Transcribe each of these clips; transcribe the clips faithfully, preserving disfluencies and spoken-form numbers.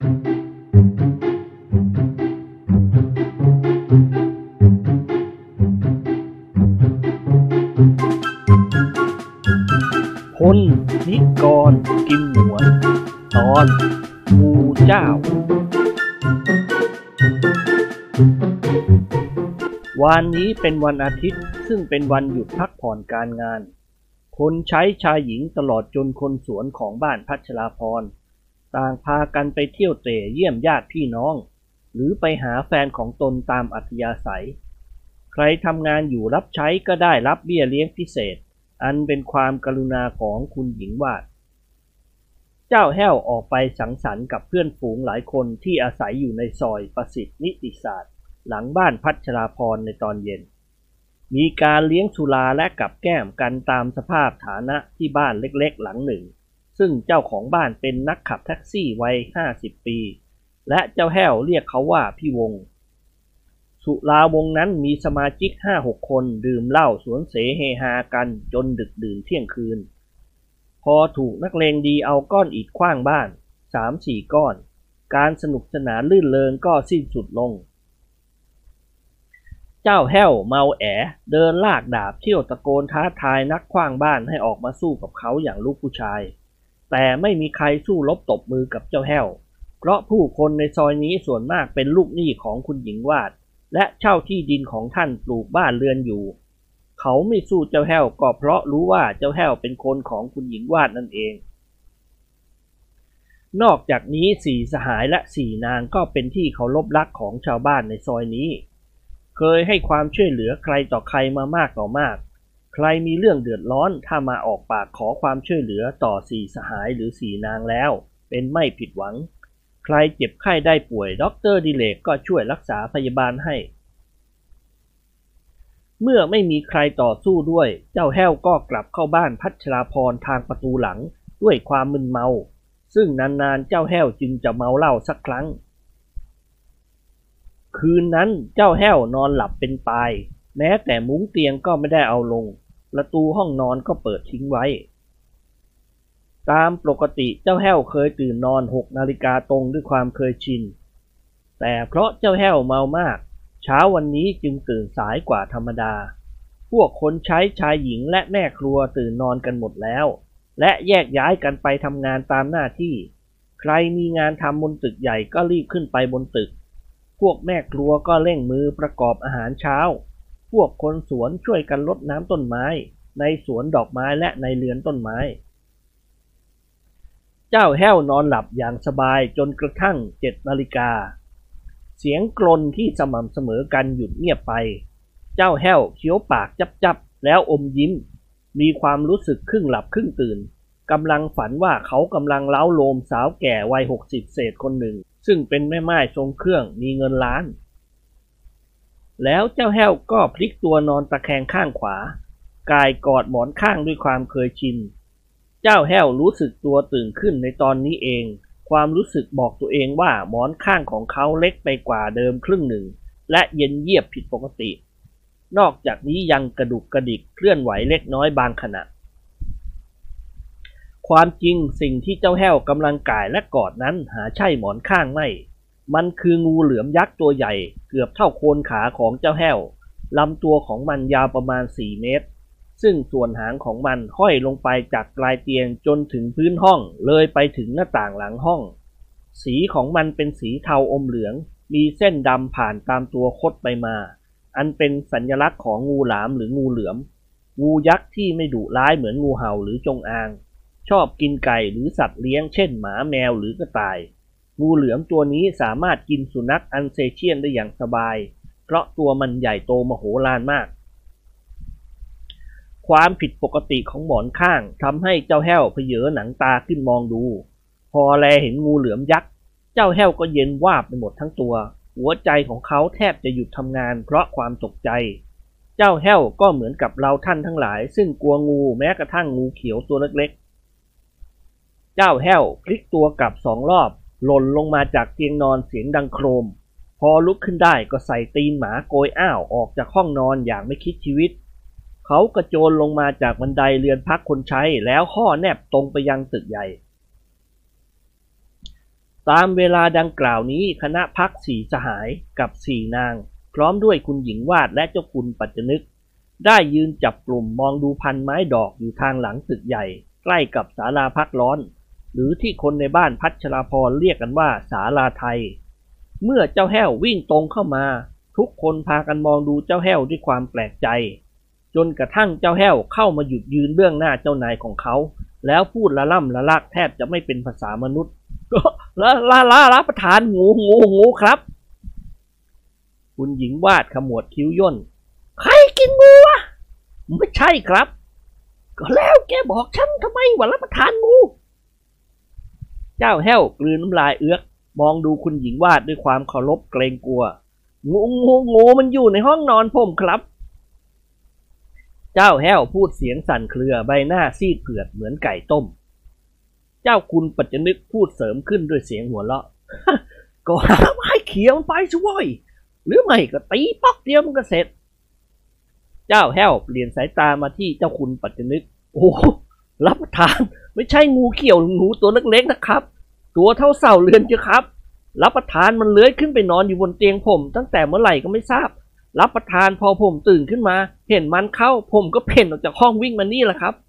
พลนิกรกิมหนวนตอนงูเจ้าวันนี้เป็นวันอาทิตย์ซึ่งเป็นวันหยุดพักผ่อนการงานคนใช้ชายหญิงตลอดจนคนสวนของบ้านพัชราพรต่างพากันไปเที่ยวเตร่เยี่ยมญาติพี่น้องหรือไปหาแฟนของตนตามอัธยาศัยใครทำงานอยู่รับใช้ก็ได้รับเบี้ยเลี้ยงพิเศษอันเป็นความกรุณาของคุณหญิงวาดเจ้าแห้วออกไปสังสรรค์กับเพื่อนฝูงหลายคนที่อาศัยอยู่ในซอยประสิทธิ์นิติศาสตร์หลังบ้านพัชราพรในตอนเย็นมีการเลี้ยงสุราและกับแก้มกันตามสภาพฐานะที่บ้านเล็กๆหลังหนึ่งซึ่งเจ้าของบ้านเป็นนักขับแท็กซี่วัยห้าสิบปีและเจ้าแห้วเรียกเขาว่าพี่วงสุราวงนั้นมีสมาชิก ห้าหก คนดื่มเหล้าสวนเสเฮฮากันจนดึกดื่นเที่ยงคืนพอถูกนักเลงดีเอาก้อนอิฐขว้างบ้าน สามสี่ ก้อนการสนุกสนานลื่นเริงก็สิ้นสุดลงเจ้าแห้วเมาแอเดินลากดาบเที่ยวตะโกนท้าทายนักขว้างบ้านให้ออกมาสู้กับเขาอย่างลูกผู้ชายแต่ไม่มีใครสู้รบตบมือกับเจ้าแห้วเพราะผู้คนในซอยนี้ส่วนมากเป็นลูกหนี้ของคุณหญิงวาดและเช่าที่ดินของท่านปลูกบ้านเรือนอยู่เขาไม่สู้เจ้าแห้วก็เพราะรู้ว่าเจ้าแห้วเป็นคนของคุณหญิงวาดนั่นเองนอกจากนี้สี่สหายและสี่นางก็เป็นที่เคารพรักของชาวบ้านในซอยนี้เคยให้ความช่วยเหลือใครต่อใครมามากต่อมากใครมีเรื่องเดือดร้อนถ้ามาออกปากขอความช่วยเหลือต่อสี่สหายหรือสี่นางแล้วเป็นไม่ผิดหวังใครเจ็บไข้ได้ป่วยด็อกเตอร์ดิเลกก็ช่วยรักษาพยาบาลให้เมื่อไม่มีใครต่อสู้ด้วยเจ้าแห้วก็กลับเข้าบ้านพัชราพรทางประตูหลังด้วยความมึนเมาซึ่งนานๆเจ้าแห้วจึงจะเมาเหล้าสักครั้งคืนนั้นเจ้าแห้วนอนหลับเป็นตายแม้แต่มุ้งเตียงก็ไม่ได้เอาลงประตูห้องนอนก็เปิดทิ้งไว้ตามปกติเจ้าแห้วเคยตื่นนอนหกนาฬิกาตรงด้วยความเคยชินแต่เพราะเจ้าแห้วเมามากเช้าวันนี้จึงตื่นสายกว่าธรรมดาพวกคนใช้ชายหญิงและแม่ครัวตื่นนอนกันหมดแล้วและแยกย้ายกันไปทำงานตามหน้าที่ใครมีงานทำบนตึกใหญ่ก็รีบขึ้นไปบนตึกพวกแม่ครัวก็เร่งมือประกอบอาหารเช้าพวกคนสวนช่วยกันรดน้ำต้นไม้ในสวนดอกไม้และในเรือนต้นไม้เจ้าแห้วนอนหลับอย่างสบายจนกระทั่งเจ็ดนาฬิกาเสียงกรนที่สม่ำเสมอกันหยุดเงียบไปเจ้าแห้วเคี้ยวปากจับๆแล้วอมยิ้มมีความรู้สึกครึ่งหลับครึ่งตื่นกำลังฝันว่าเขากำลังเล้าโลมสาวแก่วัยหกสิบเศษคนหนึ่งซึ่งเป็นแม่ม่ายทรงเครื่องมีเงินล้านแล้วเจ้าแห้วก็พลิกตัวนอนตะแคงข้างขวากายกอดหมอนข้างด้วยความเคยชินเจ้าแห้วรู้สึกตัวตื่นขึ้นในตอนนี้เองความรู้สึกบอกตัวเองว่าหมอนข้างของเขาเล็กไปกว่าเดิมครึ่งหนึ่งและเย็นเยียบผิดปกตินอกจากนี้ยังกระดุกกระดิกเคลื่อนไหวเล็กน้อยบางขณะความจริงสิ่งที่เจ้าแห้วกำลังก่ายและกอดนั้นหาใช่หมอนข้างไม่มันคืองูเหลือมยักษ์ตัวใหญ่เกือบเท่าโคนขาของเจ้าแห้วลำตัวของมันยาวประมาณสี่เมตรซึ่งส่วนหางของมันห้อยลงไปจากปลายเตียงจนถึงพื้นห้องเลยไปถึงหน้าต่างหลังห้องสีของมันเป็นสีเทาอมเหลืองมีเส้นดำผ่านตามตัวคดไปมาอันเป็นสัญลักษณ์ของงูหลามหรืองูเหลือมงูยักษ์ที่ไม่ดุร้ายเหมือนงูเห่าหรือจงอางชอบกินไก่หรือสัตว์เลี้ยงเช่นหมาแมวหรือกระต่ายงูเหลือมตัวนี้สามารถกินสุนัขอันเซเชียนได้อย่างสบายเพราะตัวมันใหญ่โตมโหฬารมากความผิดปกติของหมอนข้างทำให้เจ้าแห้วเผยหนังตาขึ้นมองดูพอแลเห็นงูเหลือมยักษ์เจ้าแห้วก็เย็นวาบไปหมดทั้งตัวหัวใจของเขาแทบจะหยุดทำงานเพราะความตกใจเจ้าแห้วก็เหมือนกับเราท่านทั้งหลายซึ่งกลัวงูแม้กระทั่งงูเขียวตัวเล็กๆเจ้าแห้วพลิกตัวกลับสองรอบหล่นลงมาจากเตียงนอนเสียงดังโครมพอลุกขึ้นได้ก็ใส่ตีนหมาโกยอ้าวออกจากห้องนอนอย่างไม่คิดชีวิตเขากระโจนลงมาจากบันไดเรือนพักคนใช้แล้วข้อแนบตรงไปยังตึกใหญ่ตามเวลาดังกล่าวนี้คณะพักสี่สหายกับสี่นางพร้อมด้วยคุณหญิงวาดและเจ้าคุณปัจจนึกได้ยืนจับกลุ่มมองดูพันไม้ดอกอยู่ทางหลังตึกใหญ่ใกล้กับศาลาพักร้อนหรือที่คนในบ้านพัชราพรเรียกกันว่าศาลาไทยเมื่อเจ้าแห้ววิ่งตรงเข้ามาทุกคนพากันมองดูเจ้าแห้วด้วยความแปลกใจจนกระทั่งเจ้าแห้วเข้ามาหยุดยืนเบื้องหน้าเจ้านายของเขาแล้วพูดละล่ำละลักแทบจะไม่เป็นภาษามนุษย์ละละละรับประทานงูงูงูครับคุณหญิงวาดขมวดคิ้วย่นใครกินงูวะไม่ใช่ครับก็แล้วแกบอกฉันทำไมว่ารับประทานงูเจ้าแห้วกลืนน้ำลายเอื้อกมองดูคุณหญิงวาดด้วยความเคารพเกรงกลัวงูงูงูมันอยู่ในห้องนอนผมครับเจ้าแห้วพูดเสียงสั่นเครือใบหน้าซีดเผือดเหมือนไก่ต้มเจ้าคุณปัจจนึกพูดเสริมขึ้นด้วยเสียงหัวเราะก็หาไม้เขียวไปช่วยหรือไม่ก็ตีป๊อกเดียวมันก็เสร็จเจ้าแห้วเปลี่ยนสายตามาที่เจ้าคุณปัจจนึกโอ้รับประทานไม่ใช่งูเขียวงูตัวเล็กๆนะครับตัวเท่าเสาเรือนเจ้าครับรับประทานมันเลื้อยขึ้นไปนอนอยู่บนเตียงผมตั้งแต่เมื่อไหร่ก็ไม่ทราบรับประทานพอผมตื่นขึ้นมาเห็นมันเข้าผมก็เพ่นออกจากห้องวิ่งมานี่แหละครับ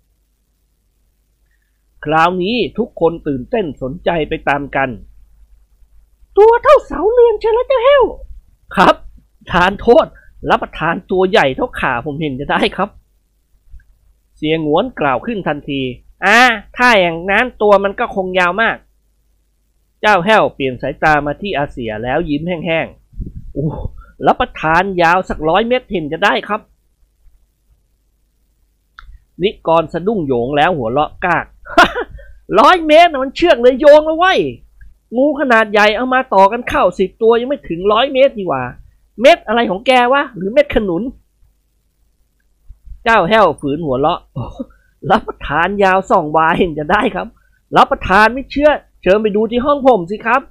คราวนี้ทุกคนตื่นเต้นสนใจไปตามกันตัวเท่าเสาเรือนใช่แล้วเจ้าแห้วครับทานโทษรับประทานตัวใหญ่เท่าขาผมเห็นจะได้ครับเสียงหงวนกล่าวขึ้นทันทีอ่าถ้าอย่างนั้นตัวมันก็คงยาวมากเจ้าแห้วเปลี่ยนสายตามาที่อาเสียแล้วยิ้มแห้งๆโอ้รับประทานยาวสักร้อยเมตรเห็นจะได้ครับนิกรสะดุ้งโยงแล้วหัวเราะกากร้อยเมตรมันเชือกเลยโยงแล้วไว้งูขนาดใหญ่เอามาต่อกันเข้าสิบตัวยังไม่ถึงร้อยเมตรดีกว่าเม็ดอะไรของแกวะหรือเม็ดขนุนเจ้าแห้วฝืนหัวเราะรับประทานยาวสองวาเห็นจะได้ครับรับประทานไม่เชื่อเชิญไปดูที่ห้องผมสิครับ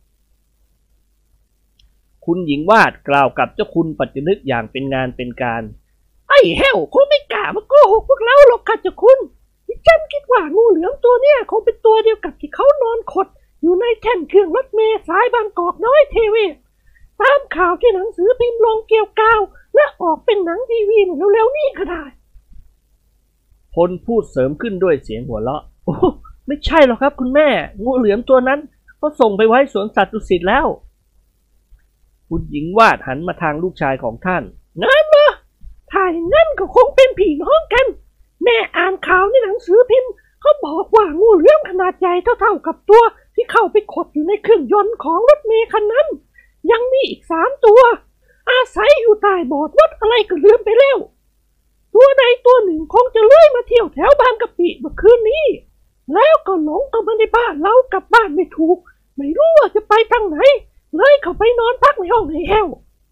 คุณหญิงวาดกล่าวกับเจ้าคุณปัจจนึกอย่างเป็นงานเป็นการไอ้แห้วคงไม่กล้ามาโกหกพวกเราหรอกค่ะเจ้าคุณฉันคิดว่างูเหลือมตัวเนี้ยคงเป็นตัวเดียวกับที่เขานอนขดอยู่ในแท่นเครื่องรถเมล์สายบางกอกน้อยเทเวศตามข่าวที่หนังสือพิมพ์ลงเกี่ยวกาวและออกเป็นหนังทีวีเร็วๆนี้ก็ได้พลพูดเสริมขึ้นด้วยเสียงหัวเราะโอ้ไม่ใช่หรอกครับคุณแม่งูเหลือมตัวนั้นก็ส่งไปไว้สวนสัตว์ดุสิตแล้วคุณหญิงวาดหันมาทางลูกชายของท่านงั้นเหรอถ้าอย่างนั้นก็คงเป็นพี่น้องกันแม่อ่านข่าวในหนังสือพิมพ์เขาบอกว่างูเหลือมขนาดใหญ่เท่าๆกับตัวที่เข้าไปขดอยู่ในเครื่องยนต์ของรถเมล์คันนั้นยังมีอีกสามตัวอาศัยอยู่ใต้บอร์ดรถอะไรก็ลืมไปแล้วตัวใดตัวหนึ่งคงจะเลื้อยมาเที่ยวแถวบางกะปิเมื่อคืนนี้แล้วก็หลงเข้ามาในบ้านเรากลับบ้านไม่ถูกไม่รู้ว่าจะไปทางไหนเลยเข้าไปนอนพักในห้องในแห้ว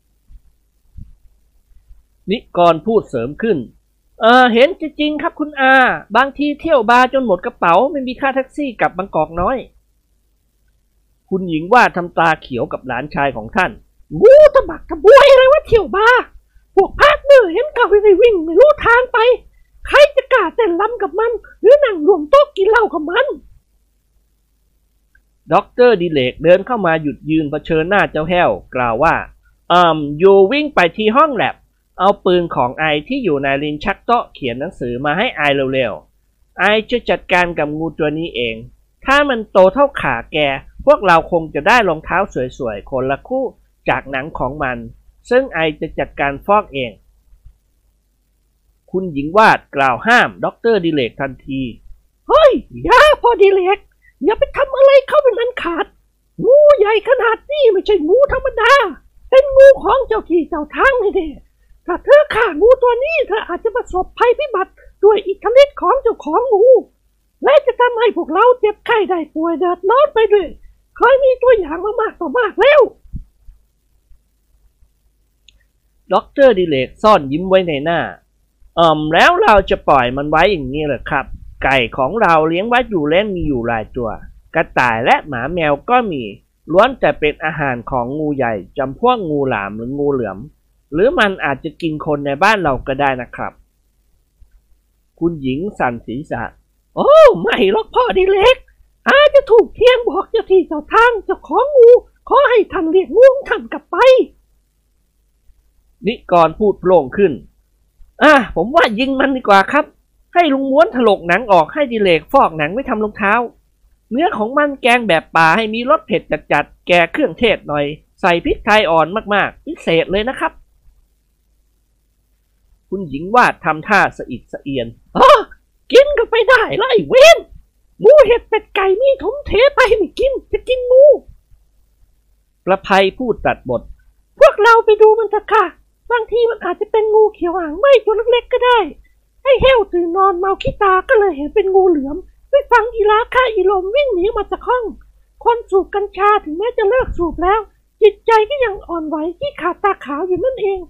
นิกรพูดเสริมขึ้นเออเห็นจริงๆครับคุณอาบางทีเที่ยวบาร์จนหมดกระเป๋าไม่มีค่าแท็กซี่กลับบางกอกน้อยคุณหญิงว่าทำตาเขียวกับหลานชายของท่านงูตะบักตะบวยอะไรวะเที่ยวบาร์พวกพาร์ทเนอร์เห็นเขาไปวิ่งไม่รู้ทางไปใครจะกล้าเต้นรำกับมันหรือนั่งรวมโต๊ะกินเหล้ากับมันด็อกเตอร์ดิเลกเดินเข้ามาหยุดยืนเผชิญหน้าเจ้าแห้วกล่าวว่าอืมอยู่วิ่งไปที่ห้องแลบเอาปืนของไอที่อยู่ในลิ้นชักโต๊ะเขียนหนังสือมาให้ไอเร็วๆไอจะจัดการกับงูตัวนี้เองถ้ามันโตเท่าขาแกพวกเราคงจะได้รองเท้าสวยๆคนละคู่จากหนังของมันซึ่งไอจะจัดการฟอกเองคุณหญิงวาดกล่าวห้ามด็อกเตอร์ดิเลกทันทีเฮ้ยอย่าพอดิเลกอย่าไปทำอะไรเข้าเป็นอันขาดงูใหญ่ขนาดนี้ไม่ใช่งูธรรมดาเป็นงูของเจ้าที่เจ้าทางนี่เด้ถ้าเธอฆ่างูตัวนี้เธออาจจะประสบภัยพิบัติด้วยอิทธิฤทธิ์ของเจ้าของงูและจะทำให้พวกเราเจ็บไข้ได้ป่วยเดือดร้อนไปด้วยเคยมีตัวอย่างมามากต่อมากแล้วด็อกเตอร์ดิเลกซ่อนยิ้มไว้ในหน้าอืมแล้วเราจะปล่อยมันไว้อย่างนี้เหรอครับไก่ของเราเลี้ยงไว้อยู่เล่นมีอยู่หลายตัวกระต่ายและหมาแมวก็มีล้วนแต่เป็นอาหารของงูใหญ่จำพวกงูหลามหรืองูเหลือมหรือมันอาจจะกินคนในบ้านเราก็ได้นะครับคุณหญิงสั่นศีรษะโอ้ไม่หรอกพ่อดิเล็กอาจะถูกเทียงบอกจะที่เจ้าทางเจ้าของงูขอให้ท่านเรียกงูของท่านกลับไปนิกรพูดโผล่ขึ้นอ่ะผมว่ายิงมันดีกว่าครับให้ลุงม้วนถลกหนังออกให้ดิเลกฟอกหนังไว้ทำรองเท้าเนื้อของมันแกงแบบป่าให้มีรสเผ็ดจัดๆแกเครื่องเทศหน่อยใส่พริกไทยอ่อนมากๆพิเศษเลยนะครับคุณหญิงวาดทำท่าสะอิดสะเอียนอ๋อกินก็ไปได้ไล่เว้นงูเห็ดเป็ดไก่มีถมเทไปไม่กินจะกินงูประภัยพูดตัดบทพวกเราไปดูมันเถอะค่ะบางทีมันอาจจะเป็นงูเขียวหางไหมตัวเล็กๆก็ได้ให้เฮลตื่นนอนเมาขี้ตาก็เลยเห็นเป็นงูเหลือมไปฟังอีลาค่าอีลมวิ่งหนีมาจากห้องคนสูบกัญชาถึงแม้จะเลิกสูบแล้วจิตใจก็ยังอ่อนไหวที่ขาดตาขาวอยู่นั่นเอง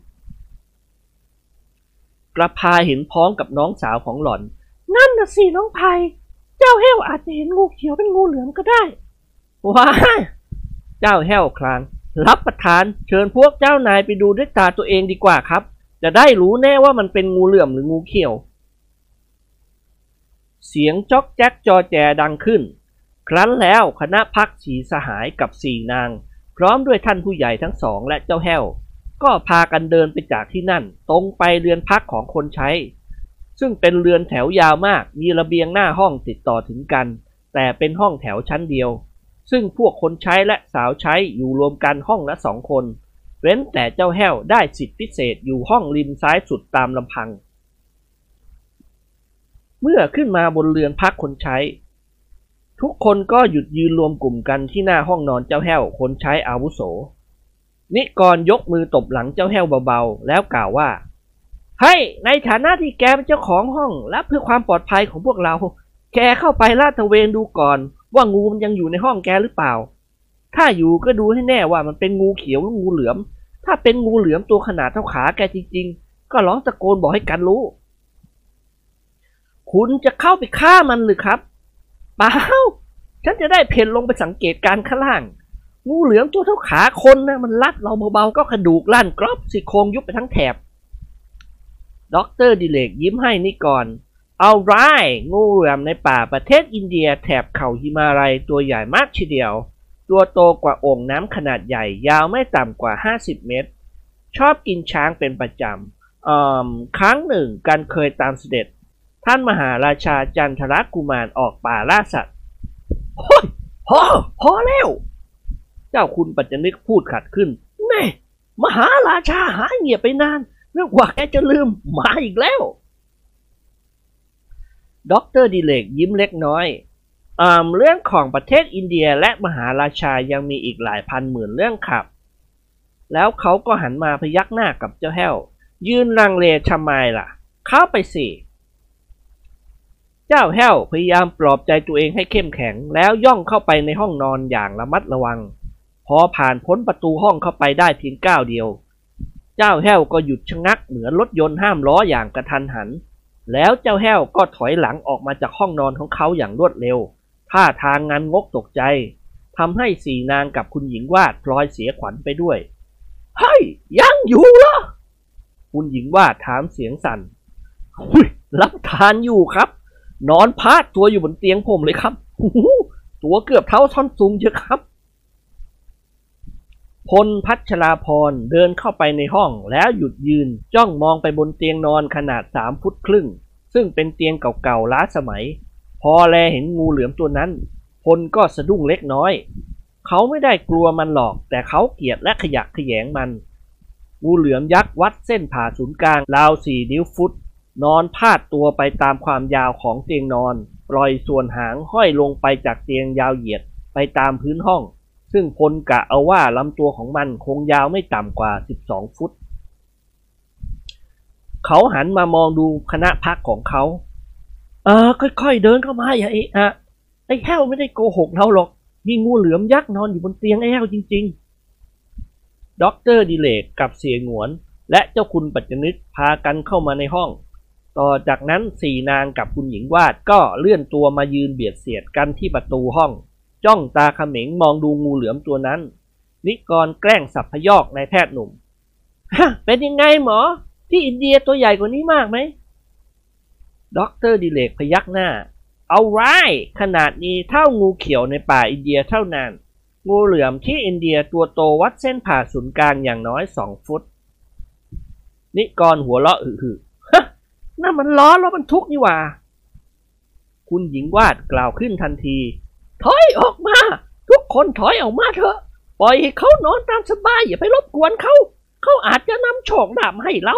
กระพาเห็นพ้องกับน้องสาวของหล่อนนั่นน่ะสิน้องไพเจ้าเฮลอาจจะเห็นงูเขียวเป็นงูเหลือมก็ได้ว้าเจ้าเฮลคลางรับประทานเชิญพวกเจ้านายไปดูด้วยตาตัวเองดีกว่าครับจะได้รู้แน่ว่ามันเป็นงูเหลือมหรืองูเขียวเสียงจ๊อกแจ๊กจอแจดังขึ้นครั้นแล้วคณะพักสีสหายกับสี่นางพร้อมด้วยท่านผู้ใหญ่ทั้งสองและเจ้าแห้วก็พากันเดินไปจากที่นั่นตรงไปเรือนพักของคนใช้ซึ่งเป็นเรือนแถวยาวมากมีระเบียงหน้าห้องติดต่อถึงกันแต่เป็นห้องแถวชั้นเดียวซึ่งพวกคนใช้และสาวใช้อยู่รวมกันห้องละสองคนเว้นแต่เจ้าแห้วได้สิทธิพิเศษอยู่ห้องริมซ้ายสุดตามลำพังเมื่อขึ้นมาบนเรือนพักคนใช้ทุกคนก็หยุดยืนรวมกลุ่มกันที่หน้าห้องนอนเจ้าแห้วคนใช้อาวุโสนิกรยกมือตบหลังเจ้าแห้วเบาๆแล้วกล่าวว่าเฮ้ยในฐานะที่แกเป็นเจ้าของห้องและเพื่อความปลอดภัยของพวกเราแกเข้าไปลาดตระเวนดูก่อนว่างูมันยังอยู่ในห้องแกหรือเปล่าถ้าอยู่ก็ดูให้แน่ว่ามันเป็นงูเขียวหรืองูเหลือมถ้าเป็นงูเหลือมตัวขนาดเท่าขาแกจริงๆก็ร้องตะโกนบอกให้กันรู้คุณจะเข้าไปฆ่ามันหรือครับเปล่าฉันจะได้เพ่นลงไปสังเกตการข้างล่างงูเหลือมตัวเท่าขาคนนะมันลัดเราเบาๆก็กระดูกลั่นกรอบซี่โครงยุบไปทั้งแถบด็อกเตอร์ดิเลกยิ้มให้นิกรเอาไรงูเหลือมในป่าประเทศอินเดียแถบเขาหิมาลัยตัวใหญ่มากทีเดียวตัวโตกว่าโอ่งน้ำขนาดใหญ่ยาวไม่ต่ำกว่าห้าสิบเมตรชอบกินช้างเป็นประจำอืมครั้งหนึ่งการเคยตามเสด็จท่านมหาราชาจันทรกุมารออกป่าล่าสัตว์โอ้ยพอพอแล้วเจ้าคุณปัจจนึกพูดขัดขึ้นแม่มหาราชาหายเงียบไปนานเรื่องว่าแกจะลืมมาอีกแล้วด็อกเตอร์ดิเลกยิ้มเล็กน้อยอ่าเรื่องของประเทศอินเดียและมหาราชายังมีอีกหลายพันหมื่นเรื่องครับแล้วเขาก็หันมาพยักหน้ากับเจ้าแห้วยืนลังเลทำไมล่ะเข้าไปสิเจ้าแห้วพยายามปลอบใจตัวเองให้เข้มแข็งแล้วย่องเข้าไปในห้องนอนอย่างระมัดระวังพอผ่านพ้นประตูห้องเข้าไปได้เพียงก้าวเดียวเจ้าแห้วก็หยุดชะงักเหมือนรถยนต์ห้ามล้ออย่างกระทันหันแล้วเจ้าแห้วก็ถอยหลังออกมาจากห้องนอนของเขาอย่างรวดเร็วท่าทางงันงกตกใจทำให้สี่นางกับคุณหญิงวาดพลอยเสียขวัญไปด้วยเฮ้ยยังอยู่เหรอคุณหญิงวาดถามเสียงสั่นรับทานอยู่ครับนอนพาดตัวอยู่บนเตียงผมเลยครับตัวเกือบเท่าท่อนสูงเยอะครับพลพัชราพรเดินเข้าไปในห้องแล้วหยุดยืนจ้องมองไปบนเตียงนอนขนาดสามฟุตครึ่งซึ่งเป็นเตียงเก่าๆล้าสมัยพอแลเห็นงูเหลือมตัวนั้นพลก็สะดุ้งเล็กน้อยเขาไม่ได้กลัวมันหรอกแต่เขาเกลียดและขยะแขยงมันงูเหลือมยักษ์วัดเส้นผ่าศูนย์กลางราวสี่นิ้วฟุตนอนพาดตัวไปตามความยาวของเตียงนอนปล่อยส่วนหางห้อยลงไปจากเตียงยาวเหยียดไปตามพื้นห้องซึ่งพลกะเอาว่าลำตัวของมันคงยาวไม่ต่ำกว่าสิบสองฟุตเขาหันมามองดูคณะพักของเขาเออค่อยๆเดินเข้ามาอย่าเอะอะไอ้แห้วไม่ได้โกหกเราหรอกมีงูเหลือมยักษ์นอนอยู่บนเตียงไอ้แห้วจริงๆด็อกเตอร์ดิเลกกับเสียหงวนและเจ้าคุณปัจจนึกพากันเข้ามาในห้องต่อจากนั้นสี่นางกับคุณหญิงวาดก็เลื่อนตัวมายืนเบียดเสียดกันที่ประตูห้องจ้องตาเขม็งมองดูงูเหลือมตัวนั้นนิกรแกล้งสับพยอกนายแพทย์หนุ่มฮะเป็นยังไงหมอที่อินเดียตัวใหญ่กว่านี้มากไหมด็อกเตอร์ดิเลกพยักหน้าเอาไรขนาดนี้เท่างูเขียวในป่าอินเดียเท่านั้นงูเหลือมที่อินเดียตัวโตวัดเส้นผ่าศูนย์กลางอย่างน้อยสองฟุตนิกรหัวเราะอึๆฮะนั่นมันล้อรถบรรทุกนี่หว่าคุณหญิงวาดกล่าวขึ้นทันทีถอยออกมาทุกคนถอยออกมาเถอะปล่อยให้เขานอนตามสบายอย่าไปรบกวนเขาเขาอาจจะนำโชคลาภให้เรา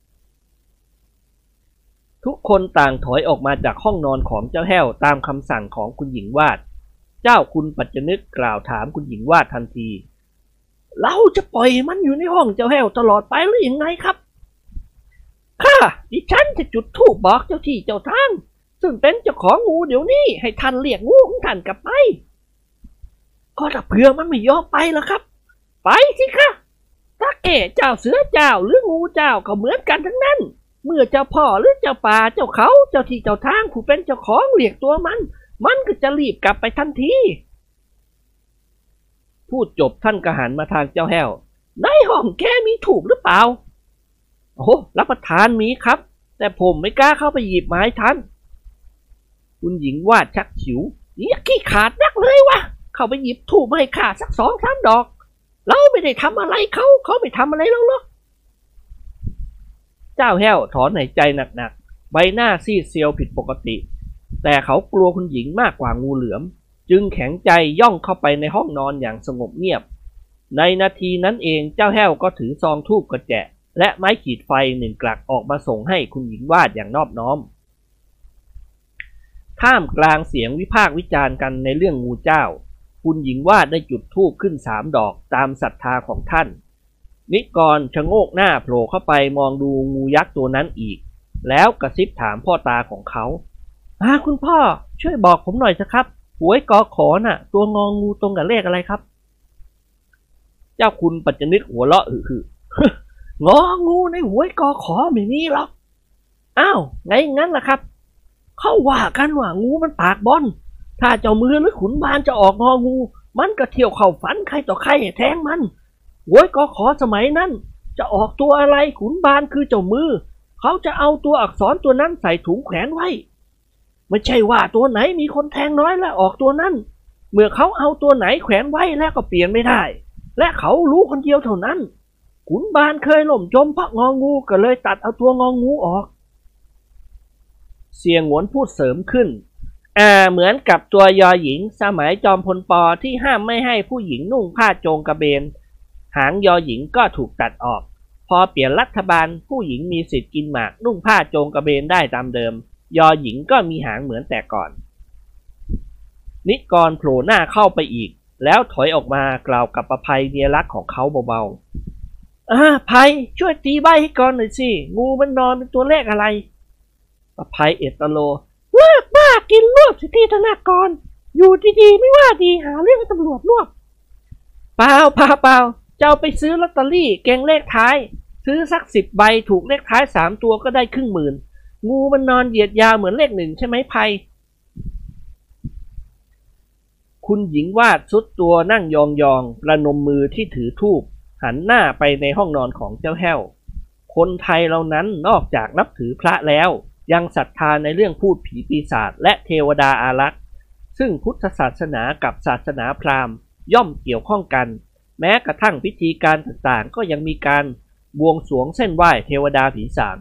ทุกคนต่างถอยออกมาจากห้องนอนของเจ้าแห้วตามคำสั่งของคุณหญิงวาดเจ้าคุณปัจจนึกกล่าวถามคุณหญิงวาดทันทีเราจะปล่อยมันอยู่ในห้องเจ้าแห้วตลอดไปหรือยังไงครับข้าดิฉันจะจุดธูปบอกเจ้าที่เจ้าทางซึ่งเป็นเจ้าของงูเดี๋ยวนี้ให้ท่านเรียกงูของท่านกลับไปก็ถ้าเผื่อมันไม่ยอมไปล่ะครับไปสิคะตาเอ๋เจ้าเสือเจ้าหรืองูเจ้าก็เหมือนกันทั้งนั้นเมื่อเจ้าพ่อหรือเจ้าป่าเจ้าเขาเจ้าที่เจ้าทางผู้เป็นเจ้าของเรียกตัวมันมันก็จะรีบกลับไปทันทีพูดจบท่านก็หันมาทางเจ้าแห้วในห้องแกมีถูกหรือเปล่าโอ้รับประทานมีครับแต่ผมไม่กล้าเข้าไปหยิบไม้ทันคุณหญิงวาดชักฉิวนี่ขี้ขาดนักเลยวะเข้าไปหยิบถูกมาให้ข้าสักสองสามดอกเราไม่ได้ทำอะไรเขาเขาไม่ทำอะไรเราหรอกเจ้าแห้วถอนหายใจหนักๆใบหน้าซีดเซียวผิดปกติแต่เขากลัวคุณหญิงมากกว่างูเหลือมจึงแข็งใจย่องเข้าไปในห้องนอนอย่างสงบเงียบในนาทีนั้นเองเจ้าแห้วก็ถือซองธูปกระแจและไม้ขีดไฟหนึ่งกลักออกมาส่งให้คุณหญิงวาดอย่างนอบน้อมท่ามกลางเสียงวิพากษ์วิจารณ์กันในเรื่องงูเจ้าคุณหญิงวาดได้จุดธูปขึ้นสามดอกตามศรัทธาของท่านนิกรชะโงกหน้าโผล่เข้าไปมองดูงูยักษ์ตัวนั้นอีกแล้วกระซิบถามพ่อตาของเขาอ่าคุณพ่อช่วยบอกผมหน่อยสิครับหวยกอขอน่ะตัวงองูตรงกับเลขอะไรครับเจ้าคุณปัจจนึกหัวเราะอึๆงองูในหวยกอขอไม่มีหรอกอ้าวไงงั้นล่ะครับเขาว่ากันว่างูมันปากบอนถ้าเจ้ามือหรือขุนบานจะออกงองูมันก็เที่ยวเข้าฝันใครต่อใครแทงมันหวยกอขอสมัยนั้นจะออกตัวอะไรขุนบานคือเจ้ามือเขาจะเอาตัวอักษรตัวนั้นใส่ถุงแขวนไว้ไม่ใช่ว่าตัวไหนมีคนแทงน้อยและออกตัวนั้นเมื่อเขาเอาตัวไหนแขวนไว้แล้วก็เปลี่ยนไม่ได้และเขารู้คนเดียวเท่านั้นขุนบานเคยล่มจมเพราะงองูก็เลยตัดเอาตัวงองูออกเสียงหวนพูดเสริมขึ้นอ่าเหมือนกับตัวยอหญิงสมัยจอมพลป.ที่ห้ามไม่ให้ผู้หญิงนุ่งผ้าโจงกระเบนหางยอหญิงก็ถูกตัดออกพอเปลี่ยนรัฐบาลผู้หญิงมีสิทธิ์กินหมากนุ่งผ้าโจงกระเบนได้ตามเดิมยอหญิงก็มีหางเหมือนแต่ก่อนนิกรโผล่หน้าเข้าไปอีกแล้วถอยออกมากล่าวกับประภัยเมียรักของเขาเบาๆอ่าภัยช่วยตีใบให้ก่อนหน่อยสิงูมันนอนเป็นตัวเลขอะไรประภัยเอตโลเลิกบ้ากินรวบสิที่ธนากรอยู่ดีๆไม่ว่าดีหาเรื่องตำรวจรวบเปล่าเปล่าเปล่าจะเอาไปซื้อลอตเตอรี่เก่งเลขท้ายซื้อสักสิบใบถูกเลขท้ายสามตัวก็ได้ครึ่งหมื่นงูมันนอนเหยียดยาวเหมือนเลขหนึ่งใช่ไหมภัยคุณหญิงวาดซุดตัวนั่งยองๆประนมมือที่ถือธูปหันหน้าไปในห้องนอนของเจ้าแห้วคนไทยเหล่านั้นนอกจากนับถือพระแล้วยังศรัทธาในเรื่องพูดผีปีศาจและเทวดาอารักษ์ซึ่งพุทธศาสนากับศาสนาพราหมณ์ย่อมเกี่ยวข้องกันแม้กระทั่งพิธีการต่างๆก็ยังมีการบวงสรวงเส้นไหว้เทวดาผีสาง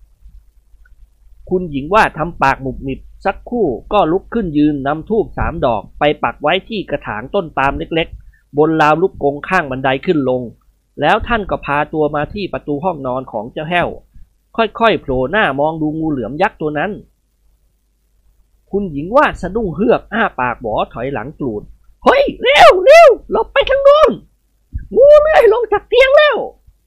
คุณหญิงว่าทำปากหมุบหมิบสักครู่ก็ลุกขึ้นยืนนำธูปสามดอกไปปักไว้ที่กระถางต้นปาล์มเล็กๆบนราวลูกกรงข้างบันไดขึ้นลงแล้วท่านก็พาตัวมาที่ประตูห้องนอนของเจ้าแห้วค่อยๆโผล่หน้ามองดูงูเหลือมยักษ์ตัวนั้นคุณหญิงว่าสะดุ้งเฮือกอ้าปากบ่อถอยหลังกลูดเฮ้ยเร็วเร็วหลบไปทางโน้นงูเลื้อยลงจากเตียงแล้ว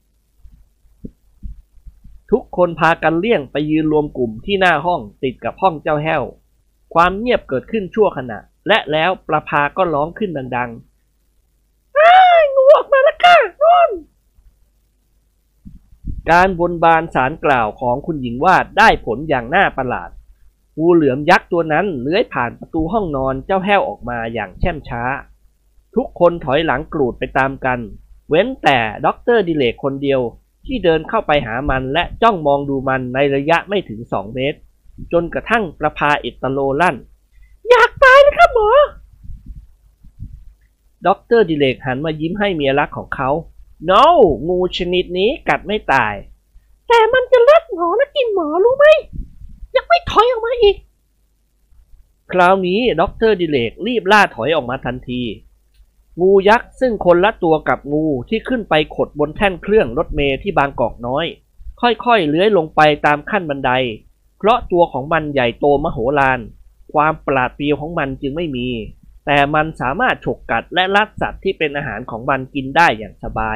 ทุกคนพากันเลี่ยงไปยืนรวมกลุ่มที่หน้าห้องติดกับห้องเจ้าแห้วความเงียบเกิดขึ้นชั่วขณะและแล้วประภาก็ร้องขึ้นดังๆอ้ายงูออกมาแล้วค่ะโน้นการบนบานศาลกล่าวของคุณหญิงวาดได้ผลอย่างน่าประหลาดงูเหลือมยักษ์ตัวนั้นเลื้อยผ่านประตูห้องนอนเจ้าแห้วออกมาอย่างแช่มช้าทุกคนถอยหลังกรูดไปตามกันเว้นแต่ด็อกเตอร์ดิเลกคนเดียวที่เดินเข้าไปหามันและจ้องมองดูมันในระยะไม่ถึงสองเมตรจนกระทั่งประภาอิตโลลั่นอยากตายนะครับหมอด็อกเตอร์ดิเลกหันมายิ้มให้เมียรักของเขา no งูชนิดนี้กัดไม่ตายแต่มันจะรัดหมอและกินหมอรู้ไหมยังไม่ถอยออกมาอีกคราวนี้ด็อกเตอร์ดิเลกรีบล่าถอยออกมาทันทีงูยักษ์ซึ่งคนละตัวกับงูที่ขึ้นไปขดบนแท่นเครื่องรถเมล์ที่บางกอกน้อยค่อยๆเลื้อยลงไปตามขั้นบันไดเพราะตัวของมันใหญ่โตมโหฬารความปราดเปรียวของมันจึงไม่มีแต่มันสามารถฉกกัดและลัดสัตว์ที่เป็นอาหารของมันกินได้อย่างสบาย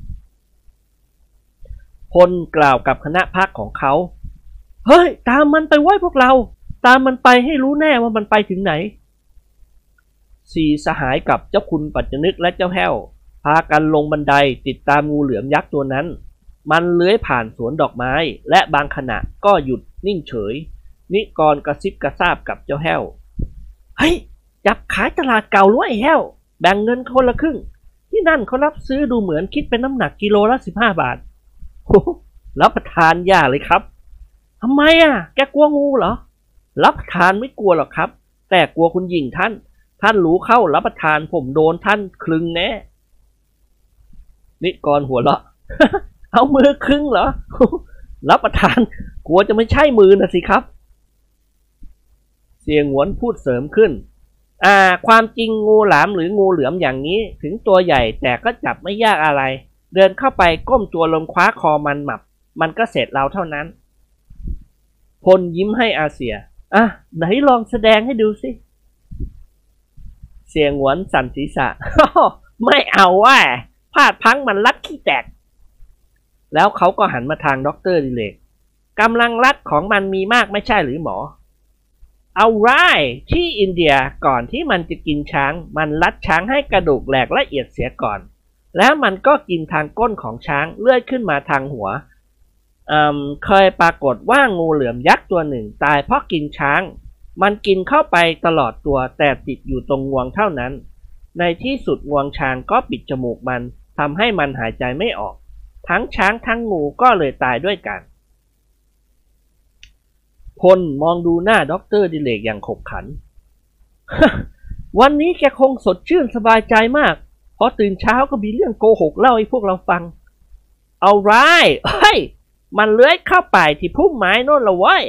พลกล่าวกับคณะพักของเขาเฮ้ยตามมันไปไว้พวกเราตามมันไปให้รู้แน่ว่ามันไปถึงไหนสี่สหายกับเจ้าคุณปัจจนึกและเจ้าแห้วพากันลงบันไดติดตามงูเหลือมยักษ์ตัวนั้นมันเลื้อยผ่านสวนดอกไม้และบางขณะก็หยุดนิ่งเฉยนิกรกระซิบกระซาบกับเจ้าแห้วเฮ้ยจับขายตลาดเก่าด้วยแห้วแบ่งเงินคนละครึ่งที่นั่นเขารับซื้อดูเหมือนคิดเป็นน้ำหนักกิโลละสิบห้าบาทโอ้รับประทานยากเลยครับทำไมอ่ะแกกลัวงูเหรอรับประทานไม่กลัวหรอกครับแต่กลัวคุณหญิงท่านท่านรู้เข้ารับประทานผมโดนท่านคลึงแน่นิกรหัวเราะ เอามือครึ่งเหรอ รับประทานกลัวจะไม่ใช่มือนะสิครับเสียงหวนพูดเสริมขึ้นอ่าความจริงงูหลามหรืองูเหลือมอย่างนี้ถึงตัวใหญ่แต่ก็จับไม่ยากอะไรเดินเข้าไปก้มตัวลงคว้าคอมันหมับมันก็เสร็จเราเท่านั้นพลยิ้มให้อาเซียอ่ะไหนลองแสดงให้ดูสิเสียงหวนสั่นศีรษะ ไม่เอาว่าพลาดพังมันรัดขี้แตกแล้วเขาก็หันมาทางด็อกเตอร์ดิเลกกำลังรัดของมันมีมากไม่ใช่หรือหมอเอาไรที่อินเดียก่อนที่มันจะกินช้างมันรัดช้างให้กระดูกแหลกละเอียดเสียก่อนแล้วมันก็กินทางก้นของช้างเลื่อยขึ้นมาทางหัวเอ่อเคยปรากฏว่างูเหลือมยักษ์ตัวหนึ่งตายเพราะกินช้างมันกินเข้าไปตลอดตัวแต่ติดอยู่ตรงงวงเท่านั้นในที่สุดงวงช้างก็ปิดจมูกมันทำให้มันหายใจไม่ออกทั้งช้างทั้งงูก็เลยตายด้วยกันพลมองดูหน้าด็อกเตอร์ดิเลกอย่างขบขัน วันนี้แกคงสดชื่นสบายใจมากเพราะตื่นเช้าก็มีเรื่องโกหกเล่าให้พวกเราฟังเอาไรเฮ้ยมันเลื้อยเข้าไปที่พุ่มไม้โน่นละเว้ย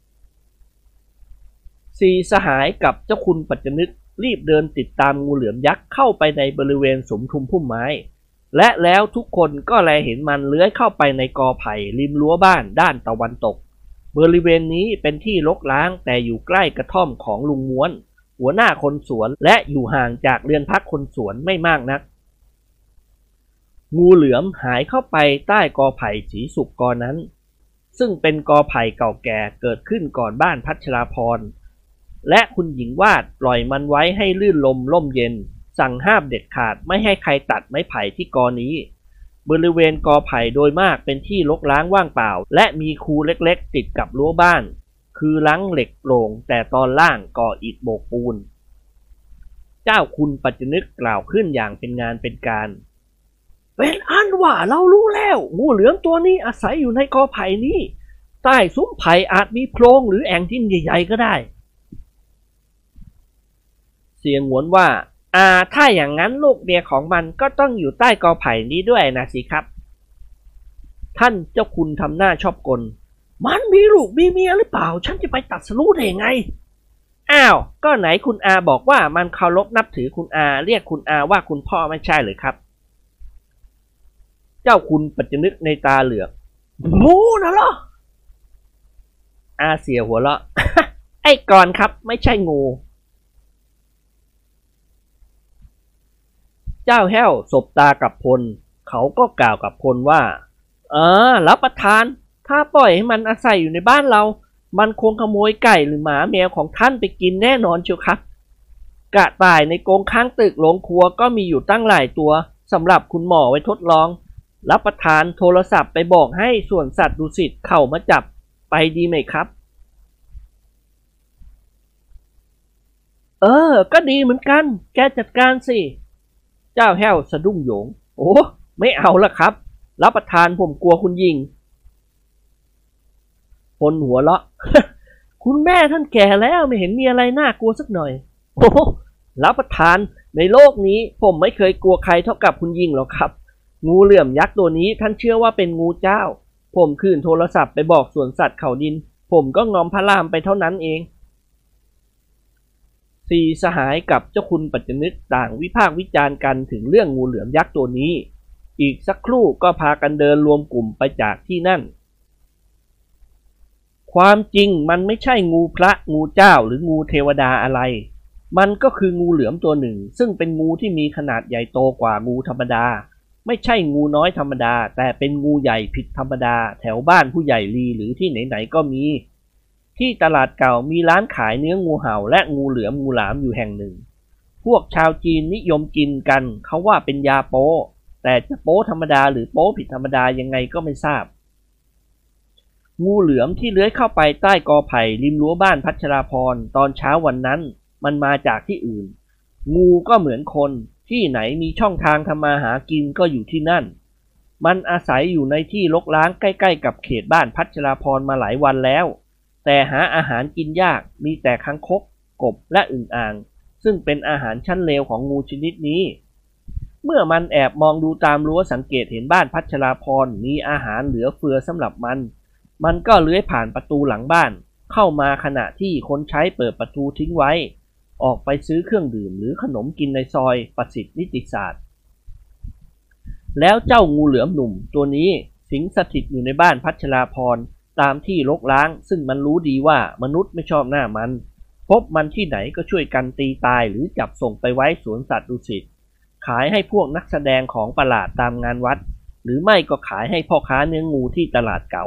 สี่สหายกับเจ้าคุณปัจจนึกรีบเดินติดตามงูเหลือมยักษ์เข้าไปในบริเวณสมทุมพุ่มไม้และแล้วทุกคนก็แลเห็นมันเลื้อยเข้าไปในกอไผ่ริมรั้วบ้านด้านตะวันตกบริเวณนี้เป็นที่รกร้างแต่อยู่ใกล้กระท่อมของลุงม้วนหัวหน้าคนสวนและอยู่ห่างจากเรือนพักคนสวนไม่มากนักงูเหลือมหายเข้าไปใต้กอไผ่สีสุกกอนั้นซึ่งเป็นกอไผ่เก่าแก่เกิดขึ้นก่อนบ้านพัชราพรและคุณหญิงวาดปล่อยมันไว้ให้ลื่นลมร่มเย็นสั่งห้ามเด็ดขาดไม่ให้ใครตัดไม้ไผ่ที่กอนี้บริเวณกอไผ่โดยมากเป็นที่รกร้างว่างเปล่าและมีคูเล็กๆติดกับรั้วบ้านคือลังเหล็กโปร่งแต่ตอนล่างก่ออิฐโบกปูนเจ้าคุณปัจจนึกกล่าวขึ้นอย่างเป็นงานเป็นการเป็นอันว่าเรารู้แล้วงูเหลือมตัวนี้อาศัยอยู่ในกอไผ่นี้ใต้ซุ้มไผ่อาจมีโพรงหรือแอ่งที่ใหญ่ๆก็ได้เสียงหวนว่าอ่าถ้าอย่างนั้นลูกเมียของมันก็ต้องอยู่ใต้กอไผ่นี้ด้วยนะสิครับท่านเจ้าคุณทำหน้าชอบกลมันมีลูกมีเมียหรือเปล่าฉันจะไปตัดสู้ได้ไงอ้าวก็ไหนคุณอาบอกว่ามันเคารพนับถือคุณอาเรียกคุณอาว่าคุณพ่อไม่ใช่หรือครับเจ้าคุณปัจจนึกในตาเหลือกงูนะเหรออาเสียหัวเราะ ไอ้กรครับไม่ใช่งูเจ้าแห้วสบตากับพลเขาก็กล่าวกับพลว่าเออรับประทานถ้าปล่อยให้มันอาศัยอยู่ในบ้านเรามันคงขโมยไก่หรือหมาแมวของท่านไปกินแน่นอนเชียวครับกระต่ายในกรงข้างตึกโรงครัวก็มีอยู่ตั้งหลายตัวสำหรับคุณหมอไว้ทดลองรับประทานโทรศัพท์ไปบอกให้ส่วนสัตว์ดุสิตเข้ามาจับไปดีไหมครับเออก็ดีเหมือนกันแกจัดการสิเจ้าแห้วสะดุ้งโยงโอ้ไม่เอาละครับรับประทานผมกลัวคุณยิงพลหัวเราะคุณแม่ท่านแก่แล้วไม่เห็นมีอะไรน่ากลัวสักหน่อยโอ้รับประทานในโลกนี้ผมไม่เคยกลัวใครเท่ากับคุณยิ่งหรอกครับงูเหลื่อมยักษ์ตัวนี้ท่านเชื่อว่าเป็นงูเจ้าผมคืนโทรศัพท์ไปบอกสวนสัตว์เขาดินผมก็งอมพระรามไปเท่านั้นเองสี่สหายกับเจ้าคุณปัจจนึกต่างวิพากษ์วิจารณ์กันถึงเรื่องงูเหลือมยักษ์ตัวนี้อีกสักครู่ก็พากันเดินรวมกลุ่มไปจากที่นั่นความจริงมันไม่ใช่งูพระงูเจ้าหรืองูเทวดาอะไรมันก็คืองูเหลือมตัวหนึ่งซึ่งเป็นงูที่มีขนาดใหญ่โตกว่างูธรรมดาไม่ใช่งูน้อยธรรมดาแต่เป็นงูใหญ่ผิดธรรมดาแถวบ้านผู้ใหญ่ลีหรือที่ไหนๆก็มีที่ตลาดเก่ามีร้านขายเนื้องูเห่าและงูเหลือมงูหลามอยู่แห่งหนึ่งพวกชาวจีนนิยมกินกันเขาว่าเป็นยาโป๊แต่จะโป๊ธรรมดาหรือโป๊ผิดธรรมดายังไงก็ไม่ทราบงูเหลือมที่เลื้อยเข้าไปใต้กอไผ่ริมรั้วบ้านพัชราพรตอนเช้าวันนั้นมันมาจากที่อื่นงูก็เหมือนคนที่ไหนมีช่องทางทำมาหากินก็อยู่ที่นั่นมันอาศัยอยู่ในที่รกร้างใกล้ๆกับเขตบ้านพัชราพรมาหลายวันแล้วแต่หาอาหารกินยากมีแต่คังคกกบและอึ่งอ่างซึ่งเป็นอาหารชั้นเลวของงูชนิดนี้เมื่อมันแอบมองดูตามรั้วสังเกตเห็นบ้านพัชราพรมีอาหารเหลือเฟือสำหรับมันมันก็เลื้อยผ่านประตูหลังบ้านเข้ามาขณะที่คนใช้เปิดประตูทิ้งไว้ออกไปซื้อเครื่องดื่มหรือขนมกินในซอยประสิทธิ์นิติศาสตร์แล้วเจ้างูเหลือมหนุ่มตัวนี้สิงสถิตอยู่ในบ้านพัชราพรตามที่รกร้างซึ่งมันรู้ดีว่ามนุษย์ไม่ชอบหน้ามันพบมันที่ไหนก็ช่วยกันตีตายหรือจับส่งไปไว้สวนสัตว์ดุสิตขายให้พวกนักแสดงของประหลาดตามงานวัดหรือไม่ก็ขายให้พ่อค้าเนื้องูที่ตลาดเก่า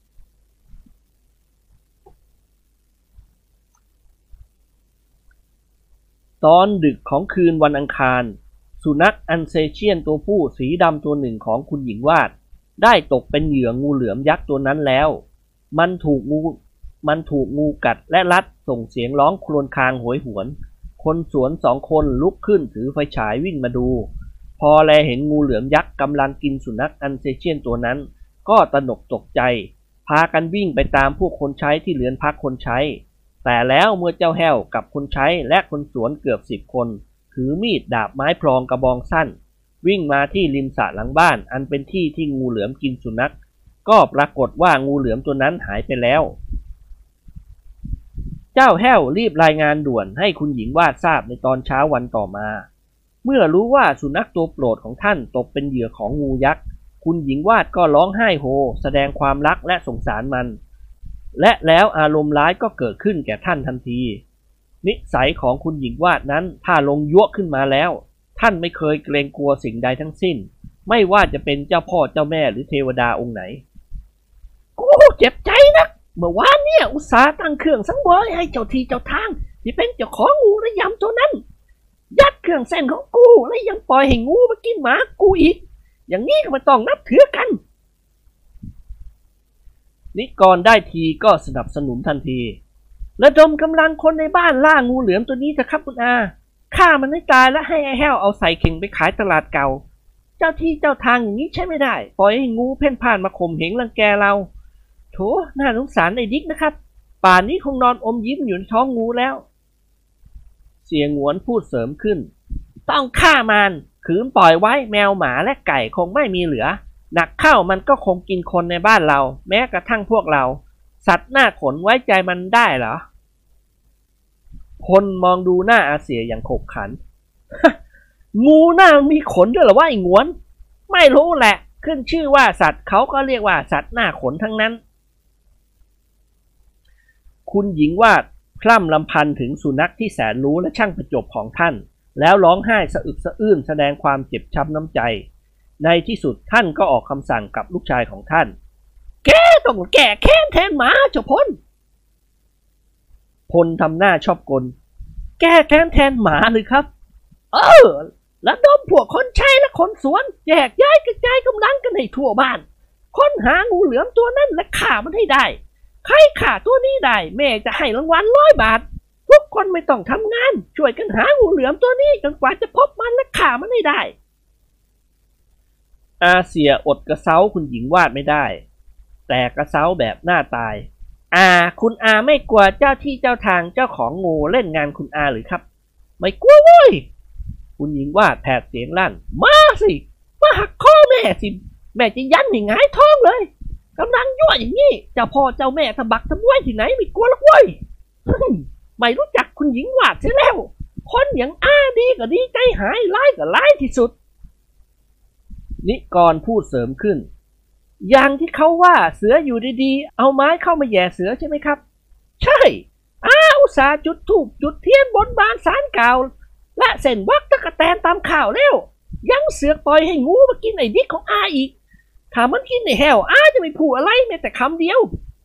ตอนดึกของคืนวันอังคารสุนัขอันเซเชียนตัวผู้สีดำตัวหนึ่งของคุณหญิงวาดได้ตกเป็นเหยื่องูเหลือมยักษ์ตัวนั้นแล้วมันถูกงูมันถูกงูกัดและรัดส่งเสียงร้องครวญครางโหยหวนคนสวนสองคนลุกขึ้นถือไฟฉายวิ่งมาดูพอแลเห็นงูเหลือมยักษ์กำลังกินสุนัขอันเซเชียนตัวนั้นก็ตระหนกตกใจพากันวิ่งไปตามพวกคนใช้ที่เรือนพักคนใช้แต่แล้วเมื่อเจ้าแห้วกับคนใช้และคนสวนเกือบสิบคนถือมีดดาบไม้พลองกระบองสั้นวิ่งมาที่ริมสระหลังบ้านอันเป็นที่ที่งูเหลือมกินสุนัขก็ปรากฏว่างูเหลือมตัวนั้นหายไปแล้วเจ้าแห้วรีบรายงานด่วนให้คุณหญิงวาดทราบในตอนเช้าวันต่อมาเมื่อรู้ว่าสุนัขตัวโปรดของท่านตกเป็นเหยื่อของงูยักษ์คุณหญิงวาดก็ร้องไห้โฮแสดงความรักและสงสารมันและแล้วอารมณ์ร้ายก็เกิดขึ้นแก่ท่านทันทีนิสัยของคุณหญิงวาดนั้นถ้าลงยั่วขึ้นมาแล้วท่านไม่เคยเกรงกลัวสิ่งใดทั้งสิ้นไม่ว่าจะเป็นเจ้าพ่อเจ้าแม่หรือเทวดาองค์ไหนกูเจ็บใจนักเมื่อวานเนี่ยอุตส่าห์ตั้งเครื่องสังเวยให้เจ้าที่เจ้าทางที่เป็นเจ้าของงูระยำตัวนั้นยัดเครื่องเส้นของกูและยังปล่อยให้งูมากินหมากูอีกอย่างนี้ก็ไม่ต้องนับถือกันนิกรได้ทีก็สนับสนุนทันทีระดมกำลังคนในบ้านล่างูเหลือมตัวนี้เถอะครับคุณอาฆ่ามันให้ตายและให้ไอ้แห้วเอาใส่เข่งไปขายตลาดเก่าเจ้าที่เจ้าทางอย่างนี้ใช่ไม่ได้ปล่อยให้งูเพ่นพ่านมาข่มเหงรังแกเราโถน่าสงสารไอ้ดิ๊กนะครับป่านนี้คงนอนอมยิ้มอยู่ในท้องงูแล้วเสียงหงวนพูดเสริมขึ้นต้องฆ่ามันขืนปล่อยไว้แมวหมาและไก่คงไม่มีเหลือหนักเข้ามันก็คงกินคนในบ้านเราแม้กระทั่งพวกเราสัตว์หน้าขนไว้ใจมันได้เหรอคนมองดูหน้าอาเสียอย่างขบขัน งูหน้ามีขนด้วยเหรอว่าไอ้หงวนไม่รู้แหละขึ้นชื่อว่าสัตว์เขาก็เรียกว่าสัตว์หน้าขนทั้งนั้นคุณหญิงวาดพร่ำลำพันถึงสุนัขที่แสนรู้และช่างประจบของท่านแล้วร้องไห้สะอึกสะอื้นแสดงความเจ็บช้ำน้ำใจในที่สุดท่านก็ออกคำสั่งกับลูกชายของท่านแกต้องแก่แค้นแทนหมาเจ้าพลพลทำหน้าชอบกลแก้แค้นแทนหมาหรือครับเออแล้วดมพวกคนใช้และคนสวนแยกย้ายกระจายกำลังกันให้ทั่วบ้านค้นหางูเหลือมตัวนั้นและฆ่ามันให้ได้ใครฆ่าตัวนี้ได้แม่จะให้รางวัลร้อยบาททุกคนไม่ต้องทำงานช่วยกันหางูเหลือมตัวนี้จนกว่าจะพบมันและฆ่ามันให้ได้อาเสียอดกระเซ้าคุณหญิงวาดไม่ได้แต่กระเซ้าแบบหน้าตายอ่าคุณอาไม่กลัวเจ้าที่เจ้าทางเจ้าของงูเล่นงานคุณอาหรือครับไม่กลัวเว้ยคุณหญิงวาดแผดเสียงลั่นมาสิมาหักคอแม่สิแม่จะยันให้หงายท้องเลยกำลังยั่วอย่างนี้เจ้าพ่อเจ้าแม่ทำบักทำไว้ที่ไหนไม่กลัวหรอกเว้ยไม่รู้จักคุณหญิงวาดเสียแล้วคนอย่างอาดีก็ดีใจหายร้ายก็ร้ายที่สุดนิกรพูดเสริมขึ้นอย่างที่เขาว่าเสืออยู่ดีๆเอาไม้เข้ามาแย่เสือใช่ไหมครับใช่อาอุตส่าห์จุดธูปจุดเทียนบนบานศาลเก่าและเส้นวักตะกะแตนตามข่าวแล้วยังเสือกปล่อยให้งูมากินไอ้ดิกของอาอีกถ้ามันกินไอ้แห้วอาจะไม่พูดอะไรแม้แต่คำเดียว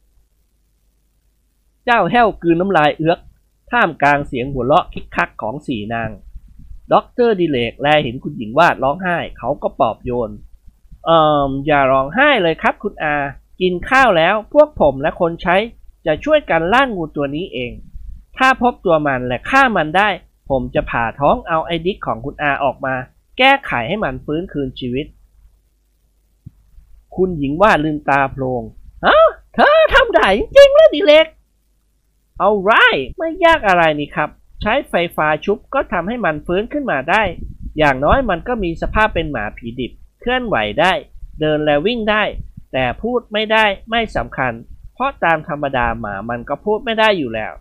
เจ้าแห้วกลืนน้ำลายเอือกท่ามกลางเสียงหัวเราะคิกคักของสี่นางด็อกเตอร์ดิเลกแลเห็นคุณหญิงวาดร้องไห้เขาก็ปลอบโยนเอ่ออย่าร้องไห้เลยครับคุณอากินข้าวแล้วพวกผมและคนใช้จะช่วยกันล่างูตัวนี้เองถ้าพบตัวมันและฆ่ามันได้ผมจะผ่าท้องเอาไอ้ดิกของคุณอาออกมาแก้ไขให้มันฟื้นคืนชีวิตคุณหญิงวาดลืมตาโพลงฮะเธอทำได้จริงๆแล้วดิเลกเอาไรไม่ยากอะไรนี่ครับใช้ไฟฟ้าชุบก็ทำให้มันฟื้นขึ้นมาได้อย่างน้อยมันก็มีสภาพเป็นหมาผีดิบเคลื่อนไหวได้เดินและวิ่งได้แต่พูดไม่ได้ไม่สำคัญเพราะตามธรรมดาหมามันก็พูดไม่ได้อยู่แล้ว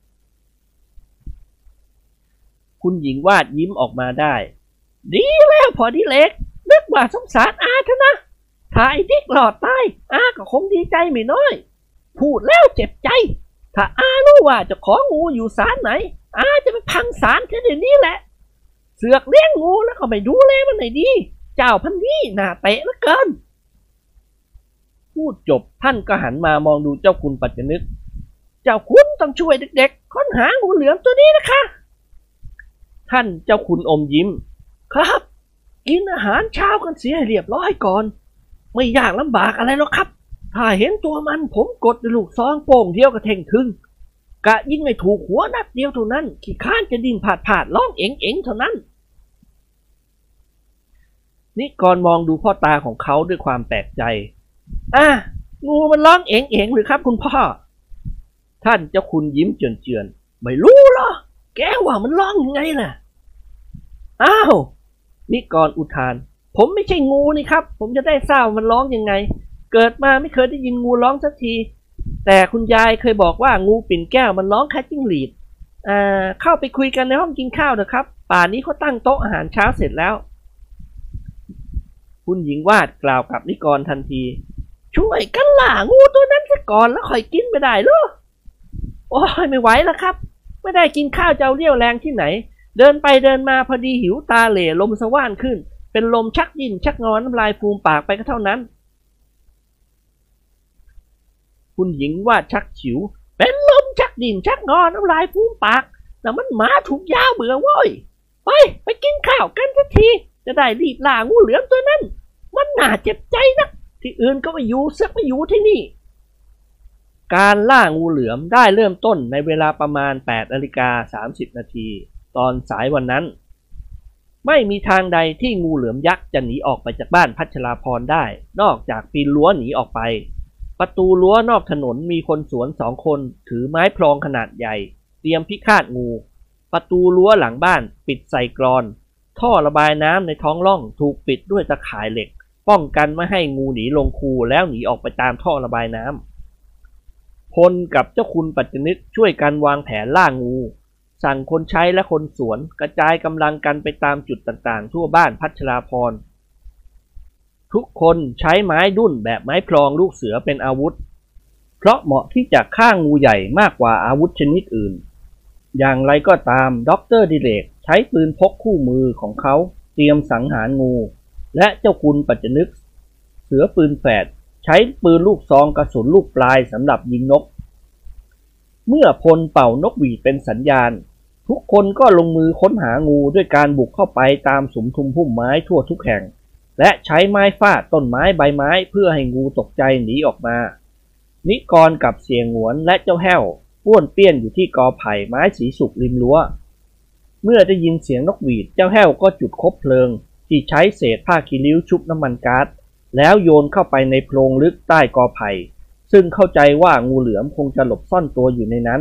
คุณหญิงวาดยิ้มออกมาได้ดีแล้วพอดีเล็กนึกว่าสงสารอาเถอะนะถ้าไอ้ดิกหลอดตายอาก็คงดีใจไม่น้อยพูดแล้วเจ็บใจถ้าอารู้ว่าจะของูอยู่ศาลไหนอาจะไปพังศาลแค่เดี๋ยวนี้แหละเสือกเลี้ยงงูแล้วก็ไม่ดูแลมันไหนดีเจ้าพันนี้น่าเตะเหลือเกินพูดจบท่านก็หันมามองดูเจ้าคุณปัจจนึกเจ้าคุณต้องช่วยเด็กๆค้นหางูเหลือมตัวนี้นะคะท่านเจ้าคุณอมยิ้มครับกินอาหารเช้ากันเสียให้เรียบร้อยก่อนไม่ยากลำบากอะไรหรอกครับถ้าเห็นตัวมันผมกดลูกซองโป่งเดียวกระเท่งทึงกะยิงไม่ถูกหัวนัดเดียวเท่านั้นขี้ข้านจะดิ้นผาดผาดร้องเอ็งเอ็งเท่านั้นนิกรมองดูพ่อตาของเขาด้วยความแปลกใจอ่ะงูมันร้องเอ็งเอ็งหรือครับคุณพ่อท่านเจ้าคุณยิ้มเจือนๆไม่รู้เหรอแกว่ามันร้องยังไงล่ะอ้าวนิกรอุทานผมไม่ใช่งูนี่ครับผมจะได้ทราบมันร้องยังไงเกิดมาไม่เคยได้ยินงูร้องสักทีแต่คุณยายเคยบอกว่างูปิ่นแก้วมันร้องแค่จิ้งหรีดอ่าเข้าไปคุยกันในห้องกินข้าวเถอะครับป่านนี้เขาตั้งโต๊ะอาหารเช้าเสร็จแล้วคุณหญิงวาดกล่าวกับนิกรทันทีช่วยกันล่างูตัวนั้นซะก่อนแล้วค่อยกินไปได้หรอโอ้ยไม่ไหวแล้วครับไม่ได้กินข้าวเจ้าเรี่ยวแรงที่ไหนเดินไปเดินมาพอดีหิวตาเหล่ลมสว่านขึ้นเป็นลมชักดิ้นชักงอนน้ำลายฟูมปากไปก็เท่านั้นคุณหญิงวาดชักฉิวเป็นลมชักดิ้นชักงอนน้ำลายฟูมปากแต่มันหมาถูกยาเบื่อว้ยไปไปกินข้าวกันสักทีจะได้รีบล่างูเหลือมตัวนั้นมันน่าเจ็บใจนะที่อื่นก็ไม่อยู่เสือกไม่อยู่ที่นี่การล่างูเหลือมได้เริ่มต้นในเวลาประมาณ แปดนาฬิกาสามสิบนาทีตอนสายวันนั้นไม่มีทางใดที่งูเหลือมยักษ์จะหนีออกไปจากบ้านพัชราพรได้นอกจากปีนรั้วหนีออกไปประตูรั้วนอกถนนมีคนสวนสองคนถือไม้พลองขนาดใหญ่เตรียมพิฆาตงูประตูรั้วหลังบ้านปิดใส่กรอนท่อระบายน้ำในท้องร่องถูกปิดด้วยตะข่ายเหล็กป้องกันไม่ให้งูหนีลงคูแล้วหนีออกไปตามท่อระบายน้ำพลกับเจ้าคุณปัจจนึกช่วยกันวางแผนล่างูสั่งคนใช้และคนสวนกระจายกำลังกันไปตามจุดต่างๆทั่วบ้านพัชราพรทุกคนใช้ไม้ดุ้นแบบไม้พลองลูกเสือเป็นอาวุธเพราะเหมาะที่จะฆ่างูใหญ่มากกว่าอาวุธชนิดอื่นอย่างไรก็ตามด็อกเตอร์ดิเลกใช้ปืนพกคู่มือของเขาเตรียมสังหารงูและเจ้าคุณปัจจนึกเสือปืนแฝดใช้ปืนลูกซองกระสุนลูกปลายสำหรับยิงนกเมื่อพลเป่านกหวีดเป็นสัญญาณทุกคนก็ลงมือค้นหางูด้วยการบุกเข้าไปตามสุมทุมพุ่มไม้ทั่วทุกแห่งและใช้ไม้ฟาดต้นไม้ใบไม้เพื่อให้งูตกใจหนีออกมานิกรกับเสียงหวนและเจ้าแห้วป้วนเปี้ยนอยู่ที่กอไผ่ไม้สีสุกริมรั้วเมื่อได้ยินเสียงนกหวีดเจ้าแห้วก็จุดคบเพลิงที่ใช้เศษผ้าคีริ้วชุบน้ำมันก๊าซแล้วโยนเข้าไปในโพรงลึกใต้กอไผ่ซึ่งเข้าใจว่างูเหลือมคงจะหลบซ่อนตัวอยู่ในนั้น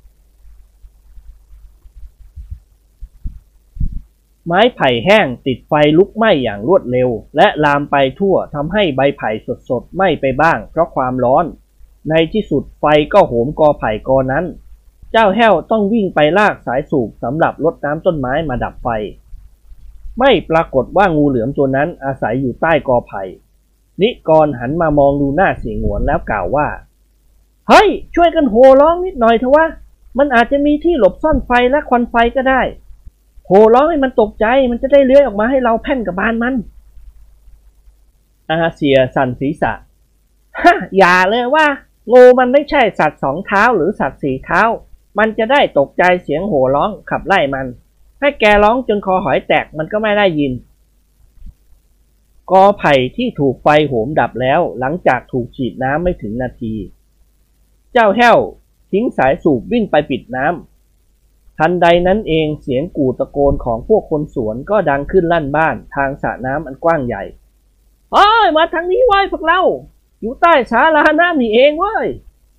ไม้ไผ่แห้งติดไฟลุกไหม้อย่างรวดเร็วและลามไปทั่วทำให้ใบไผ่สดๆไหม้ไปบ้างเพราะความร้อนในที่สุดไฟก็โหมกอไผ่กอนั้นเจ้าแห้วต้องวิ่งไปลากสายสูบสำหรับรดน้ำต้นไม้มาดับไฟไม่ปรากฏว่างูเหลือมตัวนั้นอาศัยอยู่ใต้กอไผ่นิกรหันมามองดูหน้าเสียงหวนแล้วกล่าวว่าเฮ้ยช่วยกันโห่ร้องนิดหน่อยเถอะวะมันอาจจะมีที่หลบซ่อนไฟและควันไฟก็ได้โห่ร้องให้มันตกใจมันจะได้เลื้อยออกมาให้เราแผ่นกับบานมันอาเซียสั่นศีรษะฮะอย่าเลยว่างูมันไม่ใช่สัตว์สองเท้าหรือสัตว์สี่เท้ามันจะได้ตกใจเสียงโห่ร้องขับไล่มันให้แกร้องจนคอหอยแตกมันก็ไม่ได้ยินกอไผ่ที่ถูกไฟโหมดับแล้วหลังจากถูกฉีดน้ำไม่ถึงนาทีเจ้าแห้วทิ้งสายสูบวิ่งไปปิดน้ำทันใดนั้นเองเสียงกู่ตะโกนของพวกคนสวนก็ดังขึ้นลั่นบ้านทางสระน้ำอันกว้างใหญ่เฮ้ยมาทางนี้ไว้พวกเราอยู่ใต้ศาลาน้ำนี่เองเว้ย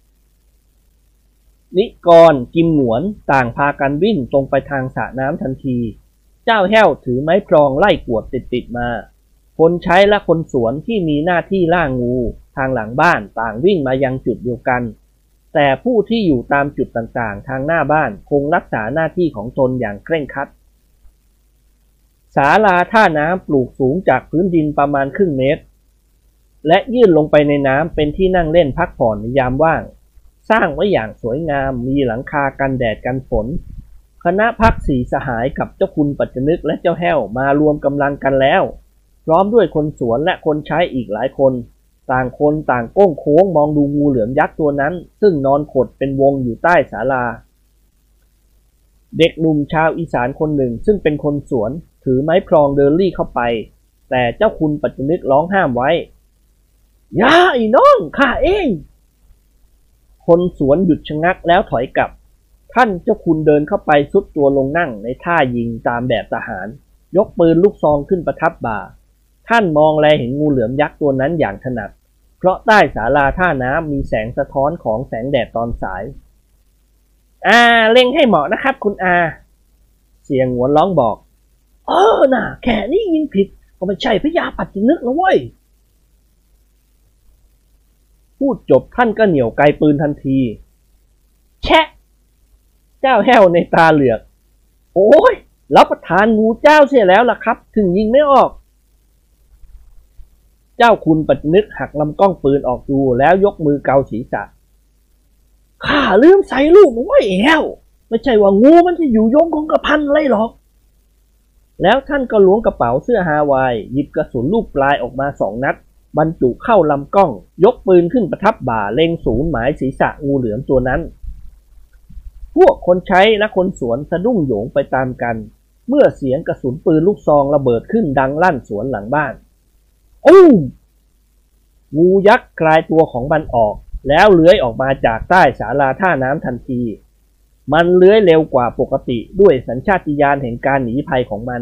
นิกรกิมหนวนต่างพากันวิ่งตรงไปทางสระน้ำทันทีเจ้าแห้วถือไม้พลองไล่กวดติดๆมาคนใช้และคนสวนที่มีหน้าที่ล่างูทางหลังบ้านต่างวิ่งมายังจุดเดียวกันแต่ผู้ที่อยู่ตามจุดต่างๆทางหน้าบ้านคงรักษาหน้าที่ของตนอย่างเคร่งครัดศาลาท่าน้ำปลูกสูงจากพื้นดินประมาณครึ่งเมตรและยื่นลงไปในน้ำเป็นที่นั่งเล่นพักผ่อนในยามว่างสร้างไว้อย่างสวยงามมีหลังคากันแดดกันฝนคณะพักสี่สหายกับเจ้าคุณปัจจนึกและเจ้าแห้วมารวมกำลังกันแล้วพร้อมด้วยคนสวนและคนใช้อีกหลายคนต่างคนต่างก้มโค้งมองดูงูเหลือมยักษ์ตัวนั้นซึ่งนอนขดเป็นวงอยู่ใต้ศาลาเด็กหนุ่มชาวอีสานคนหนึ่งซึ่งเป็นคนสวนถือไม้พลองเดินลี่เข้าไปแต่เจ้าคุณปัจจนึกร้องห้ามไว้อย่าไอ้น้องข้าเองคนสวนหยุดชะงักแล้วถอยกลับท่านเจ้าคุณเดินเข้าไปซุดตัวลงนั่งในท่ายิงตามแบบทหารยกปืนลูกซองขึ้นประทับบ่าท่านมองแลเห็นงูเหลือมยักษ์ตัวนั้นอย่างถนัดเพราะใต้ศาลาท่าน้ำมีแสงสะท้อนของแสงแดดตอนสายอ่าเล็งให้เหมาะนะครับคุณอาเสียงหวนร้องบอกเออน่ะแค่นี้ยิงผิดก็ไม่ใช่พญาปัจจนึกนะเว้ยพูดจบท่านก็เหนี่ยวไกปืนทันทีแชะเจ้าแห้วในตาเหลือกโอ้ยรับประทานงูเจ้าเสียแล้วล่ะครับถึงยิงไม่ออกเจ้าคุณปัจจนึกหักลำกล้องปืนออกดูแล้วยกมือเกาศีรษะข้าลืมใส่ลูกไว้แห้วไม่ใช่ว่างูมันจะอยู่ยงคงกระพันอะไรหรอกแล้วท่านก็ล้วงกระเป๋าเสื้อฮาวายหยิบกระสุนลูกปลายออกมาสองนัดบรรจุเข้าลำกล้องยกปืนขึ้นประทับบ่าเล็งศูนย์หมายศีรษะงูเหลือมตัวนั้นพวกคนใช้และคนสวนสะดุ้งโหยงไปตามกันเมื่อเสียงกระสุนปืนลูกซองระเบิดขึ้นดังลั่นสวนหลังบ้านโอ้งูยักษ์คลายตัวของมันออกแล้วเลื้อยออกมาจากใต้ศาลาท่าน้ำทันทีมันเลื้อยเร็วกว่าปกติด้วยสัญชาตญาณแห่งการหนีภัยของมัน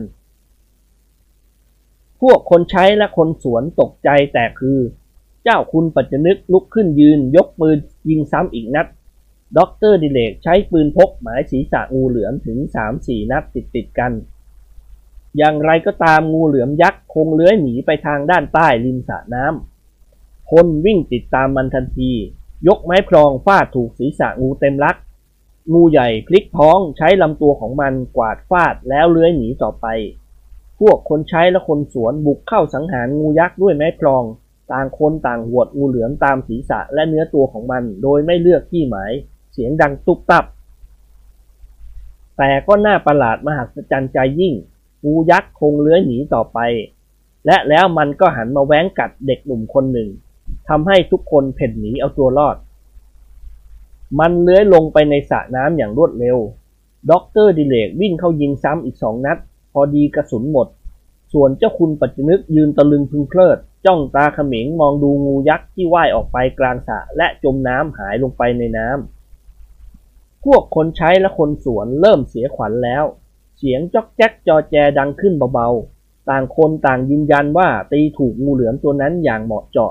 พวกคนใช้และคนสวนตกใจแต่คือเจ้าคุณปัจจนึกลุกขึ้นยืนยกปืนยิงซ้ำอีกนัดด็อกเตอร์ดิเลกใช้ปืนพกหมายศีรษะงูเหลือมถึง สามสี่ นัดติดติดกันอย่างไรก็ตามงูเหลือมยักษ์คงเลื้อยหนีไปทางด้านใต้ริมสระน้ำคนวิ่งติดตามมันทันทียกไม้พลองฟาดถูกศีรษะงูเต็มลักงูใหญ่พลิกท้องใช้ลำตัวของมันกวาดฟาดแล้วเลื้อยหนีต่อไปพวกคนใช้และคนสวนบุกเข้าสังหารงูยักษ์ด้วยไม้พลองต่างคนต่างหวดงูเหลือมตามศีรษะและเนื้อตัวของมันโดยไม่เลือกที่หมายเสียงดังตุบตับแต่ก็น่าประหลาดมหัศจรรย์ใจยิ่งงูยักษ์คงเลื้อยหนีต่อไปและแล้วมันก็หันมาแว้งกัดเด็กหนุ่มคนหนึ่งทำให้ทุกคนเพ่นหนีเอาตัวรอดมันเลื้อยลงไปในสระน้ำอย่างรวดเร็วด็อกเตอร์ดิเลกวิ่งเข้ายิงซ้ำอีกสองนัดพอดีกระสุนหมดส่วนเจ้าคุณปัจจนึกยืนตะลึงพึงเพลิดจ้องตาเขม็งมองดูงูยักษ์ที่ว่ายออกไปกลางสระและจมน้ำหายลงไปในน้ำพวกคนใช้และคนสวนเริ่มเสียขวัญแล้วเสียงจ๊อกแจ๊กจอแจดังขึ้นเบาๆต่างคนต่างยืนยันว่าตีถูกงูเหลือมตัวนั้นอย่างเหมาะเจาะ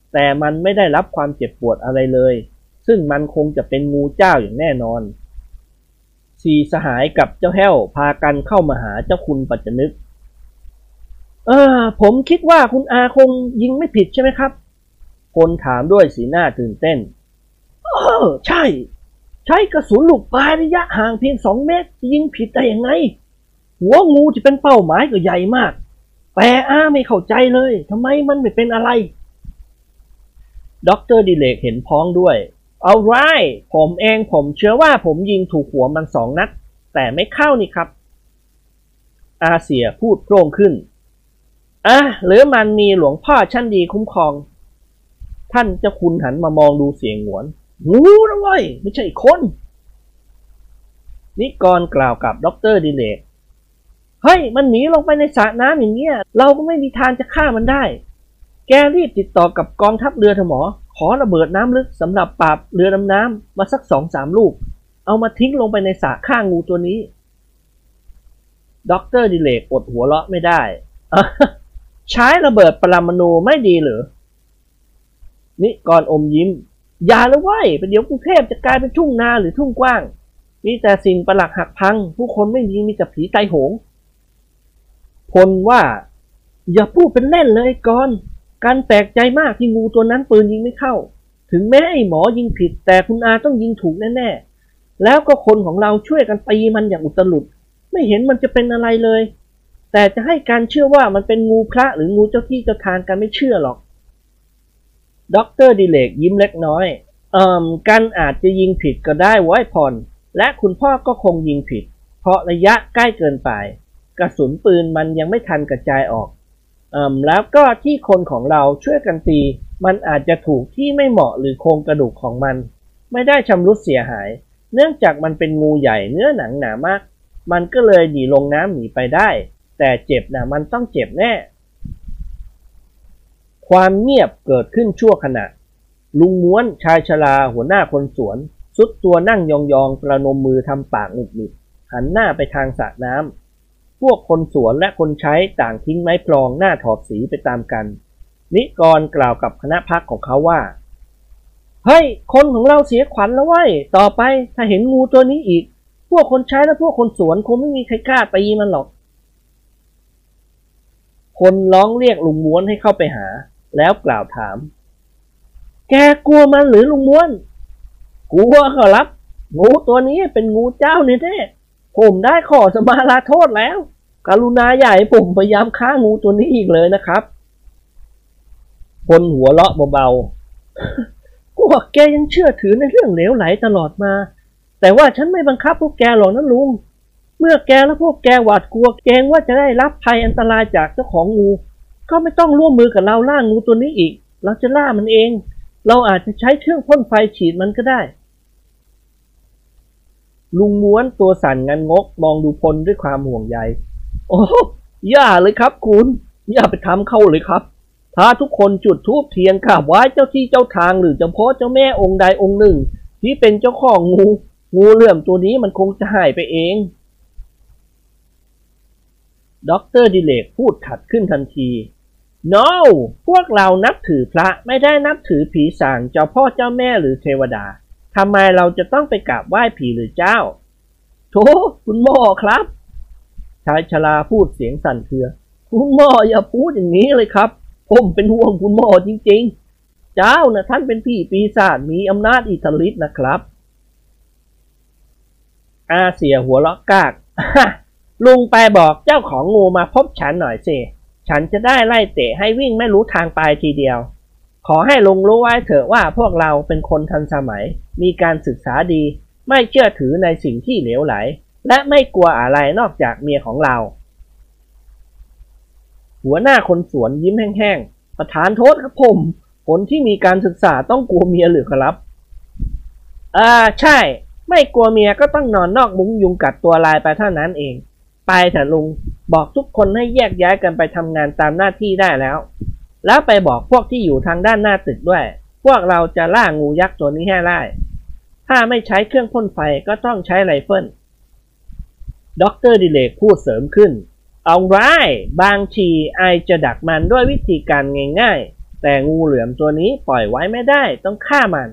แต่มันไม่ได้รับความเจ็บปวดอะไรเลยซึ่งมันคงจะเป็นงูเจ้าอย่างแน่นอนสี่สหายกับเจ้าแห้วพากันเข้ามาหาเจ้าคุณปัจจนึกเออผมคิดว่าคุณอาคงยิงไม่ผิดใช่ไหมครับคนถามด้วยสีหน้าตื่นเต้นเออใช่ใช้กระสุนลูกปลายระยะห่างเพียงสองเมตรยิงผิดได้ยังไงหัวงูที่เป็นเป้าหมายก็ใหญ่มากแต่อาไม่เข้าใจเลยทำไมมันไม่เป็นอะไรด็อกเตอร์ดิเลกเห็นพ้องด้วยเอาไรผมเองผมเชื่อว่าผมยิงถูกหัวมันสองนัดแต่ไม่เข้านี่ครับอาเซียพูดโพร่งขึ้นอ่ะหรือมันมีหลวงพ่อชั้นดีคุ้มครองท่านเจ้าคุณหันมามองดูเสียงหวนงูนะเว้ยไม่ใช่คนนิกรกล่าวกับด็อกเตอร์ดิเลกเฮ้ยมันหนีลงไปในสระน้ำอย่างเงี้ยเราก็ไม่มีทางจะฆ่ามันได้แกรีบติดต่อกับกองทัพเรือเถอะหมอขอระเบิดน้ำลึกสำหรับปราบเรือดำน้ำมาสักสองสามลูกเอามาทิ้งลงไปในสระฆ่างูตัวนี้ด็อกเตอร์ดิเลกอดหัวเราะไม่ได้ใช้ระเบิดปรมาณูไม่ดีหรือนิกรอมยิ้มอย่าเลยเว้ยประเดี๋ยวกรุงเทพจะกลายเป็นทุ่งนาหรือทุ่งกว้างมีแต่สิ่งประหลาดหักพังผู้คนไม่มีมีแต่ผีตายโหงพลว่าอย่าพูดเป็นเล่นเลยก่อนการแปลกใจมากที่งูตัวนั้นปืนยิงไม่เข้าถึงแม้ไอ้หมอยิงผิดแต่คุณอาต้องยิงถูกแน่ๆแล้วก็คนของเราช่วยกันตีมันอย่างอุตลุดไม่เห็นมันจะเป็นอะไรเลยแต่จะให้การเชื่อว่ามันเป็นงูพระหรืองูเจ้าที่เจ้าทางกันไม่เชื่อหรอกด็อกเตอร์ดิเลกยิ้มเล็กน้อยเอ่อกันอาจจะยิงผิดก็ได้ไว้พรและคุณพ่อก็คงยิงผิดเพราะระยะใกล้เกินไปกระสุนปืนมันยังไม่ทันกระจายออกเอ่อแล้วก็ที่คนของเราช่วยกันตีมันอาจจะถูกที่ไม่เหมาะหรือโครงกระดูกของมันไม่ได้ชำรุดเสียหายเนื่องจากมันเป็นงูใหญ่เนื้อหนังหนามากมันก็เลยหนีลงน้ำหนีไปได้แต่เจ็บนะมันต้องเจ็บแน่ความเงียบเกิดขึ้นชั่วขณะลุงม้วนชายชราหัวหน้าคนสวนซุดตัวนั่งยองๆประนมมือทำปากหงิกๆหันหน้าไปทางสระน้ำพวกคนสวนและคนใช้ต่างทิ้งไม้พลองหน้าถอดสีไปตามกันนิกรกล่าวกับคณะพักของเขาว่าเฮ้ยคนของเราเสียขวัญแล้วเว้ยต่อไปถ้าเห็นงูตัวนี้อีกพวกคนใช้และพวกคนสวนคงไม่มีใครกล้าตีมันหรอกคนร้องเรียกลุงม้วนให้เข้าไปหาแล้วกล่าวถามแกกลัวมันหรือลุงม้วนกลัวก็รับงูตัวนี้เป็นงูเจ้าเนี่ยแท้ผมได้ขอสมาลาโทษแล้วกรุณาอย่าให้ผมพยายามฆ่างูตัวนี้อีกเลยนะครับคนหัวเราะเบาๆพวกแกยังเชื่อถือในเรื่องเหลวไหลตลอดมาแต่ว่าฉันไม่บังคับพวกแกหรอกนะลุงเมื่อแกและพวกแกหวาดกลัวเกรงว่าจะได้รับภัยอันตรายจากเจ้าของงูก็ไม่ต้องร่วมมือกับเราล่างูตัวนี้อีกเราจะล่ามันเองเราอาจจะใช้เครื่องพ่นไฟฉีดมันก็ได้ลุงม้วนตัวสั่นงันงกมองดูพลด้วยความห่วงใยโอ้อย่าเลยครับคุณอย่าไปทำเข้าเลยครับถ้าทุกคนจุดธูปเทียนกราบไหว้เจ้าที่เจ้าทางหรือเจ้าพ่อเจ้าแม่องค์ใดองค์หนึ่งที่เป็นเจ้าของงูงูเหลื่อมตัวนี้มันคงจะหายไปเองด็อกเตอร์ดิเลกพูดขัดขึ้นทันที no พวกเรานับถือพระไม่ได้นับถือผีสางเจ้าพ่อเจ้าแม่หรือเทวดาทำไมเราจะต้องไปกราบไหว้ผีหรือเจ้าโธ่คุณหมอครับชายชราพูดเสียงสั่นเครือคุณหมออย่าพูดอย่างนี้เลยครับผมเป็นห่วงคุณหมอจริงๆเจ้านะท่านเป็นพี่ปีศาจมีอำนาจอิทธิฤทธิ์นะครับอาเสียหัวเราะกากลุงไปบอกเจ้าของงูมาพบฉันหน่อยสิฉันจะได้ไล่เตะให้วิ่งไม่รู้ทางไปทีเดียวขอให้ลุงรู้ไว้เถอะว่าพวกเราเป็นคนทันสมัยมีการศึกษาดีไม่เชื่อถือในสิ่งที่เหลวไหลและไม่กลัวอะไรนอกจากเมียของเราหัวหน้าคนสวนยิ้มแห้งๆประธานโทษครับผมคนที่มีการศึกษาต้องกลัวเมียหรือครับอ่าใช่ไม่กลัวเมียก็ต้องนอนนอกมุ้งยุงกัดตัวลายไปเท่านั้นเองไปเถอะลุงบอกทุกคนให้แยกย้ายกันไปทำงานตามหน้าที่ได้แล้วแล้วไปบอกพวกที่อยู่ทางด้านหน้าตึกด้วยพวกเราจะล่างูยักษ์ตัวนี้ให้ได้ถ้าไม่ใช้เครื่องพ่นไฟก็ต้องใช้ไรเฟิลด็อกเตอร์ดิเลกพูดเสริมขึ้นเอาไรบางทีไอจะดักมันด้วยวิธีการง่ายแต่งูเหลือมตัวนี้ปล่อยไว้ไม่ได้ต้องฆ่ามัน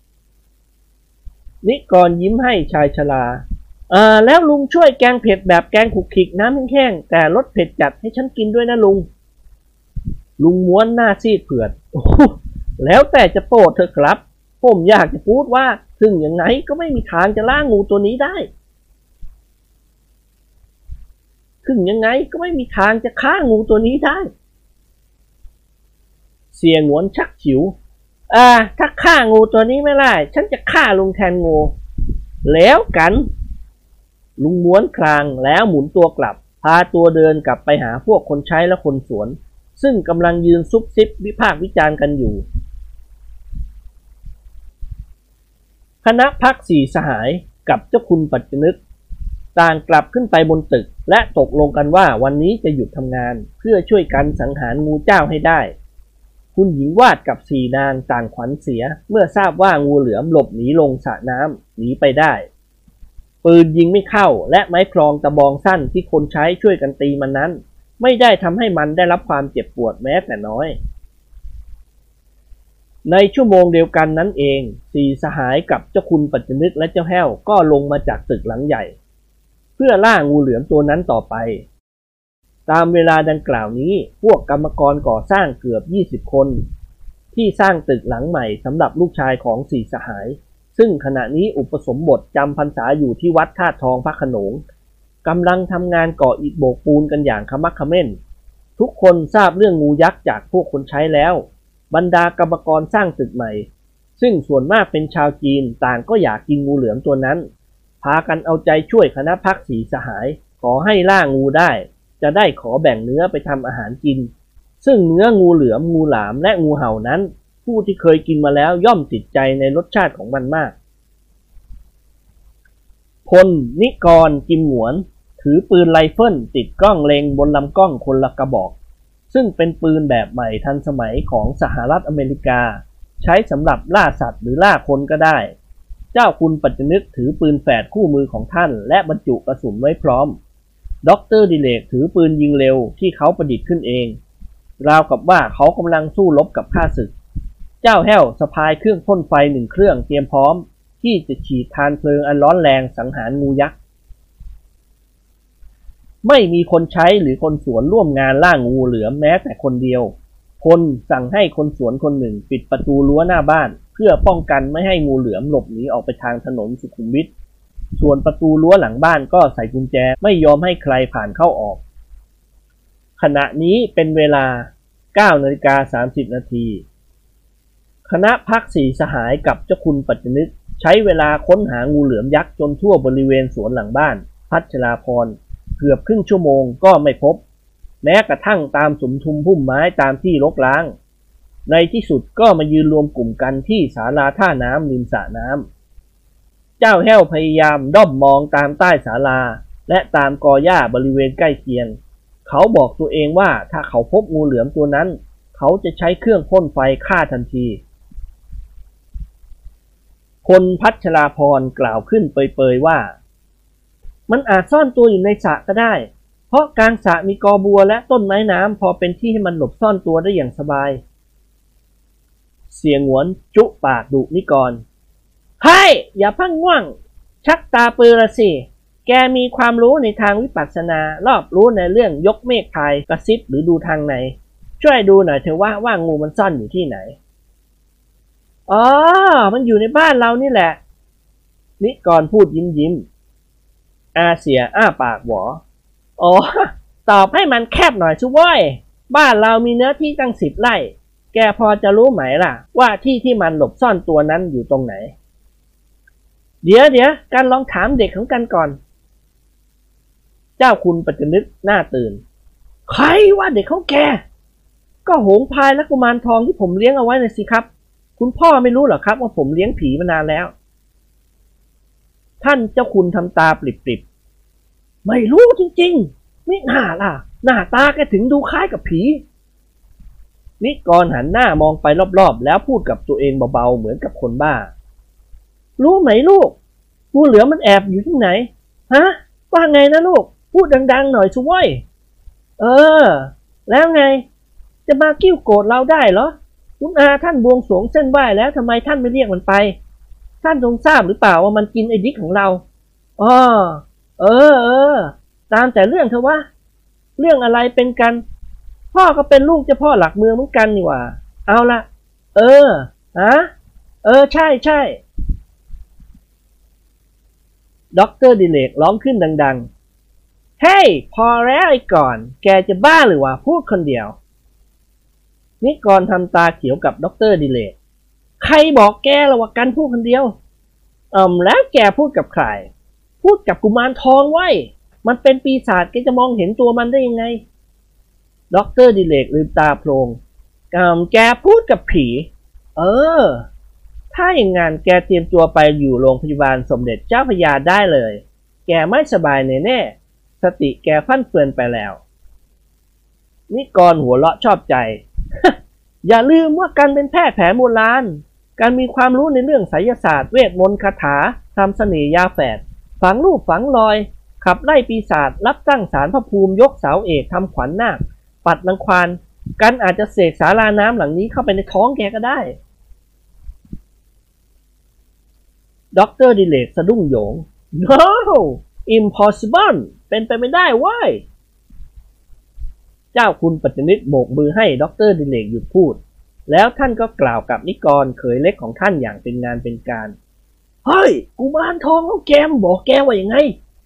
นิกรยิ้มให้ชายชราเออแล้วลุงช่วยแกงเผ็ดแบบแกงขลุกขลิกน้ำแห้งๆแต่รสเผ็ดจัดให้ฉันกินด้วยนะลุงลุงม้วนหน้าซีดเผือดแล้วแต่จะโปรดเถอะครับผมอยากจะพูดว่าถึงยังไงก็ไม่มีทางจะล่างูตัวนี้ได้ถึงยังไงก็ไม่มีทางจะฆ่างูตัวนี้ได้เสียงวนชักฉิวอ่าถ้าฆ่างูตัวนี้ไม่ได้ฉันจะฆ่าลุงแทนงูแล้วกันลุงม้วนคลางแล้วหมุนตัวกลับพาตัวเดินกลับไปหาพวกคนใช้และคนสวนซึ่งกำลังยืนซุบซิบวิพากษ์วิจารณ์กันอยู่คณะพักสี่สหายกับเจ้าคุณปัจจนึกต่างกลับขึ้นไปบนตึกและตกลงกันว่าวันนี้จะหยุดทำงานเพื่อช่วยกันสังหารงูเจ้าให้ได้คุณหญิงวาดกับสี่นางต่างขวัญเสียเมื่อทราบว่างูเหลือมหลบหนีลงสระน้ำหนีไปได้ปืนยิงไม่เข้าและไม้พลองตะบองสั้นที่คนใช้ช่วยกันตีมันนั้นไม่ได้ทำให้มันได้รับความเจ็บปวดแม้แต่น้อยในชั่วโมงเดียวกันนั้นเองสี่สหายกับเจ้าคุณปัจจนึกและเจ้าแห้วก็ลงมาจากตึกหลังใหญ่เพื่อล่างูเหลือมตัวนั้นต่อไปตามเวลาดังกล่าวนี้พวกกรรมกรก่อสร้างเกือบยี่สิบคนที่สร้างตึกหลังใหม่สำหรับลูกชายของสี่สหายซึ่งขณะนี้อุปสมบทจำพรรษาอยู่ที่วัดธาตุทองพระโขนงกำลังทำงานก่ออิฐโบกปูนกันอย่างขมักเขม้นทุกคนทราบเรื่องงูยักษ์จากพวกคนใช้แล้วบรรดากรรมกรสร้างตึกใหม่ซึ่งส่วนมากเป็นชาวจีนต่างก็อยากกินงูเหลือมตัวนั้นพากันเอาใจช่วยคณะพักสีสหายขอให้ล่างูได้จะได้ขอแบ่งเนื้อไปทำอาหารกินซึ่งเนื้องูเหลือมงูหลามและงูเห่านั้นผู้ที่เคยกินมาแล้วย่อมติดใจในรสชาติของมันมากพลนิกรกิมหงวนถือปืนไรเฟิลติดกล้องเล็งบนลำกล้องคนละกระบอกซึ่งเป็นปืนแบบใหม่ทันสมัยของสหรัฐอเมริกาใช้สำหรับล่าสัตว์หรือล่าคนก็ได้เจ้าคุณปัจจนึกถือปืนแฝดคู่มือของท่านและบรรจุกระสุนไว้พร้อมด็อกเตอร์ดิเลกถือปืนยิงเร็วที่เขาประดิษฐ์ขึ้นเองราวกับว่าเขากำลังสู้รบกับข้าศึกเจ้าแห้วสะพายเครื่องพ่นไฟหนึ่งเครื่องเตรียมพร้อมที่จะฉีดทานเพลิงอันร้อนแรงสังหารงูยักษ์ไม่มีคนใช้หรือคนสวนร่วมงานล่างูเหลือมแม้แต่คนเดียวคนสั่งให้คนสวนคนหนึ่งปิดประตูรั้วหน้าบ้านเพื่อป้องกันไม่ให้งูเหลือมหลบหนีออกไปทางถนนสุขุมวิทส่วนประตูรั้วหลังบ้านก็ใส่กุญแจไม่ยอมให้ใครผ่านเข้าออกขณะนี้เป็นเวลา เก้านาฬิกาสามสิบนาทีคณะพักสี่สหายกับเจ้าคุณปัจจนึกใช้เวลาค้นหางูเหลือมยักษ์จนทั่วบริเวณสวนหลังบ้านพัชราพรเกือบครึ่งชั่วโมงก็ไม่พบแม้กระทั่งตามสุมทุมพุ่มไม้ตามที่รกร้างในที่สุดก็มายืนรวมกลุ่มกันที่ศาลาท่าน้ำริมสระน้ำเจ้าแห้วพยายามด้อมมองตามใต้ศาลาและตามกอหญ้าบริเวณใกล้เคียงเขาบอกตัวเองว่าถ้าเขาพบงูเหลือมตัวนั้นเขาจะใช้เครื่องพ่นไฟฆ่าทันทีพลพัชราพรกล่าวขึ้นเปยๆว่ามันอาจซ่อนตัวอยู่ในสระก็ได้เพราะกลางสระมีกอบัวและต้นไม้น้ำพอเป็นที่ให้มันหลบซ่อนตัวได้อย่างสบายเสียงหวนจุปากดุนิกรเฮ้ยอย่าพังง่วงชักตาปือละสิแกมีความรู้ในทางวิปัสสนารอบรู้ในเรื่องยกเมฆพายกระซิบหรือดูทางไหนช่วยดูหน่อยเถอะว่าว่างูมันซ่อนอยู่ที่ไหนอ๋อมันอยู่ในบ้านเรานี่แหละนิกรพูดยิ้มยิ้มอาเสียอ้าปากหวออ๋อตอบให้มันแคบหน่อยชุว้ยบ้านเรามีเนื้อที่ตั้งสิบไร่แกพอจะรู้ไหมล่ะว่าที่ที่มันหลบซ่อนตัวนั้นอยู่ตรงไหนเดี๋ยวเดี๋ยวกันลองถามเด็กของกันก่อนเจ้าคุณปัจจนึกหน้าตื่นใครว่าเด็กของแกก็หงพายและกุมารทองที่ผมเลี้ยงเอาไว้น่ะสิครับคุณพ่อไม่รู้เหรอครับว่าผมเลี้ยงผีมานานแล้วท่านเจ้าคุณทำตาปริบๆไม่รู้จริงๆไม่น่าล่ะหน้าตาแกถึงดูคล้ายกับผีนิกรหันหน้ามองไปรอบๆแล้วพูดกับตัวเองเบาๆเหมือนกับคนบ้ารู้ไหมลูกงูเหลือมมันแอบอยู่ที่ไหนฮะว่าไงนะลูกพูดดังๆหน่อยช่วยเออแล้วไงจะมากิ้วโกรธเราได้เหรอคุณอาท่านบวงสรวงเส้นไหว้แล้วทำไมท่านไม่เรียกมันไปท่านทรงทราบหรือเปล่าว่ามันกินไอ้ดิ๊กของเราอ๋อเออเออตามแต่เรื่องเถอะวะเรื่องอะไรเป็นกันพ่อก็เป็นลูกเจ้าพ่อหลักเมืองเหมือนกันนี่หว่าเอาละเออฮะเออใช่ใช่ด็อกเตอร์ดิเลกร้องขึ้นดังๆเฮ้ยพอแล้วไอ้ก่อนแกจะบ้าหรือวะพูดคนเดียวนิกรทำตาเขียวกับด็อกเตอร์ดิเลกใครบอกแกละว่ากันพูดคนเดียวอืมแล้วแกพูดกับใครพูดกับกุมารทองไว้มันเป็นปีศาจแกจะมองเห็นตัวมันได้ยังไงด็อกเตอร์ดิเลกลืมตาโพลงอืมแกพูดกับผีเออถ้าอย่างงั้นแกเตรียมตัวไปอยู่โรงพยาบาลสมเด็จเจ้าพระยาได้เลยแกไม่สบายแน่ๆสติแกฟั่นเฟือนไปแล้วนิกรหัวเราะชอบใจ อย่าลืมว่าการเป็นแพทย์แผนโบราณการมีความรู้ในเรื่องไสยศาสตร์เวทมนต์คาถาทำเสน่ห์ยาแฝดฝังรูปฝังรอยขับไล่ปีศาจรับตั้งศาลพระภูมิยกเสาเอกทำขวัญนาคปัดรังควานกันอาจจะเสกศาลาน้ำหลังนี้เข้าไปในท้องแกก็ได้ด็อกเตอร์ดิเลกสะดุ้งโหยง no impossible เป็นไปไม่ได้เว้ยเจ้าคุณปัจจนิตโบกมือให้ด็อกเตอร์ดิเลกหยุดพูดแล้วท่านก็กล่าวกับนิกรเขยเล็กของท่านอย่างเป็นงานเป็นการเฮ้ยกุมารทองแล้วแกมบอกแกว่าอย่างไง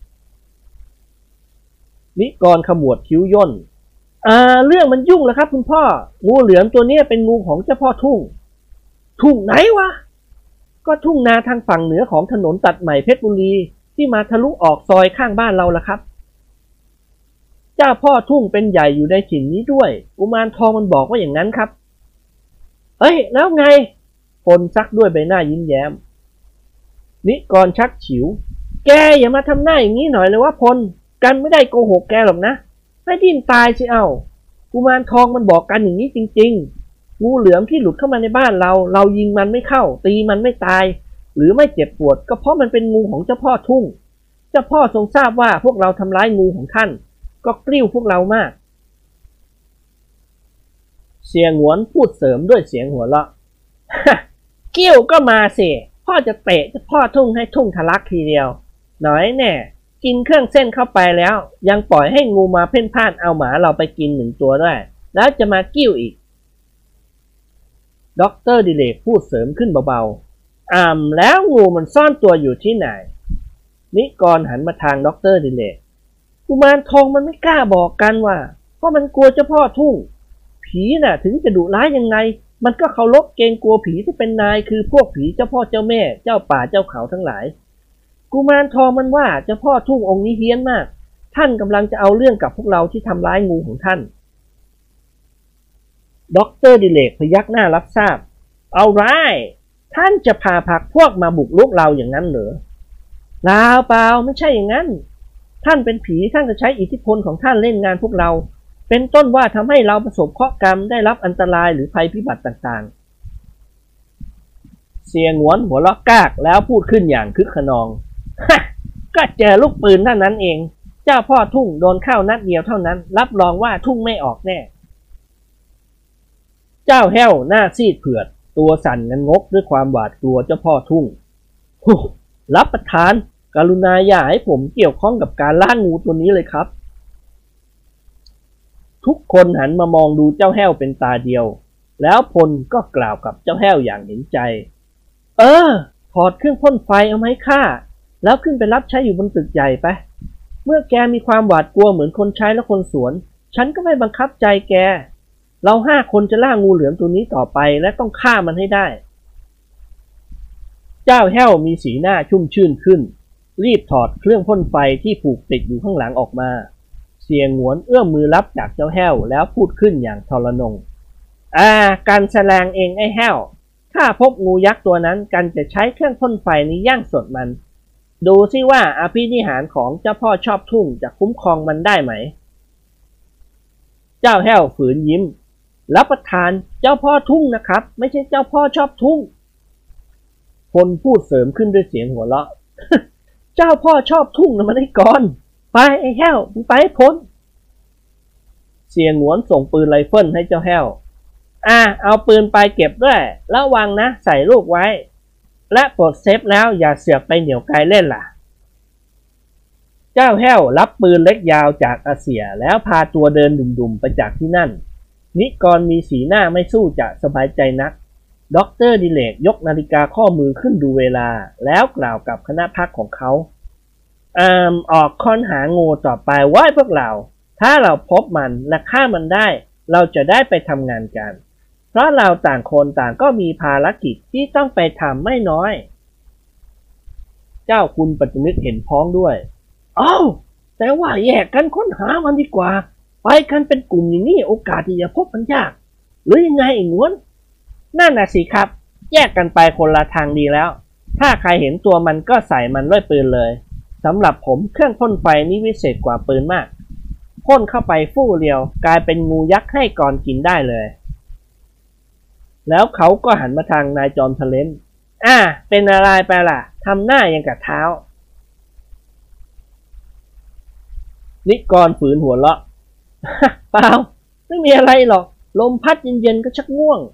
นิกรขมวดคิ้วย่นอ่าเรื่องมันยุ่งแล้วครับคุณพ่องูเหลือมตัวนี้เป็นงูของเจ้าพ่อทุ่งทุ่งไหนวะก็ทุ่งนาทางฝั่งเหนือของถนนตัดใหม่เพชรบุรีที่มาทะลุออกซอยข้างบ้านเราล่ะครับเจ้าพ่อทุ่งเป็นใหญ่อยู่ในถิ่นนี้ด้วยกุมารทองมันบอกว่าอย่างนั้นครับเอ้ยแล้วไงพลซักด้วยใบหน้ายิ้มแย้มนิกรชักฉิวแกอย่ามาทำหน้าอย่างนี้หน่อยเลยว่าพลกันไม่ได้โกหกแกหรอกนะไม่ดิ้นตายสิเอ้ากุมารทองมันบอกกันอย่างนี้จริงๆงูเหลือมที่หลุดเข้ามาในบ้านเราเรายิงมันไม่เข้าตีมันไม่ตายหรือไม่เจ็บปวดก็เพราะมันเป็นงูของเจ้าพ่อทุ่งเจ้าพ่อทรงทราบว่าพวกเราทำร้ายงูของท่านก็กลิ้วพวกเรามากเสียงหวนพูดเสริมด้วยเสียงหัวเราะ กิ้วก็มาสิพ่อจะเตะเจ้าพ่อทุ่งให้ทุ่งทะลักทีเดียวหน่อยแน่กินเครื่องเส้นเข้าไปแล้วยังปล่อยให้งูมาเพ่นพ่านเอาหมาเราไปกินหนึ่งตัวด้วยแล้วจะมากิ้วอีกด็อกเตอร์ดิเลกพูดเสริมขึ้นเบาๆอ่ำแล้วงูมันซ่อนตัวอยู่ที่ไหนนิกรหันมาทางด็อกเตอร์ดิเลกกุมารทองมันไม่กล้าบอกกันว่าเพราะมันกลัวเจ้าพ่อทุ่งผีน่ะถึงจะดุร้ายยังไงมันก็เคารพเกรงกลัวผีที่เป็นนายคือพวกผีเจ้าพ่อเจ้าแม่เจ้าป่าเจ้าเขาทั้งหลายกุมารทองมันว่าเจ้าพ่อทุ่งองค์นี้เฮี้ยนมากท่านกำลังจะเอาเรื่องกับพวกเราที่ทำร้ายงูของท่านด็อกเตอร์ดิเลกพยักหน้ารับทราบเอาไรท่านจะพาพรรคพวกมาบุกรุกเราอย่างนั้นเหรอลาวเปล่าไม่ใช่อย่างนั้นท่านเป็นผีท่านจะใช้อิทธิพลของท่านเล่นงานพวกเราเป็นต้นว่าทำให้เราประสบเคราะห์กรรมได้รับอันตรายหรือภัยพิบัติต่างๆเสียงหวนหัวเราะกากแล้วพูดขึ้นอย่างคึกขนอง ก็เจอลูกปืนเท่านั้นเองเจ้าพ่อทุ่งโดนเข้านัดเดียวเท่านั้นรับรองว่าทุ่งไม่ออกแน่เจ้าแห้วหน้าซีดเผือดตัวสั่นงันงกด้วยความหวาดกลัวเจ้าพ่อทุ่งรับประทานกรุณาอย่าให้ผมเกี่ยวข้องกับการล่างูตัวนี้เลยครับทุกคนหันมามองดูเจ้าแห้วเป็นตาเดียวแล้วพลก็กล่าวกับเจ้าแห้วอย่างเห็นใจเออถอดเครื่องพ่นไฟเอาไม้ฆ่าแล้วขึ้นไปรับใช้อยู่บนตึกใหญ่ไปเมื่อแกมีความหวาดกลัวเหมือนคนใช้และคนสวนฉันก็ไม่บังคับใจแกเราห้าคนจะล่างูเหลือมตัวนี้ต่อไปและต้องฆ่ามันให้ได้เจ้าแห้วมีสีหน้าชุ่มชื่นขึ้นรีบถอดเครื่องพ่นไฟที่ผูกติดอยู่ข้างหลังออกมาเสียงหวนเอื้อมมือรับจากเจ้าแห้วแล้วพูดขึ้นอย่างทรนงอ่าการแสดงเองไอ้แห้วถ้าพบงูยักษ์ตัวนั้นกันจะใช้เครื่องพ่นไฟนี้ย่างสดมันดูซิว่าอภินิหารของเจ้าพ่อชอบทุ่งจะคุ้มครองมันได้ไหมเจ้าแห้วฝืนยิ้มรับประทานเจ้าพ่อทุ่งนะครับไม่ใช่เจ้าพ่อชอบทุ่งพลพูดเสริมขึ้นด้วยเสียงหัวเราะ เจ้าพ่อชอบทุ่งนะมันได้ก่อนไปไอ้แห้วมึงไปให้พ้นเสียงหวนส่งปืนไรเฟิลให้เจ้าแห้วอ่ะเอาปืนไปเก็บด้วยระวังนะใส่ลูกไว้และปลดเซฟแล้วอย่าเสือกไปเหนี่ยวไกลเล่นล่ะเจ้าแห้วรับปืนเล็กยาวจากอาเซียแล้วพาตัวเดินดุ่มๆไปจากที่นั่นนิกรมีสีหน้าไม่สู้จะสบายใจนักด็อกเตอร์ดิเลกยกนาฬิกาข้อมือขึ้นดูเวลาแล้วกล่าวกับคณะพักของเขาอ่าออกค้นหางูต่อไปไว้พวกเราถ้าเราพบมันและฆ่ามันได้เราจะได้ไปทำงานกันเพราะเราต่างคนต่างก็มีภารกิจที่ต้องไปทำไม่น้อยเจ้าคุณปัจจุนึกเห็นพ้องด้วยอ้าวแต่ว่าแยกกันค้นหามันดีกว่าไปกันเป็นกลุ่มอย่างนี้โอกาสที่จะพบมันยากหรือยังไงไอ้ง้วนนั่นน่ะสิครับแยกกันไปคนละทางดีแล้วถ้าใครเห็นตัวมันก็ใส่มันด้วยปืนเลยสำหรับผมเครื่องพ่นไฟนี่วิเศษกว่าปืนมากพ่นเข้าไปฟู่เดียวกลายเป็นงูยักษ์ให้ก่อนกินได้เลยแล้วเขาก็หันมาทางนายจอมทะเลนอ่ะเป็นอะไรไปล่ะทำหน้ายังกับเท้านิกรฝืนหัวเราะ เปล่าไม่มีอะไรหรอกลมพัดเย็นๆก็ชักง่วง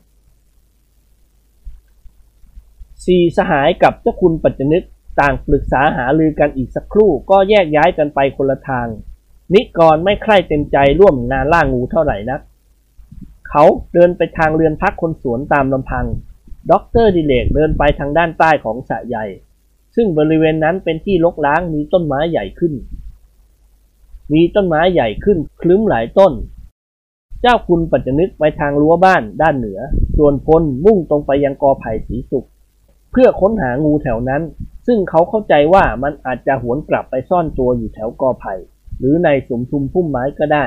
สี่สหายกับเจ้าคุณปัจจนึกต่างปรึกษาหารือกันอีกสักครู่ก็แยกย้ายกันไปคนละทางนิกรไม่ใคร่เต็มใจร่วมงานล่างูเท่าไหร่นักเขาเดินไปทางเรือนพักคนสวนตามลำพังด็อกเตอร์ดิเลกเดินไปทางด้านใต้ของสระใหญ่ซึ่งบริเวณนั้นเป็นที่รกร้างมีต้นไม้ใหญ่ขึ้นมีต้นไม้ใหญ่ขึ้นคลึ้มหลายต้นเจ้าคุณปัจจนึกไปทางรั้วบ้านด้านเหนือส่วนพลมุ่งตรงไปยังกอไผ่สีสุกเพื่อค้นหางูแถวนั้นซึ่งเขาเข้าใจว่ามันอาจจะหวนกลับไปซ่อนตัวอยู่แถวกอไผ่หรือในสุมทุมพุ่มไม้ก็ได้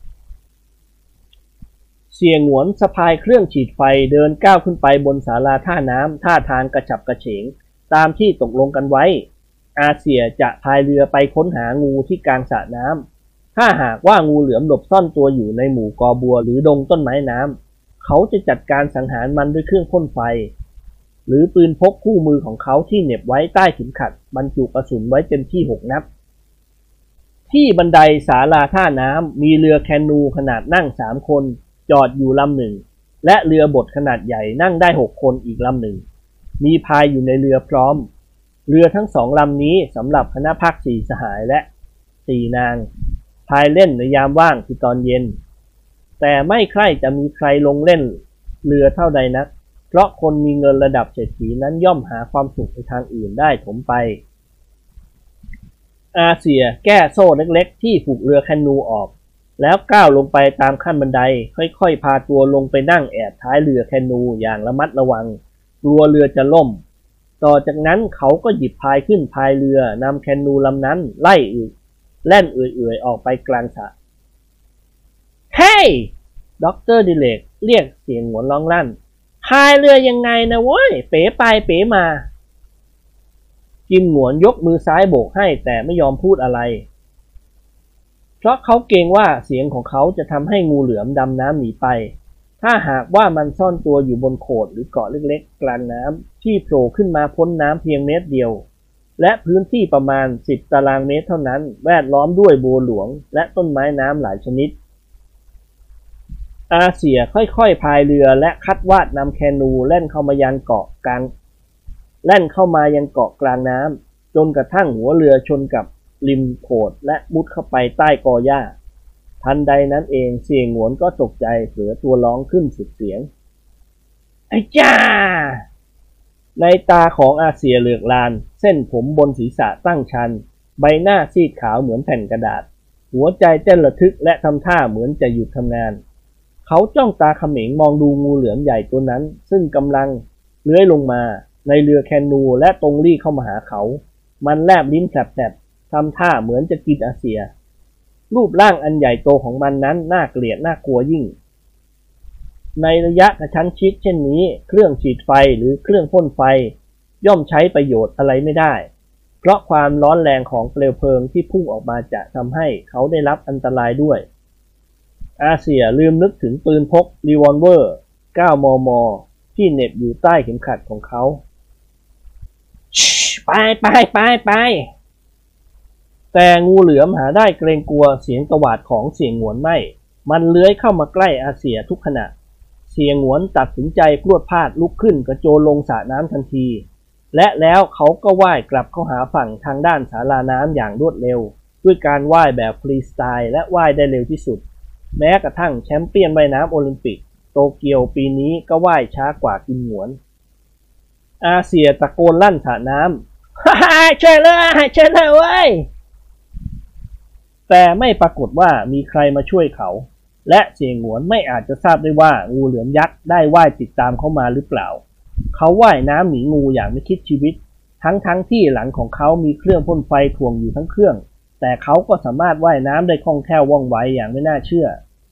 เสี่ยงหวนสะพายเครื่องฉีดไฟเดินก้าวขึ้นไปบนศาลาท่าน้ำท่าทางกระฉับกระเฉงตามที่ตกลงกันไว้อาเซียจะพายเรือไปค้นหางูที่กลางสระน้ำถ้าหากว่างูเหลือมหลบซ่อนตัวอยู่ในหมู่กอบัวหรือดงต้นไม้น้ำเขาจะจัดการสังหารมันด้วยเครื่องพ่นไฟหรือปืนพกคู่มือของเขาที่เหน็บไว้ใต้เข็มขัดบรรจุกระสุนไว้เต็มที่หกนัดที่บันไดศาลาท่าน้ำมีเรือแคนูขนาดนั่งสามคนจอดอยู่ลำหนึ่งและเรือบดขนาดใหญ่นั่งได้หกคนอีกลำหนึ่งมีพายอยู่ในเรือพร้อมเรือทั้งสองลำนี้สำหรับคณะพักสี่สหายและสี่นางพายเล่นในยามว่างคือตอนเย็นแต่ไม่ใคร่จะมีใครลงเล่นเรือเท่าใดนักเพราะคนมีเงินระดับเศรษฐีนั้นย่อมหาความสุขในทางอื่นได้ถมไปอาเซียแก้โซ่เล็กๆที่ผูกเรือแคนูออกแล้วก้าวลงไปตามขั้นบันไดค่อยๆพาตัวลงไปนั่งแอบท้ายเรือแคนูอย่างระมัดระวังกลัวเรือจะล่มต่อจากนั้นเขาก็หยิบพายขึ้นพายเรือนำแคนูลำนั้นไล่อึแล่นเอื่อยๆออกไปกลางสระเฮ้ยด็อกเตอร์ดิเลกเรียกเสียงหวนร้องลั่นพายเรือยังไงนะเว้ยเป๋ไปเป๋มากิมหนวนยกมือซ้ายโบกให้แต่ไม่ยอมพูดอะไรเพราะเขาเกรงว่าเสียงของเขาจะทำให้งูเหลือมดำน้ำหนีไปถ้าหากว่ามันซ่อนตัวอยู่บนโขดหรือเกาะเล็กๆกลางน้ำที่โผล่ขึ้นมาพ้นน้ำเพียงเมตรเดียวและพื้นที่ประมาณสิบตารางเมตรเท่านั้นแวดล้อมด้วยบัวหลวงและต้นไม้น้ำหลายชนิดอาเซียค่อยๆพายเรือและคัดวาดนำแคนูแล่นเข้ามายังเกาะกลางแล่นเข้ามายังเกาะกลางน้ำจนกระทั่งหัวเรือชนกับริมโขดและมุดเข้าไปใต้กอหญ้าทันใดนั้นเองเสี่ยงหวนก็ตกใจเผลอตัวร้องขึ้นสุดเสียงไอ้จ้าในตาของอาเซียเหลือกลานเส้นผมบนศีรษะตั้งชันใบหน้าซีดขาวเหมือนแผ่นกระดาษหัวใจเต้นระทึกและทำท่าเหมือนจะหยุดทำงานเขาจ้องตาเขม็งมองดูงูเหลือมใหญ่ตัวนั้นซึ่งกำลังเลื้อยลงมาในเรือแคนูและตรงรี่เข้ามาหาเขามันแลบลิ้นแผลบๆทำท่าเหมือนจะกินอาเซียรูปร่างอันใหญ่โตของมันนั้นน่าเกลียดน่ากลัวยิ่งในระยะกระชั้นชิดเช่นนี้เครื่องฉีดไฟหรือเครื่องพ่นไฟย่อมใช้ประโยชน์อะไรไม่ได้เพราะความร้อนแรงของเปลวเพลิงที่พุ่งออกมาจะทำให้เขาได้รับอันตรายด้วยอาเซียลืมนึกถึงปืนพกรีวอลเวอร์ เก้ามม ที่เหน็บอยู่ใต้เข็มขัดของเขาไปไปไปไปแต่งูเหลือมหาได้เกรงกลัวเสียงตวาดของเสียงหวนไม่มันเลื้อยเข้ามาใกล้อาเซียทุกขณะเเสียหงวนตัดสินใจพรวดพลาดลุกขึ้นกระโจนลงสระน้ำทันทีและแล้วเขาก็ว่ายกลับเข้าหาฝั่งทางด้านศาลาน้ำอย่างรวดเร็วด้วยการว่ายแบบฟรีสไตล์และว่ายได้เร็วที่สุดแม้กระทั่งแชมเปี้ยนว่ายน้ำโอลิมปิกโตเกียวปีนี้ก็ว่ายช้ากว่ากิมหงวนอาเซียตะโกนลั่นสระน้ำฮ่าฮ่าช่วยเลยช่วยเลยเว้ยแต่ไม่ปรากฏว่ามีใครมาช่วยเขาและเสียงหงวนไม่อาจจะทราบได้ว่างูเหลือมยักษ์ได้ว่ายติดตามเขามาหรือเปล่าเขาว่ายน้ำหนีงูอย่างไม่คิดชีวิตทั้งทั้งที่หลังของเขามีเครื่องพ่นไฟถ่วงอยู่ทั้งเครื่องแต่เขาก็สามารถว่ายน้ำได้คล่องแคล่วว่องไวอย่างไม่น่าเชื่อ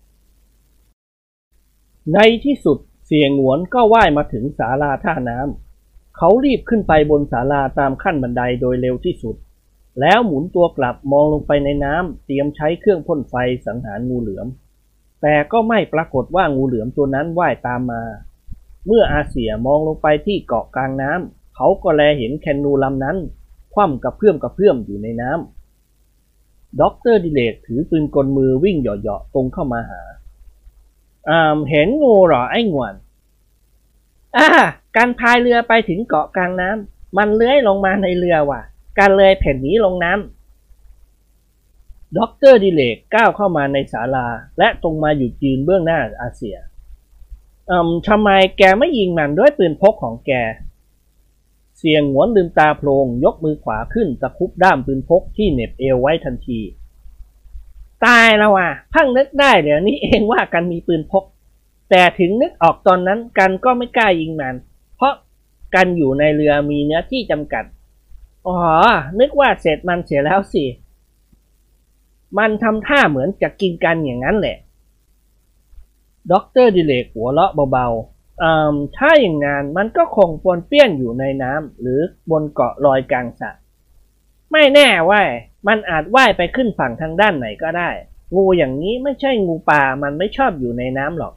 ในที่สุดเสียงหงวนก็ว่ายมาถึงศาลาท่าน้ำเขารีบขึ้นไปบนศาลาตามขั้นบันไดโดยเร็วที่สุดแล้วหมุนตัวกลับมองลงไปในน้ำเตรียมใช้เครื่องพ่นไฟสังหารงูเหลือมแต่ก็ไม่ปรากฏว่างูเหลือมตัวนั้นว่ายตามมาเมื่ออาเซียมองลงไปที่เกาะกลางน้ำเขาก็แลเห็นแคนูลำนั้นคว่ำกระเพื่อมกระเพื่อมอยู่ในน้ำด็อกเตอร์ดิเลกถือปืนกลมือวิ่งเหาะๆตรงเข้ามาหาอ่าเห็นงูเหรอไอ้งวนอ่าการพายเรือไปถึงเกาะกลางน้ำมันเลื้อยลงมาในเรือว่ะการเลยแผ่นนี้ลงน้ำด็อกเตอร์ดิเลกก้าวเข้ามาในศาลาและตรงมาหยุดยืนเบื้องหน้าอาเซียอืมทำไมแกไม่ยิงมันด้วยปืนพกของแกเสียงหงวนลืมตาโพลงยกมือขวาขึ้นตะคุบด้ามปืนพกที่เหน็บเอวไว้ทันทีตายแล้วว่ะพังนึกได้เดี๋ยวนี้เองว่ากันมีปืนพกแต่ถึงนึกออกตอนนั้นกันก็ไม่กล้ายิงมันเพราะกันอยู่ในเรือมีเนื้อที่จำกัดอ๋อนึกว่าเสร็จมันเสียแล้วสิมันทำท่าเหมือนจะกินกันอย่างนั้นแหละด็อกเตอร์ดิเลกหัวเราะเบาๆอืมถ้าอย่างนั้นมันก็คงปนเปี้ยนอยู่ในน้ำหรือบนเกาะลอยกลางสระไม่แน่ว่ามันอาจว่ายไปขึ้นฝั่งทางด้านไหนก็ได้งูอย่างนี้ไม่ใช่งูป่ามันไม่ชอบอยู่ในน้ำหรอก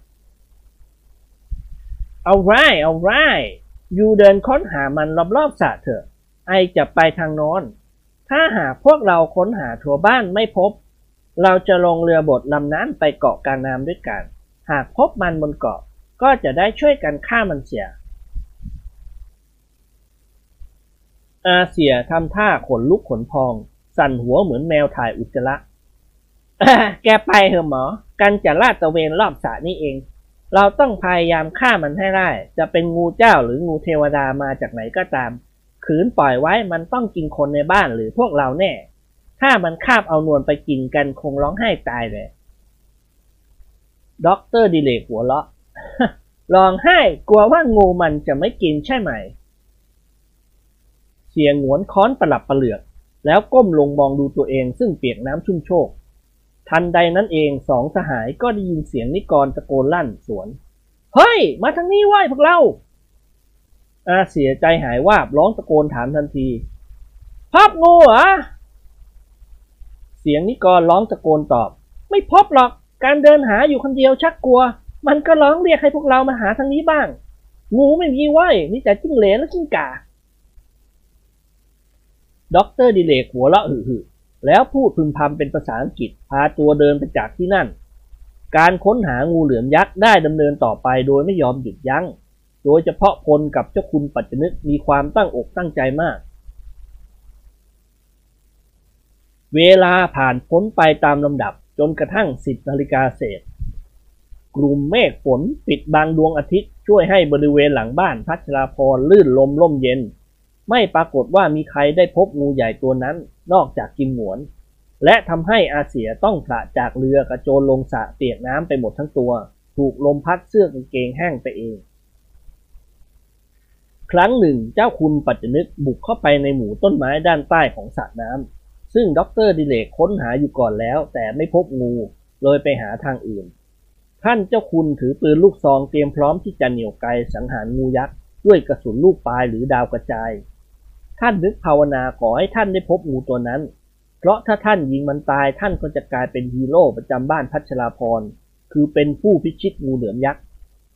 เอาไรเอาไรอยู่เดินค้นหามันรอบๆสระเถอะไอจะไปทางโน้นถ้าหากพวกเราค้นหาทั่วบ้านไม่พบเราจะลงเรือบดลำนั้นไปเกาะกลางน้ำด้วยกันหากพบมันบนเกาะก็จะได้ช่วยกันฆ่ามันเสียอาเซียทำท่าขนลุกขนพองสั่นหัวเหมือนแมวถ่ายอุจจาระแกไปเถอะหมอกันจะลาดตระเวนรอบสระนี่เองเราต้องพยายามฆ่ามันให้ได้จะเป็นงูเจ้าหรืองูเทวดามาจากไหนก็ตามขืนปล่อยไว้มันต้องกินคนในบ้านหรือพวกเราแน่ถ้ามันคาบเอานวลไปกินกันคงร้องไห้ตายเลยด็อกเตอร์ดิเลกหัวเราะ ร้องไห้กลัวว่างูมันจะไม่กินใช่ไหมเสียงหงวนค้อนประหลับประเหลือกแล้วก้มลงมองดูตัวเองซึ่งเปียกน้ำชุ่มโชกทันใดนั้นเองสองสหายก็ได้ยินเสียงนิกรตะโกนลั่นสวนเฮ้ยมาทางนี้ไว้พวกเราอาเสียใจหายวาบร้องตะโกนถามทันทีพบงูเหรอเสียงนิกรร้องตะโกนตอบไม่พบหรอกการเดินหาอยู่คนเดียวชักกลัวมันก็ร้องเรียกให้พวกเรามาหาทางนี้บ้างงูไม่มีไว้มีแต่จิ้งเหลนและจิ้งก่าด็อกเตอร์ดิเลกหัวเราะหึ่ๆแล้วพูดพึมพำเป็นภาษาอังกฤษพาตัวเดินไปจากที่นั่นการค้นหางูเหลือมยักษ์ได้ดำเนินต่อไปโดยไม่ยอมหยุดยั้งโดยเฉพาะพลกับเจ้าคุณปัจจนึกมีความตั้งอกตั้งใจมากเวลาผ่านพ้นไปตามลำดับจนกระทั่งสิบนาฬิกาเศษกลุ่มเมฆฝนปิดบังดวงอาทิตย์ช่วยให้บริเวณหลังบ้านพัชราพรลื่นลมร่มเย็นไม่ปรากฏว่ามีใครได้พบงูใหญ่ตัวนั้นนอกจากกิมหงวนและทำให้อาเสียต้องพละจากเรือกระโจนลงสระเปียกน้ำไปหมดทั้งตัวถูกลมพัดเสื้อกางเกงแห้งไปเองครั้งหนึ่งเจ้าคุณปัจจนึกบุกเข้าไปในหมู่ต้นไม้ด้านใต้ของสระน้ำซึ่งด็อกเตอร์ดิเลกค้นหาอยู่ก่อนแล้วแต่ไม่พบงูเลยไปหาทางอื่นท่านเจ้าคุณถือปืนลูกซองเตรียมพร้อมที่จะเหนี่ยวไกสังหารงูยักษ์ด้วยกระสุนลูกปลายหรือดาวกระจายท่านนึกภาวนาขอให้ท่านได้พบงูตัวนั้นเพราะถ้าท่านยิงมันตายท่านก็จะกลายเป็นฮีโร่ประจำบ้านพัชราพรคือเป็นผู้พิชิตงูเหลือมยักษ์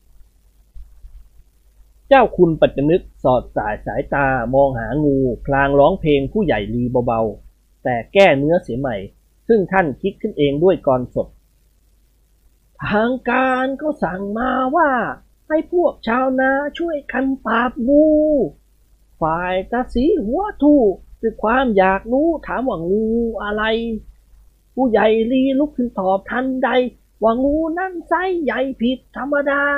เจ้าคุณปัจจนึกสอดสายสายตามองหางูพลางร้องเพลงผู้ใหญ่ลีเบาๆแต่แก้เนื้อเสียใหม่ซึ่งท่านคิดขึ้นเองด้วยกลอนสดทางการก็สั่งมาว่าให้พวกชาวนาช่วยกันปราบงูฝ่ายตาสีหัวทู่ด้วยความอยากรู้ถามว่างูอะไรผู้ใหญ่ลีลุกขึ้นตอบทันใดว่างูนั่นไซส์ใหญ่ผิดธรรมดา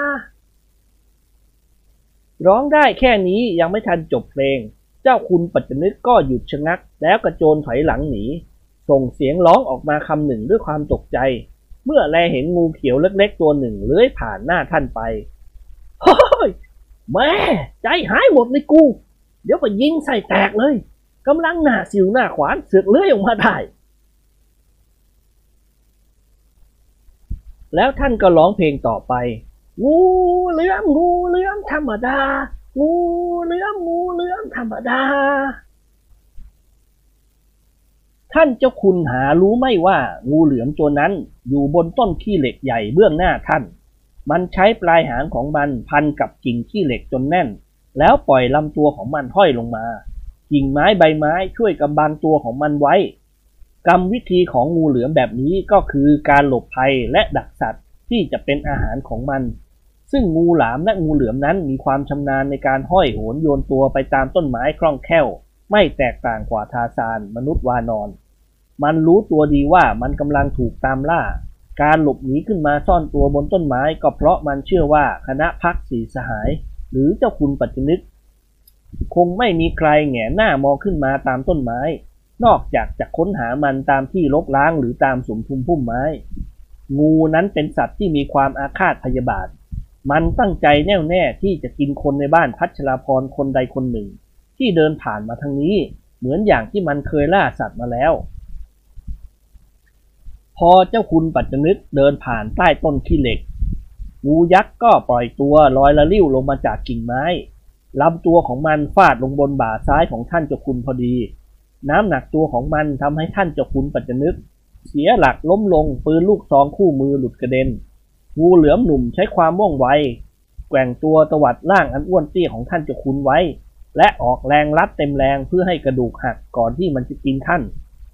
ร้องได้แค่นี้ยังไม่ทันจบเพลงเจ้าคุณปัจจนึกก็หยุดชะงักแล้วกระโจนถอยหลังหนีส่งเสียงร้องออกมาคำหนึ่งด้วยความตกใจเมื่อแลเห็นงูเขียวเล็กๆตัวหนึ่งเลื้อยผ่านหน้าท่านไปเฮ้ยแม่ใจหายหมดเลยกูเดี๋ยวก็ยิงใส่แตกเลยกำลังหน้าสิวหน้าขวานเสือกเลื้อยออกมาได้แล้วท่านก็ร้องเพลงต่อไปงูเหลือมงูเหลือมธรรมดางูเหลือมงูเหลือมธรรมดาท่านเจ้าคุณหารู้ไม่ว่างูเหลือมตัวนั้นอยู่บนต้นขี้เหล็กใหญ่เบื้องหน้าท่านมันใช้ปลายหางของมันพันกับกิ่งขี้เหล็กจนแน่นแล้วปล่อยลำตัวของมันห้อยลงมากิ่งไม้ใบไม้ช่วยกำบังตัวของมันไว้กรรมวิธีของงูเหลือมแบบนี้ก็คือการหลบภัยและดักสัตว์ที่จะเป็นอาหารของมันซึ่งงูหลามและงูเหลือมนั้นมีความชำนาญในการห้อยโหนโยนตัวไปตามต้นไม้คล่องแคล่วไม่แตกต่างกว่าทาร์ซานมนุษย์วานอนมันรู้ตัวดีว่ามันกำลังถูกตามล่าการหลบหนีขึ้นมาซ่อนตัวบนต้นไม้ก็เพราะมันเชื่อว่าคณะพักสีสหายหรือเจ้าคุณปัจจนึกคงไม่มีใครแหงนหน้ามองขึ้นมาตามต้นไม้นอกจากจะค้นหามันตามที่รกร้างหรือตามสุมทุมพุ่มไม้งูนั้นเป็นสัตว์ที่มีความอาฆาตพยาบาทมันตั้งใจแน่วแน่ที่จะกินคนในบ้านพัชราพรคนใดคนหนึ่งที่เดินผ่านมาทางนี้เหมือนอย่างที่มันเคยล่าสัตว์มาแล้วพอเจ้าคุณปัจจนึกเดินผ่านใต้ต้นขี้เหล็กงูยักษ์ก็ปล่อยตัวลอยละลิ้วลงมาจากกิ่งไม้ลำตัวของมันฟาดลงบนบ่าซ้ายของท่านเจ้าคุณพอดีน้ำหนักตัวของมันทำให้ท่านเจ้าคุณปัจจนึกเสียหลักล้มลงปืนลูกซองคู่มือหลุดกระเด็นงูเหลือมหนุ่มใช้ความว่องไวแกว่งตัวตวัดร่างอันอ้วนเตี้ยของท่านเจ้าคุณไว้และออกแรงรัดเต็มแรงเพื่อให้กระดูกหักก่อนที่มันจะกินท่าน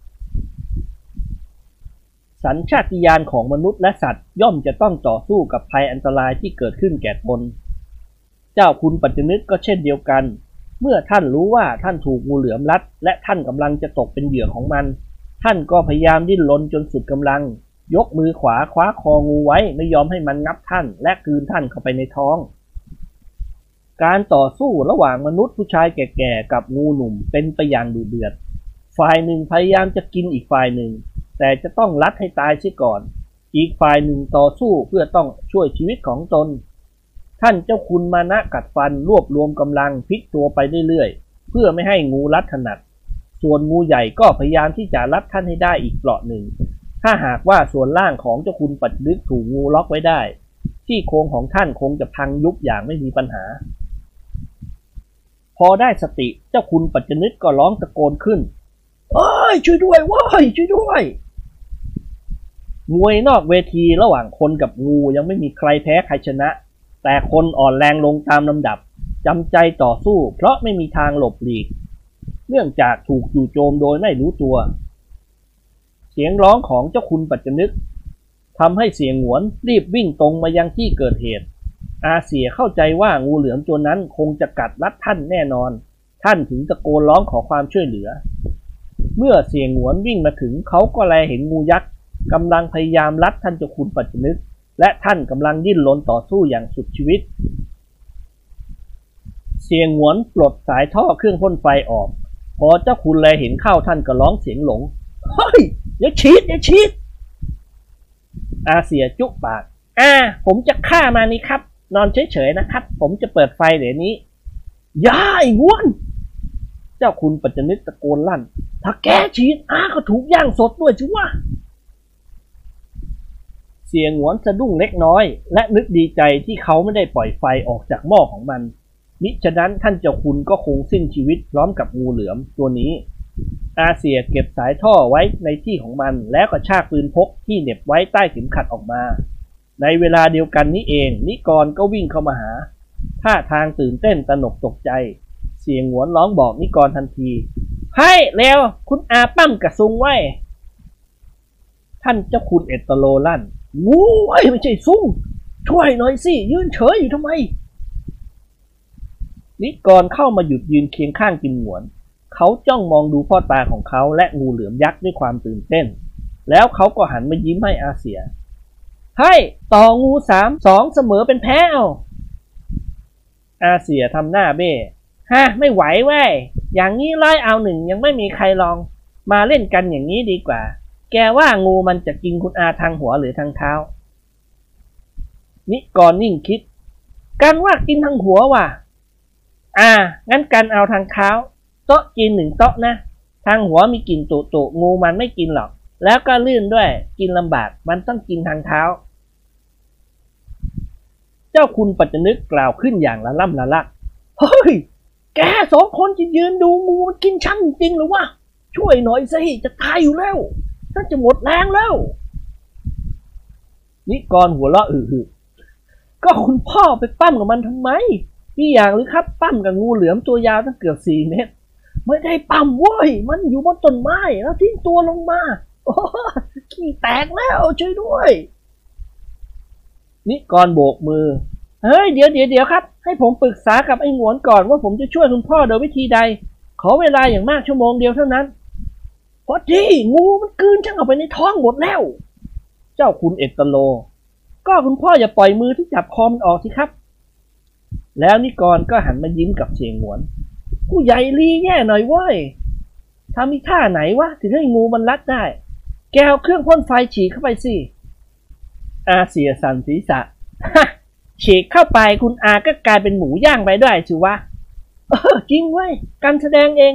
สัญชาตญาณของมนุษย์และสัตว์ย่อมจะต้องต่อสู้กับภัยอันตรายที่เกิดขึ้นแก่ตนเจ้าคุณปัจจนึกก็เช่นเดียวกันเมื่อท่านรู้ว่าท่านถูกงูเหลือมรัดและท่านกำลังจะตกเป็นเหยื่อของมันท่านก็พยายามดิ้นรนจนสุดกำลังยกมือขวาคว้าคองูไว้ไม่ยอมให้มันงับท่านและกลืนท่านเข้าไปในท้องการต่อสู้ระหว่างมนุษย์ผู้ชายแก่ๆกับงูหนุ่มเป็นไปอย่างดุเดือดฝ่ายหนึ่งพยายามจะกินอีกฝ่ายหนึ่งแต่จะต้องลัดให้ตายเสียก่อนอีกฝ่ายหนึ่งต่อสู้เพื่อต้องช่วยชีวิตของตนท่านเจ้าคุณมานะกัดฟันรวบรวมกำลังพลิกตัวไปเรื่อยๆเพื่อไม่ให้งูรัดถนัดส่วนงูใหญ่ก็พยายามที่จะรัดท่านให้ได้อีกเปราะหนึ่งถ้าหากว่าส่วนล่างของเจ้าคุณปัจจนึกถูกงูล็อกไว้ได้ที่โครงของท่านคงจะพังยุบอย่างไม่มีปัญหาพอได้สติเจ้าคุณปัจจนึกก็ร้องตะโกนขึ้นเอ้ยช่วยด้วยว้ายช่วยด้วยมวยนอกเวทีระหว่างคนกับงูยังไม่มีใครแพ้ใครชนะแต่คนอ่อนแรงลงตามลำดับจำใจต่อสู้เพราะไม่มีทางหลบหลีกเนื่องจากถูกจู่โจมโดยไม่รู้ตัวเสียงร้องของเจ้าคุณปัจจนึกทำให้เสียงหวนรีบวิ่งตรงมายังที่เกิดเหตุอาเสียเข้าใจว่างูเหลือมตัวนั้นคงจะกัดรัดท่านแน่นอนท่านถึงตะโกนร้องขอความช่วยเหลือเมื่อเสียงหวนวิ่งมาถึงเขาก็แลเห็นงูยักษ์กำลังพยายามรัดท่านเจ้าคุณปัจจนึกและท่านกำลังดิ้นรนต่อสู้อย่างสุดชีวิตเสียงหวนปลดสายท่อเครื่องพ่นไฟออกพอเจ้าคุณแลเห็นเข้าท่านก็ร้องเสียงหลงเฮ้ยอย่าฉีดอย่าฉีดอาเสียจุปากอ่าผมจะฆ่ามานี่ครับนอนเฉยๆนะครับผมจะเปิดไฟเดี๋ยวนี้อย่าไอ้ง้วนเจ้าคุณปัจจนึกตะโกนลั่นถ้าแกฉีดอาก็ถูกย่างสดด้วยชิวะเสียงหวนสะดุ้งเล็กน้อยและนึกดีใจที่เขาไม่ได้ปล่อยไฟออกจากหม้อของมันมิฉะนั้นท่านเจ้าคุณก็คงสิ้นชีวิตพร้อมกับงูเหลือมตัวนี้อาเสียเก็บสายท่อไว้ในที่ของมันแล้วก็ชากปืนพกที่เหน็บไว้ใต้เข็มขัดออกมาในเวลาเดียวกันนี้เองนิกรก็วิ่งเข้ามาหาท่าทางตื่นเต้นตระหนกตกใจเสียงหวนร้องบอกนิกรทันทีให้เร็วคุณอาปั้มกระซุงไว้ท่านเจ้าคุณเอตโลลั่นงูไอ้ไม่ใช่ซุ่งช่วยหน่อยสิยืนเฉยอยู่ทำไมนิกรเข้ามาหยุดยืนเคียงข้างกิมหนวนเขาจ้องมองดูพ่อตาของเขาและงูเหลือมยักษ์ด้วยความตื่นเต้นแล้วเขาก็หันมายิ้มให้อาเซียให้ต่องูสามสองเสมอเป็นแพ้เอาอาเซียทำหน้าเบ้ฮะไม่ไหวเว้ยอย่างนี้ร้อยเอาหนึ่งยังไม่มีใครลองมาเล่นกันอย่างนี้ดีกว่าแกว่างูมันจะกินคุณอาทางหัวหรือทางเท้านิกรนิ่งคิดกันว่ากินทางหัวว่ะอ่างั้นกันเอาทางเท้าโต๊ะกินหนึ่งโต๊ะนะทางหัวมีกลิ่นตุตุงูมันไม่กินหรอกแล้วก็ลื่นด้วยกินลำบากมันต้องกินทางเท้าเจ้าคุณปัจจนึกกล่าวขึ้นอย่างละล่ำละลักเฮ้ยแกสองคนจะยืนดูงูมันกินช่างจริงหรือวะช่วยหน่อยสิจะตายอยู่แล้วท่านจะหมดแรงแล้วนิกรหัวเราะอึๆก็คุณพ่อไปปั้มกับมันทำไมพี่อย่างหรือครับปั้มกับงูเหลือมตัวยาวตั้งเกือบสี่เมตรไม่ได้ปั้มเว้ยมันอยู่บนต้นไม้แล้วทิ้งตัวลงมาโอ้ขี้แตกแล้วช่วยด้วยนิกรโบกมือเฮ้ยเดี๋ยวเดี๋ยวเดี๋ยวครับให้ผมปรึกษากับไอ้หงวนก่อนว่าผมจะช่วยคุณพ่อโดยวิธีใดขอเวลาอย่างมากชั่วโมงเดียวเท่านั้นพอดีงูมันกลืนช่างเอาไปในท้องหมดแล้วเจ้าคุณเอตโลก็คุณพ่ออย่าปล่อยมือที่จับคอมันออกสิครับแล้วนิกรก็หันมายิ้มกับเสียงหงวนผู้ใหญ่ลีแย่หน่อยเว้ยทำมีท่าไหนวะถึงให้งูมันรัดได้แกเอาเครื่องพ่นไฟฉีดเข้าไปสิอาเสียสั่นศีรษะฉีดเข้าไปคุณอาก็กลายเป็นหมูย่างไปด้วยสิวะเออจริงเว้ยการแสดงเอง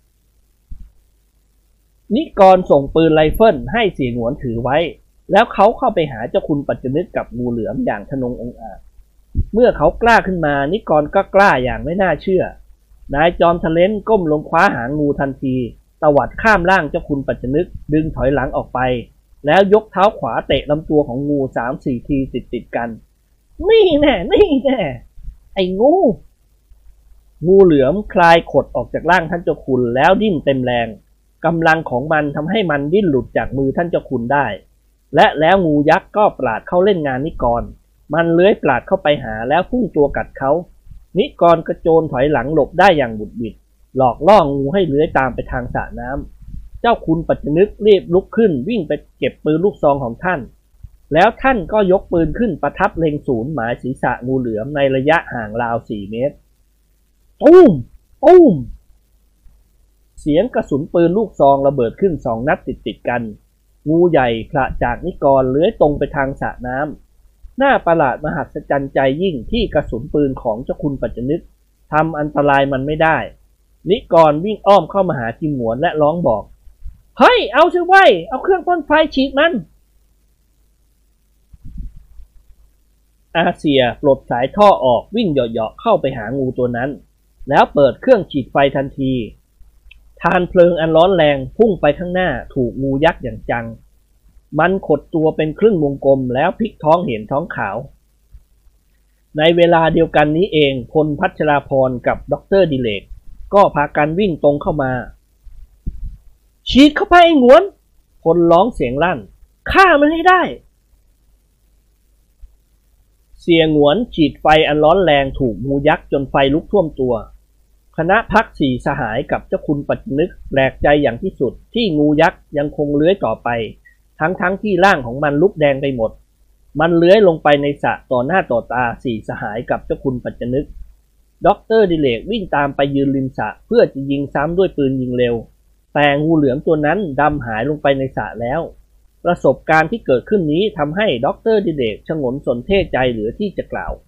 นิกรส่งปืนไรเฟิลให้เสียงหวนถือไว้แล้วเขาเข้าไปหาเจ้าคุณปัจจนึกกับงูเหลือมอย่างทะนงองอาจเมื่อเขากล้าขึ้นมานิกรก็กล้าอย่างไม่น่าเชื่อนายจอมทะเลนก้มลงคว้าหางูทันทีตวัดข้ามร่างเจ้าคุณปัจจนึกดึงถอยหลังออกไปแล้วยกเท้าขวาเตะลำตัวของงูสามสี่ทีติดติดกันนี่แน่นี่แน่ไอ้งูงูเหลือมคลายขดออกจากร่างท่านเจ้าคุณแล้วดิ้นเต็มแรงกำลังของมันทำให้มันดิ้นหลุดจากมือท่านเจ้าคุณได้และแล้วงูยักษ์ก็ปราดเข้าเล่นงานนิกรมันเลื้อยปราดเข้าไปหาแล้วพุ่งตัวกัดเขานิกรกระโจนถอยหลังหลบได้อย่างบุดบิดหลอกล่องูให้เลื้อยตามไปทางสระน้ำเจ้าคุณปัจจนึกรีบลุกขึ้นวิ่งไปเก็บปืนลูกซองของท่านแล้วท่านก็ยกปืนขึ้นประทับเล็งศูนย์หมายศีรษะงูเหลือมในระยะห่างราวสี่เมตรตุ้มตุ้มเสียงกระสุนปืนลูกซองระเบิดขึ้นสองนัดติดติดกันงูใหญ่พละจากนิกรเลื้อยตรงไปทางสระน้ำหน้าประหลาดมหัศจรรย์ใจยิ่งที่กระสุนปืนของเจ้าคุณปัจจนึกทำอันตรายมันไม่ได้นิกรวิ่งอ้อมเข้ามาหากิมหนวนและร้องบอกเฮ้ยเอาสิไว้เอาเครื่องพ่นไฟฉีดมันอาเซียปลดสายท่อออกวิ่งเหาะๆเข้าไปหางูตัวนั้นแล้วเปิดเครื่องฉีดไฟทันทีทานเพลิงอันร้อนแรงพุ่งไปข้างหน้าถูกงูยักษ์อย่างจังมันขดตัวเป็นครึ่งวงกลมแล้วพลิกท้องเห็นท้องขาวในเวลาเดียวกันนี้เองพลพัชราพรกับด็อกเตอร์ดิเลกก็พากันวิ่งตรงเข้ามาฉีดเข้าไปไอ้หงวนพลร้องเสียงลั่นฆ่ามันให้ได้เสียงหงวนฉีดไฟอันร้อนแรงถูกงูยักษ์จนไฟลุกท่วมตัวคณะพักสี่สหายกับเจ้าคุณปัจจนึกแปลกใจอย่างที่สุดที่งูยักษ์ยังคงเลื้อยต่อไปทั้งๆ ท, ที่ร่างของมันลุกแดงไปหมดมันเลื้อยลงไปในสระต่อหน้าต่อตาสี่สหายกับเจ้าคุณปัจจนึกด็อกเตอร์ดิเลกวิ่งตามไปยืนริมสระเพื่อจะยิงซ้ำด้วยปืนยิงเร็วแต่งูเหลือมตัวนั้นดำหายลงไปในสระแล้วประสบการณ์ที่เกิดขึ้นนี้ทำให้ด็อกเตอร์ดิเลกฉงนสนเทศใจเหลือที่จะกล่าว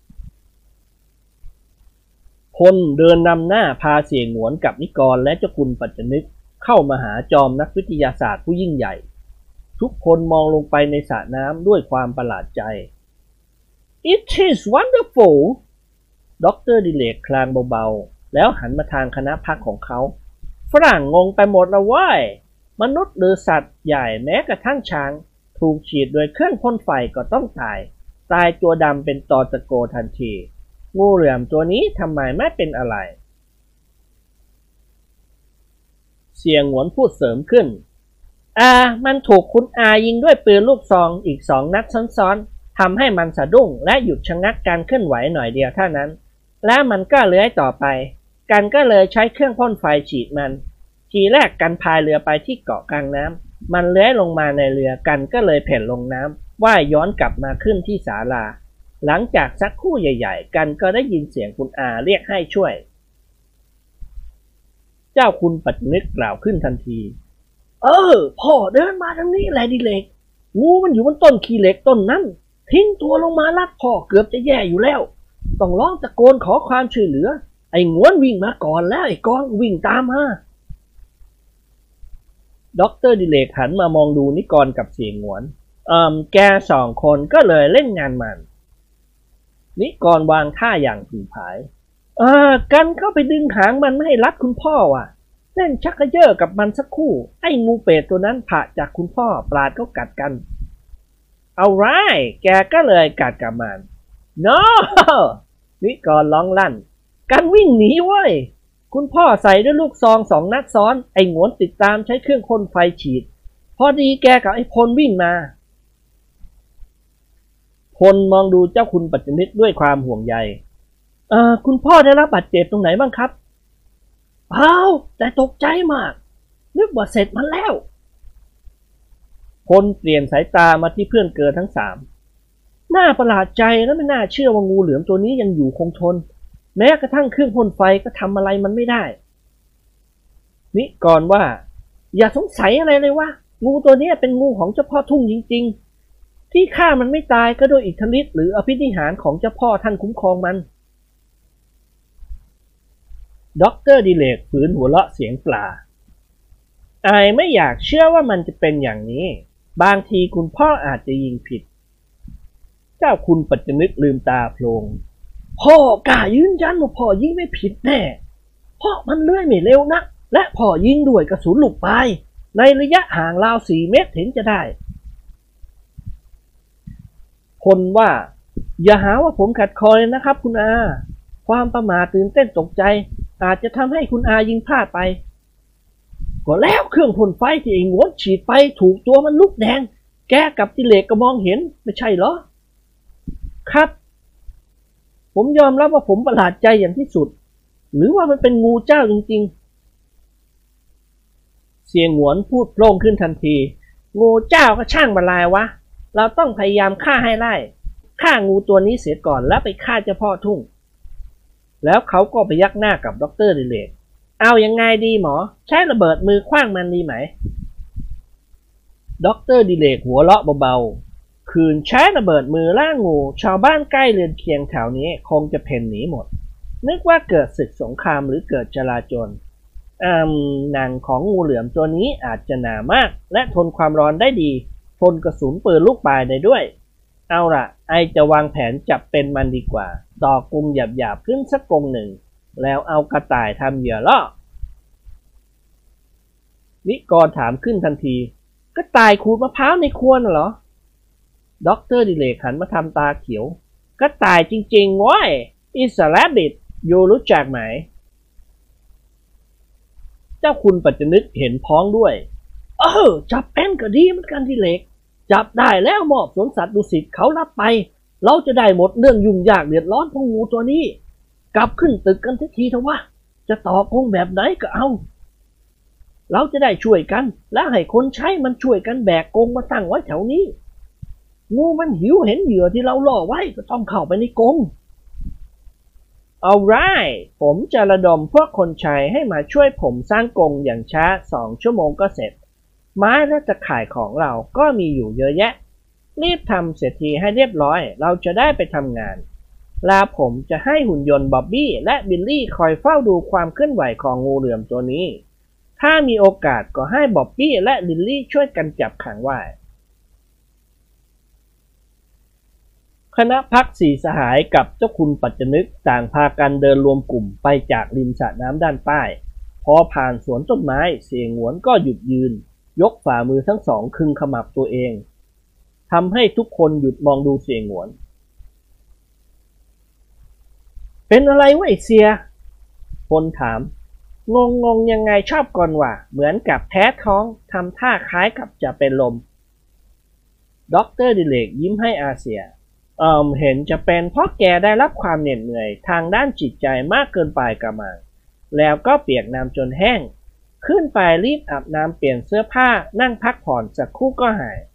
พลเดินนำหน้าพาเสี่ยงหงวนกับนิกรและเจ้าคุณปัจจนึกเข้ามาหาจอมนักวิทยาศาสตร์ผู้ยิ่งใหญ่ทุกคนมองลงไปในสระน้ำด้วยความประหลาดใจ It is wonderful ด็อกเตอร์ดิเลกคลางเบาๆแล้วหันมาทางคณะพักของเขาฝรั่งงงไปหมดแล้วเว้ยมนุษย์หรือสัตว์ใหญ่แม้กระทั่งช้างถูกฉีดโดยเครื่องพ่นไฟก็ต้องตายตายตัวดำเป็นตอตะโกทันทีงูเหลือมตัวนี้ทำไมไม่เป็นอะไรเสียงหงวนพูดเสริมขึ้นอ่ามันถูกคุณอายิงด้วยปืนลูกซองอีกสองนัดซ้อนๆทำให้มันสะดุ้งและหยุดชะงักการเคลื่อนไหวหน่อยเดียวเท่านั้นแล้วมันก็เลื้อยต่อไปกันก็เลยใช้เครื่องพ่นไฟฉีดมันทีแรกกันพายเรือไปที่เกาะกลางน้ำมันเลื้อยลงมาในเรือกันก็เลยเพ่นลงน้ำว่ายย้อนกลับมาขึ้นที่ศาลาหลังจากสักครู่ใหญ่ๆกันก็ได้ยินเสียงคุณอาเรียกให้ช่วยเจ้าคุณปัจนึกกล่าวขึ้นทันทีเออพ่อเดินมาทางนี้แหละดิเล็กงูมันอยู่บนต้นขี้เหล็กต้นนั้นทิ้งตัวลงมาลัดพ่อเกือบจะแย่อยู่แล้วต้องร้องตะโกนขอความช่วยเหลือไอ้งวนวิ่งมาก่อนแล้วไอ้กองวิ่งตามมาด็อกเตอร์ดิเลกหันมามองดูนิกรกับเสียงงวนเอ่อแกสองคนก็เลยเล่นงานมันนิกรวางท่าอย่างผีผายเออกันเข้าไปดึงหางมันไม่ให้รัดคุณพ่อว่ะเล่นชักกระเยอะกับมันสักคู่ไอ้งูเป็ดตัวนั้นผ่าจากคุณพ่อปลาดก็กัดกันเอาไรแกก็เลยกัดกับมัน no นิกรร้องลั่นกันวิ่งหนีเว้ยคุณพ่อใส่ด้วยลูกซองสองนัดซ้อนไอ้งวนติดตามใช้เครื่องพ่นไฟฉีดพอดีแกกับไอ้พลวิ่งมาพลมองดูเจ้าคุณปัจจมิตรด้วยความห่วงใยเอ่อคุณพ่อได้รับบาดเจ็บตรงไหนบ้างครับเปล่าแต่ตกใจมากนึกว่าเสร็จมันแล้วพลเปลี่ยนสายตามาที่เพื่อนเกินทั้งสามน่าประหลาดใจและไม่น่าเชื่อว่างูเหลือมตัวนี้ยังอยู่คงทนแม้กระทั่งเครื่องพ่นไฟก็ทำอะไรมันไม่ได้นิกรว่าอย่าสงสัยอะไรเลยว่างูตัวนี้เป็นงูของเจ้าพ่อทุ่งจริงๆที่ฆ่ามันไม่ตายก็โดยอิทธิฤทธิ์หรืออภินิหารของเจ้าพ่อท่านคุ้มครองมันด็อกเตอร์ดิเลกฝืนหัวเราะเสียงปลาอายไม่อยากเชื่อว่ามันจะเป็นอย่างนี้บางทีคุณพ่ออาจจะยิงผิดเจ้าคุณปัจจนึกลืมตาโพลงพ่อกล้ายืนยันว่าพ่อยิงไม่ผิดแน่เพราะมันเลื่อยไม่เร็วนักและพ่อยิงด้วยกระสุนลูกปลายในระยะห่างราวสี่เมตรเห็นจะได้คนว่าอย่าหาว่าผมขัดคอเลยนะครับคุณอาความประมาทตื่นเต้นตกใจอาจจะทำให้คุณอายิงพลาดไปก็แล้วเครื่องพ่นไฟที่ไอ้งวนฉีดไปถูกตัวมันลุกแดงแกกับดิเลกก็มองเห็นไม่ใช่เหรอครับผมยอมรับว่าผมประหลาดใจอย่างที่สุดหรือว่ามันเป็นงูเจ้าจริงๆเสียงหงวนพูดโพล่งขึ้นทันทีงูเจ้าก็ช่างบรรลัยวะเราต้องพยายามฆ่าให้ไล่ฆ่างูตัวนี้เสียก่อนแล้วไปฆ่าเจ้าพ่อทุ่งแล้วเขาก็ไปยักหน้ากับด็อกเตอร์ดิเลกเอายังไงดีหมอใช้ระเบิดมือขว้างมันดีไหมด็อกเตอร์ดิเลกหัวเราะเบาๆคืนใช้ระเบิดมือล่างูชาวบ้านใกล้เรือนเคียงแถวนี้คงจะเพ่นหนีหมดนึกว่าเกิดศึกสงครามหรือเกิดจลาจลอืมหนังของงูเหลือมตัวนี้อาจจะหนามากและทนความร้อนได้ดีทนกระสุนปืนลูกปลายได้ด้วยเอาล่ะไอจะวางแผนจับเป็นมันดีกว่าต่อกลุ่มหยาบๆขึ้นสักกรงหนึ่งแล้วเอากระต่ายทำเหยื่อล่อนิกรถามขึ้นทันทีกระต่ายขูดมะพร้าวในครัวน่ะเหรอด็อกเตอร์ดิเลกหันมาทำตาเขียวกระต่ายจริงๆว้ยอิสระบิดโยรู้จักไหมเจ้าคุณปัจจนึกเห็นพ้องด้วยเออจับเป็นก็ดีเหมือนกันดิเลกจับได้แล้วมอบสวนสัตว์ดุสิตเขารับไปเราจะได้หมดเรื่องยุ่งยากเดือดร้อนของงูตัวนี้กลับขึ้นตึกกันทันทีเถอะวะจะต่อกรงแบบไหนก็เอาเราจะได้ช่วยกันและให้คนใช้มันช่วยกันแบกกรงมาตั้งไว้แถวนี้งูมันหิวเห็นเหยื่อที่เราล่อไว้ก็ต้องเข้าไปในกรงเอาไรผมจะระดมพวกคนใช้ให้มาช่วยผมสร้างกรงอย่างช้าสองชั่วโมงก็เสร็จไม้และตะข่ายของเราก็มีอยู่เยอะแยะรีบทำเสร็จทีให้เรียบร้อยเราจะได้ไปทำงานลาผมจะให้หุ่นยนต์บ๊อบบี้และบิลลี่คอยเฝ้าดูความเคลื่อนไหวของงูเหลือมตัวนี้ถ้ามีโอกาสก็ให้บ๊อบบี้และบิลลี่ช่วยกันจับขังไว้คณะพักสี่สหายกับเจ้าคุณปัจจนึกต่างพากันเดินรวมกลุ่มไปจากริมสระน้ำด้านใต้พอผ่านสวนต้นไม้เสียงหวนก็หยุดยืนยกฝ่ามือทั้งสองคึงขมับตัวเองทำให้ทุกคนหยุดมองดูเสียงหวนเป็นอะไรวะไอ้เสียคนถามงงงงยังไงชอบก่อนว่าเหมือนกับแพ้ท้องทำท่าคล้ายกับจะเป็นลมด็อกเตอร์ดิเลกยิ้มให้อาเซียเอ่อเห็นจะเป็นเพราะแกได้รับความเหน็ดเหนื่อยทางด้านจิตใจมากเกินไปกระมังแล้วก็เปียกน้ำจนแห้งขึ้นไปรีบอาบน้ำเปลี่ยนเสื้อผ้านั่งพักผ่อนสักครู่ก็หาย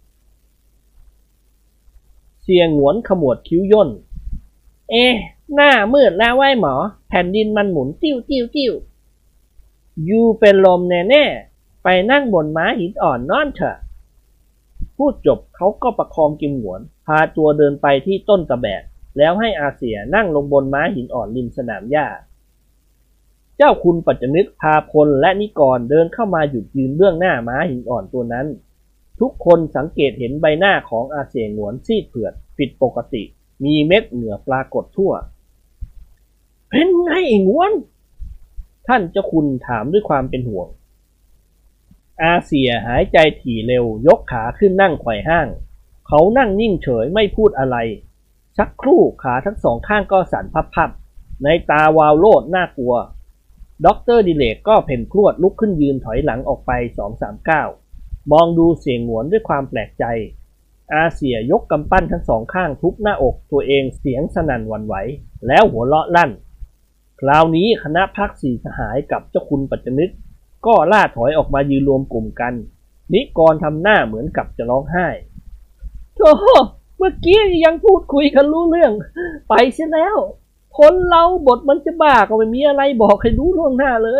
เสียงหวนขมวดคิ้วย่นเอ๊ะหน้ามืดแล้วไว้หมอแผ่นดินมันหมุนติ้วติ้วติ้วยูเป็นลมแน่ๆไปนั่งบนม้าหินอ่อนนอนเถอะพูดจบเขาก็ประคองกิมหวนพาตัวเดินไปที่ต้นตะแบกแล้วให้อาเซียนั่งลงบนม้าหินอ่อนริมสนามหญ้าเจ้าคุณปัจจนึกพาพลและนิกรเดินเข้ามาหยุดยืนเบื้องหน้าม้าหินอ่อนตัวนั้นทุกคนสังเกตเห็นใบหน้าของอาเซียหนวนซีดเผือดผิดปกติมีเม็ดเหงื่อปรากฏทั่วเป็นไงไอ้หนวนท่านเจ้าคุณถามด้วยความเป็นห่วงอาเซียหายใจถี่เร็วยกขาขึ้นนั่งไขว่ห้างเขานั่งนิ่งเฉยไม่พูดอะไรสักครู่ขาทั้งสองข้างก็สั่นพับๆในตาวาวโลดน่ากลัวด็อกเตอร์ดิเลกก็เพ่นพรวดลุกขึ้นยืนถอยหลังออกไป สองสาม ก้าวมองดูเสียงหนวนด้วยความแปลกใจอาเซียยกกำปั้นทั้งสองข้างทุบหน้าอกตัวเองเสียงสนั่นหวั่นไหวแล้วหัวเราะลั่นคราวนี้คณะพักสี่สหายกับเจ้าคุณปัจจนึกก็ล่าถอยออกมายืนรวมกลุ่มกันนิกรทำหน้าเหมือนกับจะร้องไห้โธ่เมื่อกี้ยังพูดคุยกันรู้เรื่องไปเสียแล้วคนเราบทมันจะบ้าก็ไม่มีอะไรบอกให้รู้ล่วงหน้าเลย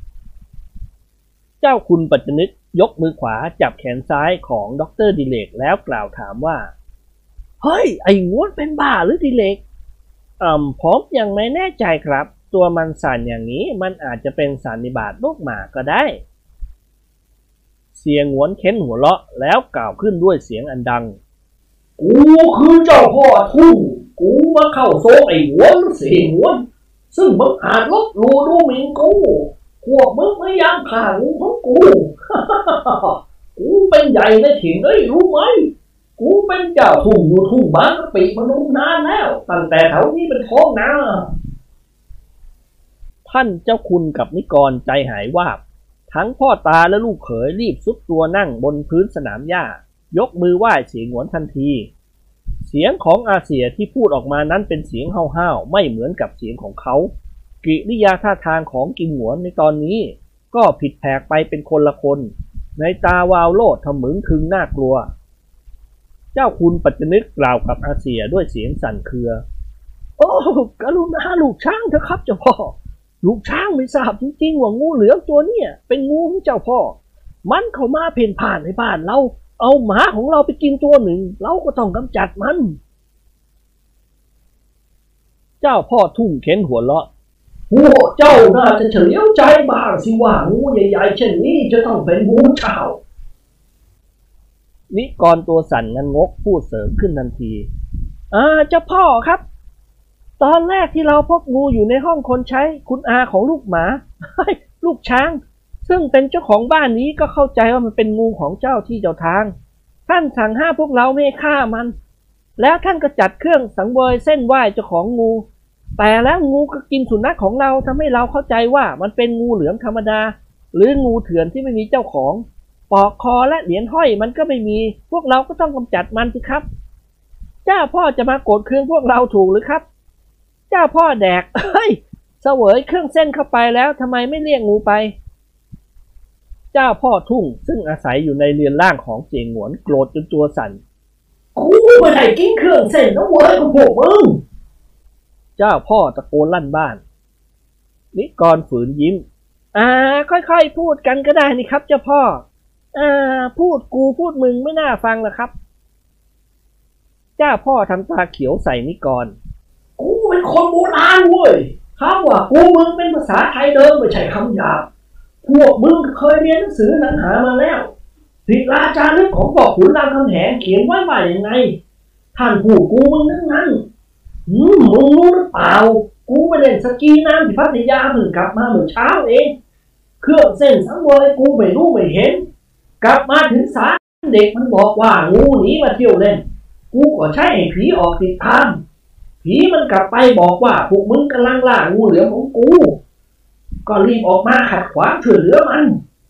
เจ้าคุณปัจจนึกยกมือขวาจับแขนซ้ายของด็อกเตอร์ดิเลกแล้วกล่าวถามว่าเฮ้ยไอ้งวดเป็นบ้าหรือดิเลกอ่าผมยังไม่แน่ใจครับตัวมันสั่นอย่างนี้มันอาจจะเป็นสันนิบาตลูกหมาก็ได้เสียงหวนเค้นหัวเราะแล้วกล่าวขึ้นด้วยเสียงอันดังกูคือเจ้าพ่อทุ่งกูมาเข้าโซ่ไอ้หวนเสียงหวนซึ่งมึงอาจลบหลู่ดูหมิ่นกูพวกมึงพยายามฆ่างูของกู กูเป็นใหญ่ในถิ่นเอ้ยรู้ไหมกูเป็นเจ้าทุ่งอยู่ทุ่งบางกะปิมานุ่มนานแล้วตั้งแต่แถวนี้เป็นท้องนาท่านเจ้าคุณกับนิกรใจหายวาบทั้งพ่อตาและลูกเขยรีบซุดตัวนั่งบนพื้นสนามหญ้ายกมือไหว้เสียงหวนทันทีเสียงของอาเซียที่พูดออกมานั้นเป็นเสียงห้าวๆไม่เหมือนกับเสียงของเขากิริยาท่าทางของกิมหวนในตอนนี้ก็ผิดแผกไปเป็นคนละคนในตาวาวโลดทะมึงคึงน่ากลัวเจ้าคุณปัจจนึกกล่าวกับอาเซียด้วยเสียงสั่นเครือโอ้กรุณาลูกช้างเถอะครับเจ้าพ่อลูกช้างไม่ทราบจริงๆว่างูเหลือมตัวเนี้ยเป็นงูของเจ้าพ่อมันเข้ามาเพ่นผ่านในบ้านเราเอาหมาของเราไปกินตัวหนึ่งเราก็ต้องกำจัดมันเจ้าพ่อทุ่งเค้นหัวเราะพวกเจ้าน่าจะเฉลียวใจบ้างสิว่างูใหญ่ๆเช่นนี้จะต้องเป็นงูเจ้านิกรตัวสั่นงันงกพูดเสริมขึ้นทันทีอ่าเจ้าพ่อครับตอนแรกที่เราพบงูอยู่ในห้องคนใช้คุณอาของลูกหมาลูกช้างซึ่งเป็นเจ้าของบ้านนี้ก็เข้าใจว่ามันเป็นงูของเจ้าที่เจ้าทางท่านสั่งห้ามพวกเราไม่ฆ่ามันแล้วท่านก็จัดเครื่องสังเวยเส้นไหว้เจ้าของงูแต่แล้วงูก็กินสุนัขของเราทำให้เราเข้าใจว่ามันเป็นงูเหลือมธรรมดาหรืองูเถื่อนที่ไม่มีเจ้าของปอกคอและเหรียญห้อยมันก็ไม่มีพวกเราก็ต้องกำจัดมันสิครับเจ้าพ่อจะมาโกรธเคืองพวกเราถูกหรือครับเจ้าพ่อแดกเฮ้ยเสวยเครื่องเส้นเข้าไปแล้วทำไมไม่เรียกงูไปเจ้าพ่อทุ่งซึ่งอาศัยอยู่ในเรือนร่างของเสียงหวนโกรธจนตัวสั่นกูไม่ได้กินเครื่องเส้นนะเว้ยของพวกมึงเจ้าพ่อตะโกนลั่นบ้านนิกรฝืนยิ้มอ่าค่อยๆพูดกันก็ได้นี่ครับเจ้าพ่ออ่าพูดกูพูดมึงไม่น่าฟังหรอกครับเจ้าพ่อทำตาเขียวใส่นิกรกูเป็นคนโบราณเว้ยคำว่ากูมึงเป็นภาษาไทยเดิมไม่ใช่คำหยาบพวกมึงเคยเรียนหนังสือหนังหามาแล้วศิลาจารึกของพ่อขุนรามคำแหงเขียนไว้ว่าอย่างไงท่านผู้กูมึงนั่นนั่นอืมมึงรู้หรือเปล่ากูไปเล่นสกีน้ำที่พัทยาเพิ่งกลับมาเมื่อเช้าเองเครื่องเส้นสังเวยกูไม่รู้ไม่เห็นกลับมาถึงศาลเด็กมันบอกว่างูหนีมาเที่ยวเล่นกูก็ใช้ให้ผีออกติดตามผีมันกลับไปบอกว่าพวกมึงกำลังล่างูเหลือมของกูก็รีบออกมาขัดขวางช่วยเหลือมัน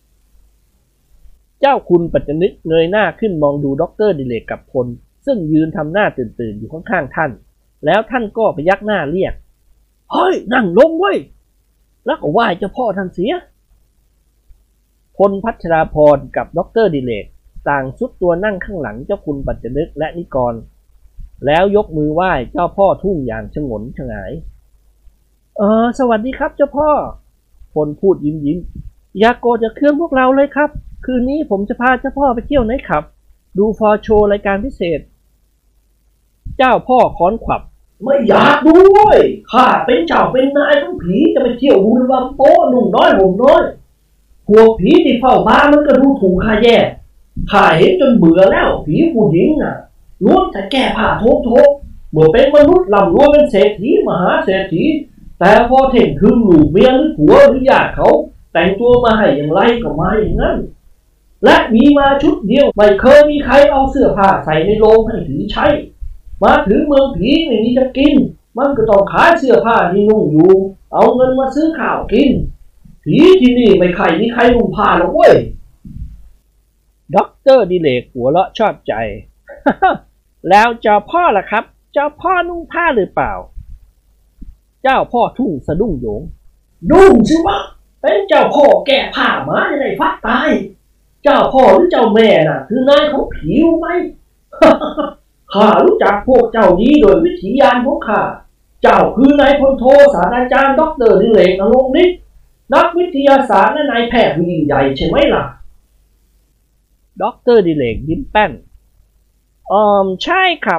เจ้าคุณปัจจนึกเงยหน้าขึ้นมองดูด็อกเตอร์ดิเลกกับพลซึ่งยืนทำหน้าตื่นๆอยู่ข้างๆท่านแล้วท่านก็พยักหน้าเรียกเฮ้ยนั่งลงเว้ยแล้วก็ไหว้เจ้าพ่อท่านเสียพลพัชราพรกับด็อกเตอร์ดิเลกต่างซุดตัวนั่งข้างหลังเจ้าคุณปัจจนึกและนิกรแล้วยกมือไหว้เจ้าพ่อทุ่งอย่างฉงนฉงายเออสวัสดีครับเจ้าพ่อพลพูดยิ้มยิ้มอย่าโกรธจะเครื่องพวกเราเลยครับคืนนี้ผมจะพาเจ้าพ่อไปเที่ยวไนท์คลับดูฟอร์โชว์รายการพิเศษเจ้าพ่อค้อนขวับไม่อยากดูเว้ยข้าเป็นเจ้าเป็นนายของผีจะไปเที่ยวบุญวังโป๊ะหนุ่มน้อยห่มน้อยพวกผีที่เฝ้าบ้านมันก็ดูถูกข้าแย่ข้าเห็นจนเบื่อแล้วผีผู้หญิงน่ะล้วนแต่แก้ผ้าโทโทเมื่อเป็นมนุษย์ลำรวยเป็นเศรษฐีมหาเศรษฐีแต่พอเถ่งคืนลูกเมียหรือผัวหรือญาติเขาแต่งตัวมาให้อย่างไรก็มาอย่างนั้นและมีมาชุดเดียวไม่เคยมีใครเอาเสื้อผ้าใส่ในโรงให้ถือใช้มาถึงเมืองผีไม่มีจะกินมันก็ต้องขายเสื้อผ้าที่นุ่งอยู่เอาเงินมาซื้อข้าวกินผีที่นี่ไม่ใครมีใครนุ่งผ้าหรอกเว้ยด็อกเตอร์ดิเลกหัวเราะชอบใจ แล้วเจ้าพ่อล่ะครับเจ้าพ่อนุ่งผ้าหรือเปล่าเจ้าพ่อทุ่งสะดุ้งโยงนุ่งสิวะเป็นเจ้าพ่อแก้ผ้ามาจะได้ฟัดตายเจ้าพ่อหรือเจ้าแม่น่ะคือนายของผีรู้ไหม ข้ารู้จักพวกเจ้านี้โดยวิถีญาณของข้าเจ้าคือนายพลโทศาสตราจารย์ด็อกเตอร์ดิเลกอลงฤทธิ์นักวิทยาศาสตร์และนายแพทย์ผู้ยิ่งใหญ่ใช่ไหมล่ะด็อกเตอร์ดิเลกยิ้มแป้นอ๋อใช่ครับ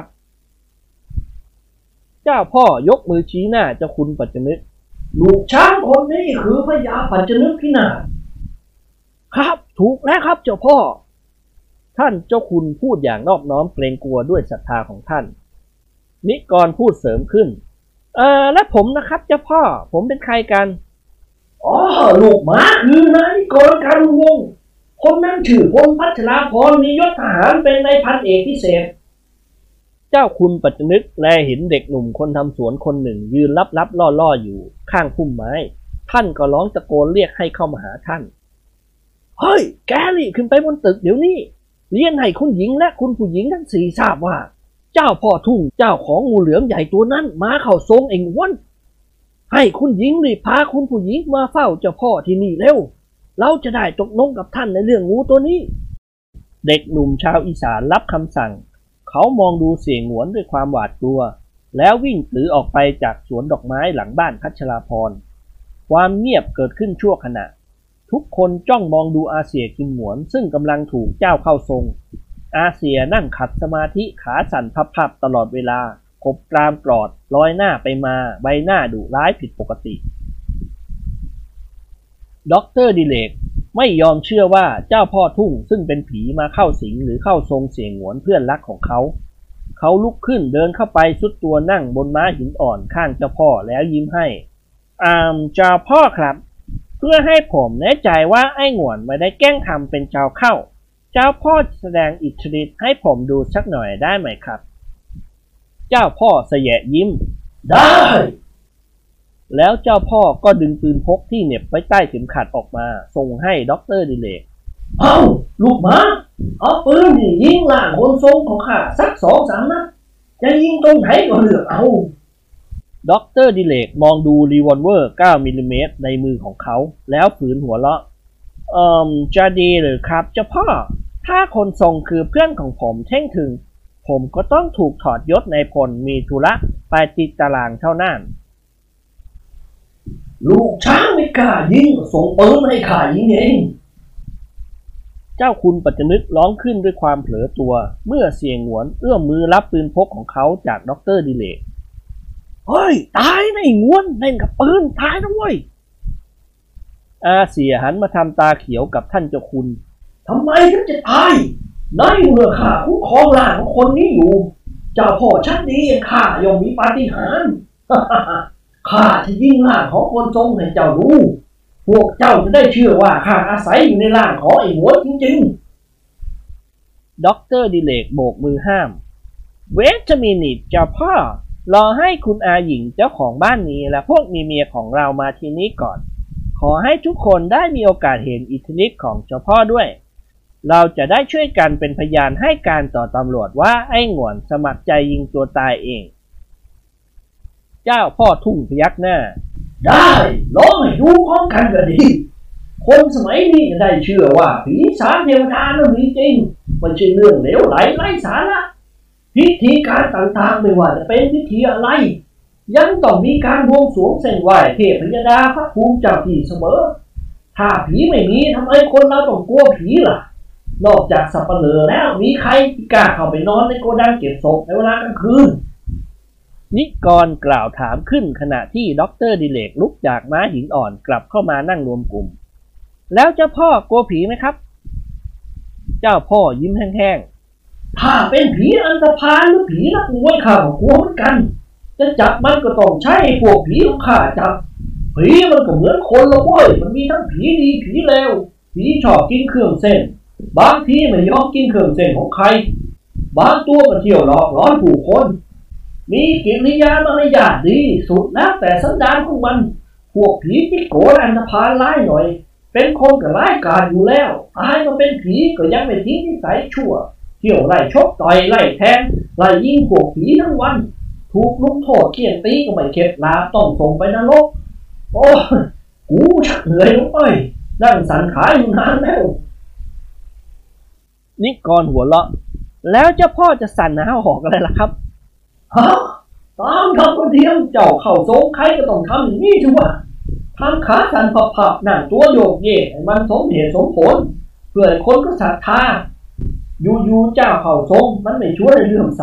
เจ้าพ่อยกมือชี้หน้าเจ้าคุณปัจจนึกลูกช้างคนนี้คือพญาปัจจนึกพินาศครับถูกแล้วครับเจ้าพ่อท่านเจ้าคุณพูดอย่างนอบน้อมเกรงกลัวด้วยศรัทธาของท่านนิกรพูดเสริมขึ้นเออและผมนะครับเจ้าพ่อผมเป็นใครกันอ๋อลูกหมาคือนายนิกรการุณวงศ์คนนั้นชื่อพลพัชราพรมียศทหารเป็นนายพันเอกพิเศษเจ้าคุณปัจจนึกแลเห็นเด็กหนุ่มคนทำสวนคนหนึ่งยืนลับๆล่อๆอยู่ข้างพุ่มไม้ท่านก็ร้องตะโกนเรียกให้เข้ามาหาท่านเฮ้ยแกลี่ขึ้นไปบนตึกเดี๋ยวนี้เรียนให้คุณหญิงและคุณผู้หญิงทั้งสี่ทราบว่าเจ้าพ่อทุ่งเจ้าของงูเหลือมใหญ่ตัวนั้นมาเข้าทรงเองวันให้คุณหญิงรีบพาคุณผู้หญิงมาเฝ้าเจ้าพ่อที่นี่เร็วเราจะได้ตกลงกับท่านในเรื่องงูตัวนี้เด็กหนุ่มชาวอีสานรับคำสั่งเขามองดูเสี่ยงหวนด้วยความหวาดกลัวแล้ววิ่งปรือออกไปจากสวนดอกไม้หลังบ้านพัชราพรความเงียบเกิดขึ้นชั่วขณะทุกคนจ้องมองดูอาเซียกิมหวนซึ่งกำลังถูกเจ้าเข้าทรงอาเซียนั่งขัดสมาธิขาสั่นพับๆตลอดเวลาขบกรามกรอดลอยหน้าไปมาใบหน้าดุร้ายผิดปกติด็อกเตอร์ดิเลกไม่ยอมเชื่อว่าเจ้าพ่อทุ่งซึ่งเป็นผีมาเข้าสิงหรือเข้าทรงเสี่ยงหวนเพื่อนรักของเขาเขาลุกขึ้นเดินเข้าไปสุดตัวนั่งบนม้าหินอ่อนข้างเจ้าพ่อแล้วยิ้มให้อ่าเจ้าพ่อครับเพื่อให้ผมแน่ใจว่าไอ้หงวนไม่ได้แกล้งทำเป็นเจ้าเข้าเจ้าพ่อแสดงอิทธิฤทธิ์ให้ผมดูสักหน่อยได้ไหมครับเจ้าพ่อเสยะยิ้มได้แล้วเจ้าพ่อก็ดึงปืนพกที่เหน็บไว้ใต้เข็มขัดออกมาส่งให้ด็อกเตอร์ดิเลกเอาลูกหมาเอาปืนนี่ยิงล่างคนทรงของข้าสักสองสามนัดจะยิงตรงไหนก็เลือกเอาด็อกเตอร์ดิเลกมองดูรีวอลเวอร์เก้ามิลลิเมตรในมือของเขาแล้วฝืนหัวเราะเอ่อจะดีหรือครับเจ้าพ่อถ้าคนทรงคือเพื่อนของผมเท่งถึงผมก็ต้องถูกถอดยศในพลมีธุระไปติดตารางเท่านั้นลูกช้างไม่กล้ายิงส่งปืนให้ข้ายิงเองเจ้าคุณปัจจนึกร้องขึ้นด้วยความเผลอตัวเมื่อเสี่ยงหวนเอื้อมมือรับปืนพกของเขาจากด็อกเตอร์ดิเลกเฮ้ยตายนะไอ้งวนเล่นกับปืนตายนะเว้ยอาเสียหันมาทำตาเขียวกับท่านเจ้าคุณทำไมถึงจะตายในเมื่อข้าคุ้มครองร่างของคนนี้อยู่เจ้าพ่อชั้นดีอย่างข้าย่อมมีปาฏิหาริย์ ข้าจะยิงร่างของคนทรงให้เจ้าดูพวกเจ้าจะได้เชื่อว่าข้าอาศัยอยู่ในร่างของไอ้หัวจริงๆด็อกเตอร์ดิเลกโบกมือห้ามเวทมินิตเจ้าพ่อรอให้คุณอาหญิงเจ้าของบ้านนี้และพวกมีเมียของเรามาที่นี้ก่อนขอให้ทุกคนได้มีโอกาสเห็นอิทธิฤทธิ์ของเจ้าพ่อด้วยเราจะได้ช่วยกันเป็นพยานให้การต่อตำรวจว่าไอ้หงวนสมัครใจยิงตัวตายเองเจ้าพ่อทุ่งพยักหน้าได้ลองให้ดูพร้อมกันก็ดีคนสมัยนี้จะได้เชื่อว่าผีสางเทวดานั้นมีจริงมันใช่เรื่องเหลวไหลไร้สาระพิธีการต่างๆไม่ว่าจะเป็นพิธีอะไรยังต้องมีการบวงสรวงเส้นไหว้เทพยดาพระภูมิเจ้าที่เสมอถ้าผีไม่มีทำไมคนเราต้องกลัวผีล่ะนอกจากสัปเหร่อแล้วมีใครที่กล้าเข้าไปนอนในโกดังเก็บศพในเวลากลางคืนนิกรกล่าวถามขึ้นขณะที่ด็อกเตอร์ดิเลกลุกจากม้าหินอ่อนกลับเข้ามานั่งรวมกลุ่มแล้วเจ้าพ่อกลัวผีไหมครับเจ้าพ่อยิ้มแห้งๆถ้าเป็นผีอันธพาลหรือผีนักมวยข้าก็กลัวเหมือนกันจะจับมันก็ต้องใช้พวกผีของข้าจับผีมันก็เหมือนคนละเว้ยมันมีทั้งผีดีผีเลวผีชอบกินเครื่องเส้นบางทีไม่ยอมกินเครื่องเส้นของใครบางตัวก็เที่ยวหลอกล้อนผู้คนมีกิริยามารยาทดีสุดแล้วแต่สันดานของมันพวกผีที่โกรธอันธพาลร้ายหน่อยเป็นคนก็ร้ายกาจอยู่แล้วตายมาเป็นผีก็ยังไม่ทิ้งนิสัยชั่วเที่ยวไล่ชกต่อยไล่แทงไล่ยิงพวกผีทั้งวันถูกลุกโทษเขี่ยนตีก็ไม่เข็ดลาต้องส่งไปนรกโอ้กูชักเหนื่อยลงไปนั่งสั่นขาอยู่นานแล้วนิกรหัวเราะแล้วเจ้าพ่อจะสั่นหาหอกอะไรล่ะครับฮะตามธรรมเนียมเจ้าเข้าทรงใครก็ต้องทำอย่างนี้ชัวร์ทำขาสั่นผับๆนั่งตัวโยกเยกให้มันสมเหตุสมผลเพื่อคนก็ศรัทธาอยู่ๆเจ้าเข้าทรงมันไม่ช่วยเรื่องใส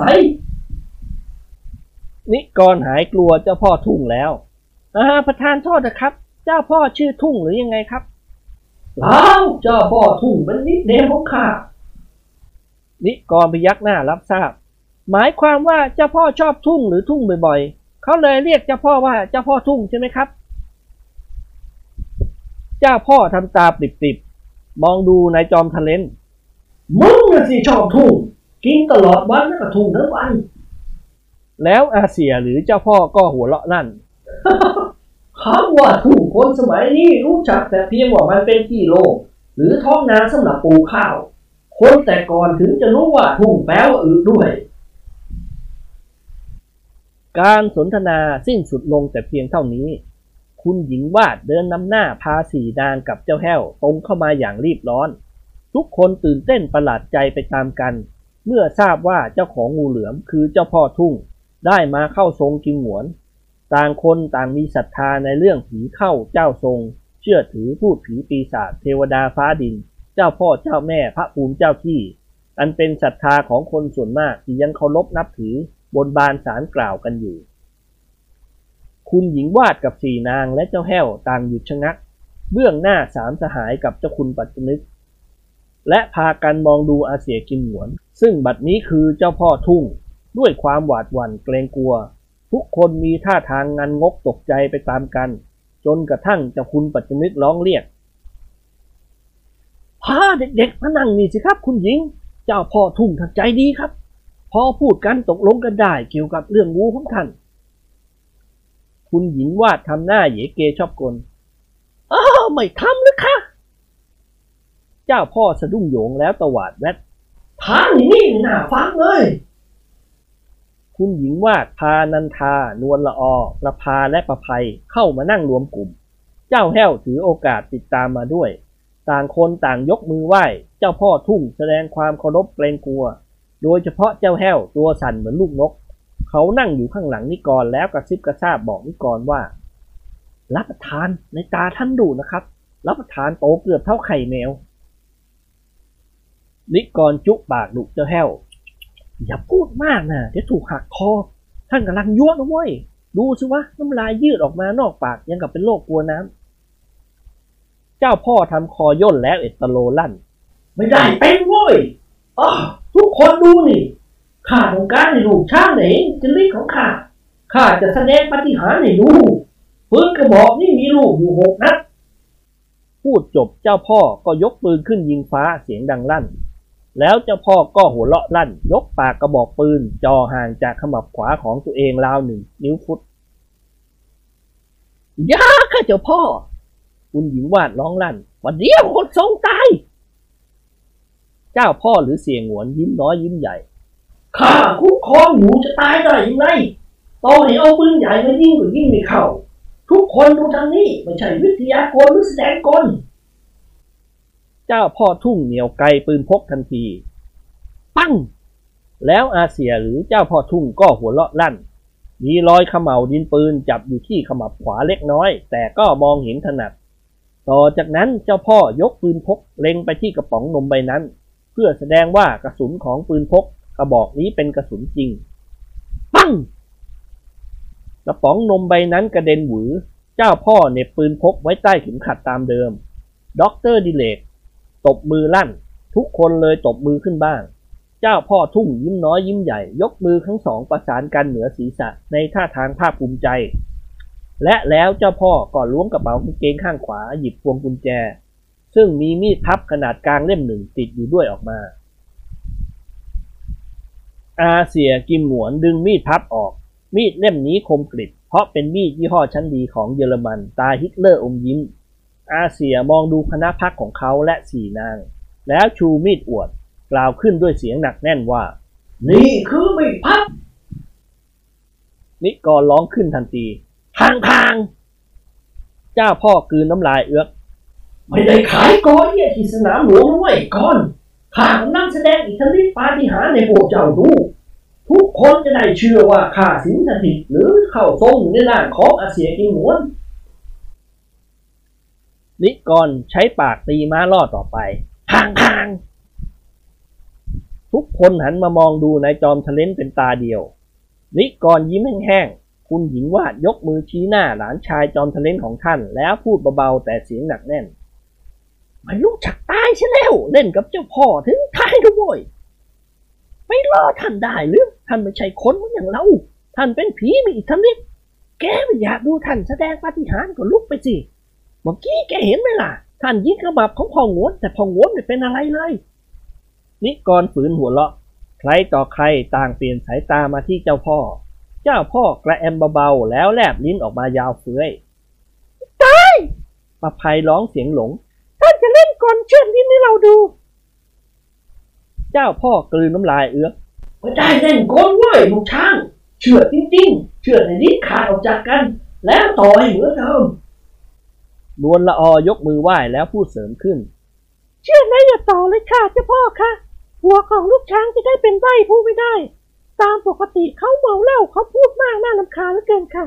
นิกรหายกลัวเจ้าพ่อทุ่งแล้วอ่าประธานโทษนะครับเจ้าพ่อชื่อทุ่งหรือยังไงครับอ้าวเจ้าพ่อทุ่งเป็นนิดเนมของข้านิกรพยักหน้ารับทราบหมายความว่าเจ้าพ่อชอบทุ่งหรือทุ่งบ่อยๆเขาเลยเรียกเจ้าพ่อว่าเจ้าพ่อทุ่งใช่ไหมครับเจ้าพ่อทำตาปริบๆมองดูนายจอมทะเลนมึงน่ะสิชอบทุ่งกินตลอดวันแล้วก็ทุ่งทั้งวันแล้วอาเซียหรือเจ้าพ่อก็หัวเราะลั่นคำว่าทุ่งคนสมัยนี้รู้จักแต่เพียงว่ามันเป็นที่โล่งหรือท้องนาสำหรับปลูกข้าวคนแต่ก่อนถึงจะรู้ว่าทุ่งแปลว่าอึด้วยการสนทนาสิ้นสุดลงแต่เพียงเท่านี้คุณหญิงวาดเดินนำหน้าพาสี่นางกับเจ้าแห้วตรงเข้ามาอย่างรีบร้อนทุกคนตื่นเต้นประหลาดใจไปตามกันเมื่อทราบว่าเจ้าของงูเหลือมคือเจ้าพ่อทุ่งได้มาเข้าทรงกิมหวนต่างคนต่างมีศรัทธาในเรื่องผีเข้าเจ้าทรงเชื่อถือพูดผีปีศาจเทวดาฟ้าดินเจ้าพ่อเจ้าแม่พระภูมิเจ้าที่อันเป็นศรัทธาของคนส่วนมากที่ยังเคารพนับถือบนบานศาลกล่าวกันอยู่คุณหญิงวาดกับสี่นางและเจ้าแห้วต่างหยุดชะงักเบื้องหน้าสามสหายกับเจ้าคุณปัจจนึกและพากันมองดูอาเสียกิมหวนซึ่งบัดนี้คือเจ้าพ่อทุ่งด้วยความหวาดหวั่นเกรงกลัวทุกคนมีท่าทางงันงกตกใจไปตามกันจนกระทั่งเจ้าคุณปัจจนึกร้องเรียกพาเด็กๆมานั่งนี่สิครับคุณหญิงเจ้าพ่อทุ่งท่านใจดีครับพอพูดกันตกลงกันได้เกี่ยวกับเรื่องงูของท่านคุณหญิงวาดทำหน้าเหยเกชอบกลอ้าวไม่ทำเลยค่ะเจ้าพ่อสะดุ้งโยงแล้วตวาดแวดทางนี่น่าฟังเลยคุณหญิงวาดพานันทานวลละออประภาและประภัยเข้ามานั่งรวมกลุ่มเจ้าแห้วถือโอกาสติดตามมาด้วยต่างคนต่างยกมือไหว้เจ้าพ่อทุ่งแสดงความเคารพเกรงกลัวโดยเฉพาะเจ้าแห้วตัวสั่นเหมือนลูกนกเขานั่งอยู่ข้างหลังนิกรแล้วกระซิบกระซาบบอกนิกรว่ารับประทานในตาท่านดูนะครับรับประทานโตเกือบเท่าไข่แมวนิกรจุปากดุเจ้าแห้วอย่าพูดมากนะเดี๋ยวถูกหักคอท่านกำลังยั่วนะเว้ยดูสิวะน้ำลายยืดออกมานอกปากยังกับเป็นโรคกลัวน้ำเจ้าพ่อทำคอย่นแล้วเอตโลลั่นไม่ได้เป็นเว้ยอ๋อทุกคนดูนี่ข้าต้องการให้ลูกช้างไหนจะลิกของข้าข้าจะแสดงปาฏิหาริย์ให้ดูปืนกระบอกนี่มีลูกอยู่หกนัดพูดจบเจ้าพ่อก็ยกปืนขึ้นยิงฟ้าเสียงดังลั่นแล้วเจ้าพ่อก็หัวเราะลั่นยกปากกระบอกปืนจ่อห่างจากขมับขวาของตัวเองราวหนึ่งนิ้วฟุตยาค่ะเจ้าพ่อคุณหญิงวาดร้องลั่นวันเดียวคนทรงตายเจ้าพ่อหรือเสี่ยงหวนยิ้มน้อยยิ้มใหญ่ข้าคุ้มครองอยู่จะตายได้ยังไงต่อให้เอาปืนใหญ่มายิงก็ยิงไม่เข้าทุกคนดูทางนี้ไม่ใช่วิทยากรหรือแสดงกลเจ้าพ่อทุ่งเหนียวไกลปืนพกทันทีปั้งแล้วอาเซียหรือเจ้าพ่อทุ่งก็หัวเราะลั่นมีรอยเขม่าดินปืนจับอยู่ที่ขมับขวาเล็กน้อยแต่ก็มองเห็นถนัดต่อจากนั้นเจ้าพ่อยกปืนพกเล็งไปที่กระป๋องนมใบนั้นเพื่อแสดงว่ากระสุนของปืนพกกระบอกนี้เป็นกระสุนจริงปั้งกระป๋องนมใบนั้นกระเด็นหวือเจ้าพ่อเหน็บปืนพกไว้ใต้เข็มขัดตามเดิมด็อกเตอร์ดิเลกตบมือลั่นทุกคนเลยตบมือขึ้นบ้างเจ้าพ่อทุ่งยิ้มน้อยยิ้มใหญ่ยกมือทั้งสองประสานกันเหนือศีรษะในท่าทางภาคภูมิใจและแล้วเจ้าพ่อก็ล้วงกระเป๋ากางเกงข้างขวาหยิบพวงกุญแจซึ่งมีมีดพับขนาดกลางเล่มหนึ่งติดอยู่ด้วยออกมาอาเซียกิมหมวนดึงมีดพับออกมีดเล่มนี้คมกริบเพราะเป็นมีดยี่ห้อชั้นดีของเยอรมันตาฮิตเลอร์อมยิ้มอาเซียมองดูคณะพรรคของเขาและสี่นางแล้วชูมีดอวดกล่าวขึ้นด้วยเสียงหนักแน่นว่านี่คือมีดพับนิกรร้องขึ้นทันทีทางทางเจ้าพ่อกลืนน้ำลายเอื้อกไม่ได้ขายก้อนเนี่ยที่สนามหลวงด้วยก่อนข้ากำลังแสดงอิทธิฤทธิปาฏิหาริย์ในพวกเจ้าดูทุกคนจะได้เชื่อว่าข้าสิงสถิตหรือเข้าทรงอยู่ในร่างของอาเซียกิมหมวนนิกรใช้ปากตีม้าล่อต่อไปทางทางทุกคนหันมามองดูนายจอมทะเลนเป็นตาเดียวนิกรยิ้มแห้งๆคุณหญิงวาดยกมือชี้หน้าหลานชายจอมทะเลนของท่านแล้วพูดเบาๆแต่เสียงหนักแน่นไม่รู้จักตายใช่แล้วเล่นกับเจ้าพ่อถึงตายด้วยไม่รอท่านได้หรือท่านไม่ใช่คนเหมือนอย่างเราท่านเป็นผีมีอิทธิฤทธิ์แกไม่อยากดูท่านแสดงปาฏิหาริย์ก็ลุกไปสิเมื่อกี้แกเห็นไหมล่ะท่านยิงกระบาดของพ่อโงวนแต่พ่อโงวนไม่เป็นอะไรเลยนิกรฝืนหัวเราะใครต่อใครต่างเปลี่ยนสายตามาที่เจ้าพ่อเจ้าพ่อกระแอมเบาๆแล้วแลบลิ้นออกมายาวเฟื้อยตายประภัยร้องเสียงหลงท่านจะเล่นกลเชื่อลิ้นให้เราดูเจ้าพ่อกลืนน้ำลายเอื้อกไม่ได้เล่นกลเว้ยลูกช้างเชื่อจริงๆเชื่อในลิ้นขาดออกจากกันแล้วต่อให้เหมือนเดิมนวลละออยกมือไหว้แล้วพูดเสริมขึ้นเชื่อไหมอย่าต่อเลยค่ะเจ้าพ่อค่ะหัวของลูกช้างจะได้เป็นใบ้พูดไม่ได้ตามปกติเขาเมาเหล้าเขาพูดมากน่ารำคาญเหลือเกินค่ะ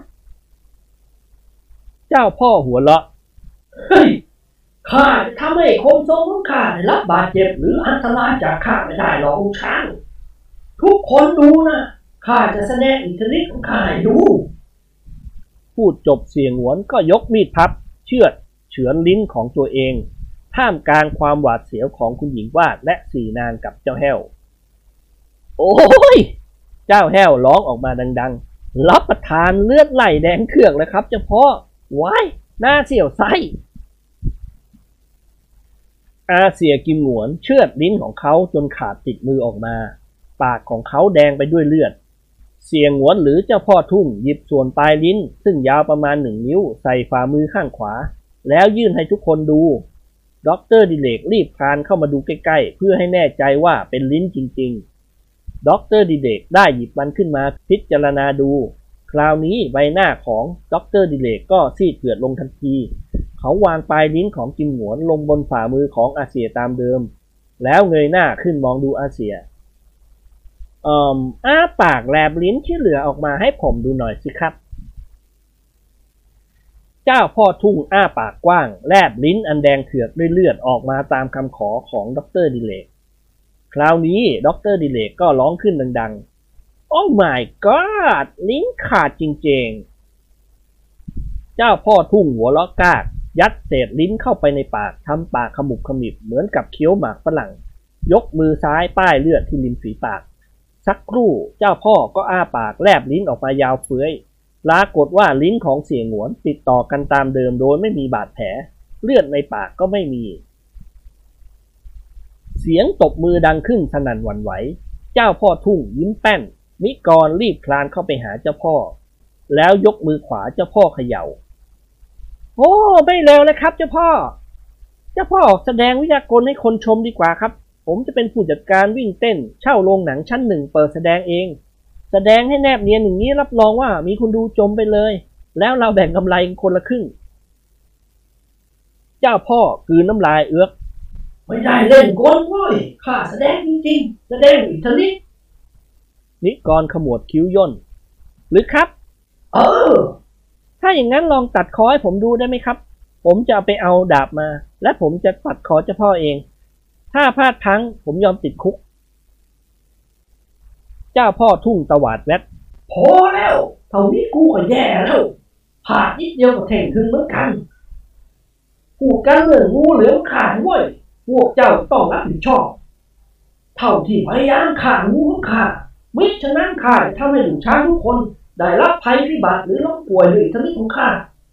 เจ้าพ่อหัวเราะเฮ้ยข้าจะทำให้คนทรงของข้าได้รับบาดเจ็บหรืออันตรายจากข้าไม่ได้หรอกลูกช้างทุกคนดูนะข้าจะแสดงอิทธิฤทธิ์ของข้าให้ดูพูดจบเสียงหวนก็ยกมีดพับเชือดเฉือนลิ้นของตัวเองท่ามกลางความหวาดเสียวของคุณหญิงวาดและสี่นางกับเจ้าแห้วโอ้ยเจ้าแห้วร้องออกมาดังๆรับประทานเลือดไหลแดงเถือกเลยครับเจ้าพ่อว้ายหน้าเสียวไส้อาเซียกิมหงวนเชือดลิ้นของเขาจนขาดติดมือออกมาปากของเขาแดงไปด้วยเลือดเสียงหงวนหรือเจ้าพ่อทุ่งหยิบส่วนปลายลิ้นซึ่งยาวประมาณหนึ่งนิ้วใส่ฝ่ามือข้างขวาแล้วยื่นให้ทุกคนดูด็อกเตอร์ดิเลกรีบคลานเข้ามาดูใกล้ๆเพื่อให้แน่ใจว่าเป็นลิ้นจริงๆด็อกเตอร์ดิเลกได้หยิบมันขึ้นมาพิจารณาดูคราวนี้ใบหน้าของด็อกเตอร์ดิเลกก็ซีดเผือดลงทันทีเขาวางปลายลิ้นของกิมหงวนลงบนฝ่ามือของอาเซียตามเดิมแล้วเงยหน้าขึ้นมองดูอาเซียเอ่ออ้าปากแลบลิ้นที่เหลือออกมาให้ผมดูหน่อยสิครับเจ้าพ่อทุ่งอ้าปากกว้างแลบลิ้นอันแดงเถือกด้วยเลือดออกมาตามคำขอของด็อกเตอร์ดิเลกคราวนี้ด็อกเตอร์ดิเลกก็ร้องขึ้นดังๆโอ้ my god ลิ้นขาดจริงๆเจ้าพ่อทุ่งหัวเราะกากยัดเศษลิ้นเข้าไปในปากทำปากขมุบขมิบเหมือนกับเคี้ยวหมากฝรั่งยกมือซ้ายป้ายเลือดที่ริมฝีปากสักครู่เจ้าพ่อก็อ้าปากแลบลิ้นออกมายาวเฟื้อยปรากฏว่าลิ้นของเสี่ยงหงวนติดต่อกันตามเดิมโดยไม่มีบาดแผลเลือดในปากก็ไม่มีเสียงตบมือดังขึ้นสนั่นหวั่นไหวเจ้าพ่อทุ่งยิ้มแป้นนิกรรีบคลานเข้าไปหาเจ้าพ่อแล้วยกมือขวาเจ้าพ่อเขย่าโอ้ไม่เร็วเลยครับเจ้าพ่อเจ้าพ่อแสดงวิทยากรให้คนชมดีกว่าครับผมจะเป็นผู้จัดการวิ่งเต้นเช่าโรงหนังชั้นหนึ่งเปิดแสดงเองแสดงให้แนบเนียนอย่างนี้รับรองว่ามีคนดูจมไปเลยแล้วเราแบ่งกำไรคนละครึ่งเจ้าพ่อกลืนน้ำลายเอื้อกไม่ได้เล่นกลเว้ยข้าแสดงจริงๆแสดงอิทธิฤทธิ์นิกรขมวดคิ้วย่นหรือครับเออถ้าอย่างนั้นลองตัดคอให้ผมดูได้ไหมครับผมจะไปเอาดาบมาและผมจะตัดคอเจ้าพ่อเองถ้าพลาดพลั้งผมยอมติดคุกเจ้าพ่อทุ่งตวาดแวดพอแล้วเท่านี้กูก็แย่แล้วพลาดนิดเดียวก็แข่งถึงเหมือนกันพูดกันเรื่องงูเหลือมขาดเว้ยพวกเจ้าต้องรับผิดชอบเท่าที่พยายามขาดงูของข้ามิฉะนั้นข้าทำให้ลูกช้างทุกคนได้รับภัยพิบัติหรือล้มป่วยด้วยอิทธิฤทธิ์ของข้า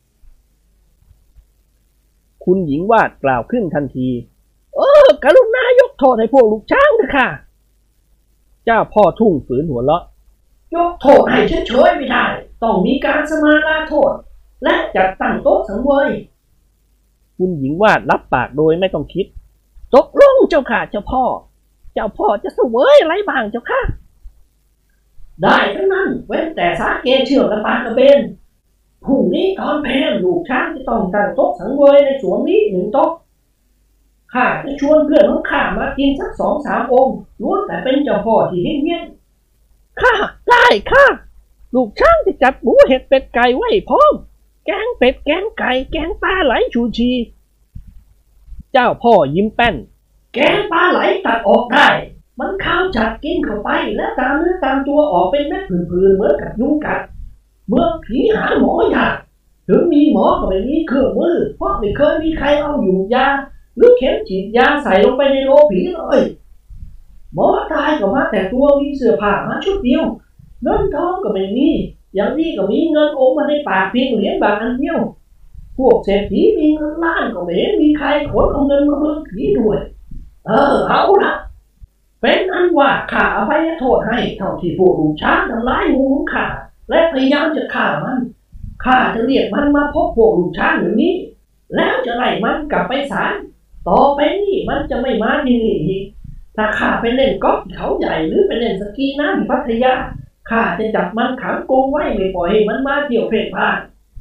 คุณหญิงวาดกล่าวขึ้นทันทีเออกรุณายกโทษให้พวกลูกช้างเถอะค่ะเจ้าพ่อทุ่งฝืนหัวเราะยกโทษให้เฉยๆไม่ได้ต้องมีการสมาลาโทษและจัดตั้งโต๊ะสังเวยคุณหญิงวาดรับปากโดยไม่ต้องคิดตกลงเจ้าค่ะเจ้าพ่อเจ้าพ่อจะเสวยอะไรบ้างเจ้าค่ะได้ทั้งนั้นเว้นแต่สาเกเชื่อมและปากกระเบนพรุ่งนี้ตอนเพลงลูกช้างจะต้องตั้งโต๊ะสังเวยในสวนนี้หนึ่งโต๊ะข้าจะชวนเพื่อนของข้ามากินสักสองสามองค์ล้วนแต่เป็นเจ้าพ่อที่เฮี้ยนๆข้าได้ค่ะลูกช้างจะจัดหมูเห็ดเป็ดไก่ไว้พร้อมแกงเป็ดแกงไก่แกงปลาไหลชูชีเจ้าพ่อยิ้มแป้นแกงปลาไหลตัดออกได้มันข้าวจัดกินเข้าไปและตามเนื้อตามตัวออกเป็นเม็ดผื่นๆเหมือนกับยุงกัดเมื่อผีหาหมอยากถึงมีหมอก็ไม่มีเครื่องมือเพราะไม่เคยมีใครเอาอยู่ยาหรือเข็มฉีดยาใส่ลงไปในโลผีเลยหมอตายก็มาแต่ตัวมีเสื้อผ้ามาชุดเดียวเงินทองก็ไม่มีอย่างนี้ก็มีเงินอมมาในปากเพียงเหรียญบาทอันเดียวพวกเศรษฐีมีเงินล้านก็ไม่เห็นมีใครขนเอาเงินมาเมืองผีด้วยเออเอาละเป็นอันว่าข้าอภัยโทษให้เท่าที่พวกลูกช้างทำร้ายงูของข้าและพยายามจะฆ่ามันข้าจะเรียกมันมาพบพวกลูกช้างอย่างนี้แล้วจะไล่มันกลับไปศาลต่อไปนี่มันจะไม่มาที่นี่อีกถ้าข้าไปเล่นกอล์ฟเขาใหญ่หรือไปเล่นสกีน้ำที่พัทยาข้าจะจับมันขังกรงไว้ไม่ปล่อยให้มันมาเที่ยวเพ่นพ่าน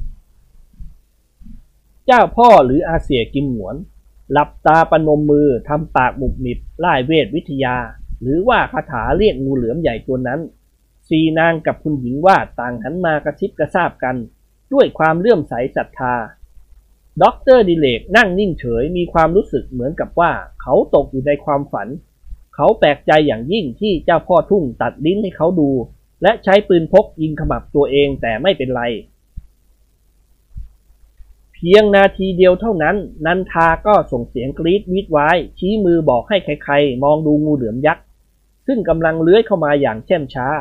เจ้าพ่อหรืออาเสียกิมหนวนหลับตาประนมมือทำปากหมุบหมิบไล่เวทวิทยาหรือว่าคาถาเรียกงูเหลือมใหญ่ตัวนั้นสีนางกับคุณหญิงวาดต่างหันมากระซิบกระซาบกันด้วยความเลื่อมใสศรัทธาด็อกเตอร์ดิเลกนั่งนิ่งเฉยมีความรู้สึกเหมือนกับว่าเขาตกอยู่ในความฝันเขาแปลกใจอย่างยิ่งที่เจ้าพ่อทุ่งตัดลิ้นให้เขาดูและใช้ปืนพกยิงขมับตัวเองแต่ไม่เป็นไรเพียงนาทีเดียวเท่านั้นนันทาก็ส่งเสียงกรีดวิดไว้ชี้มือบอกให้ใครๆมองดูงูเหลือมยักษ์ซึ่งกำลังเลื้อยเข้ามาอย่างแช่มช้า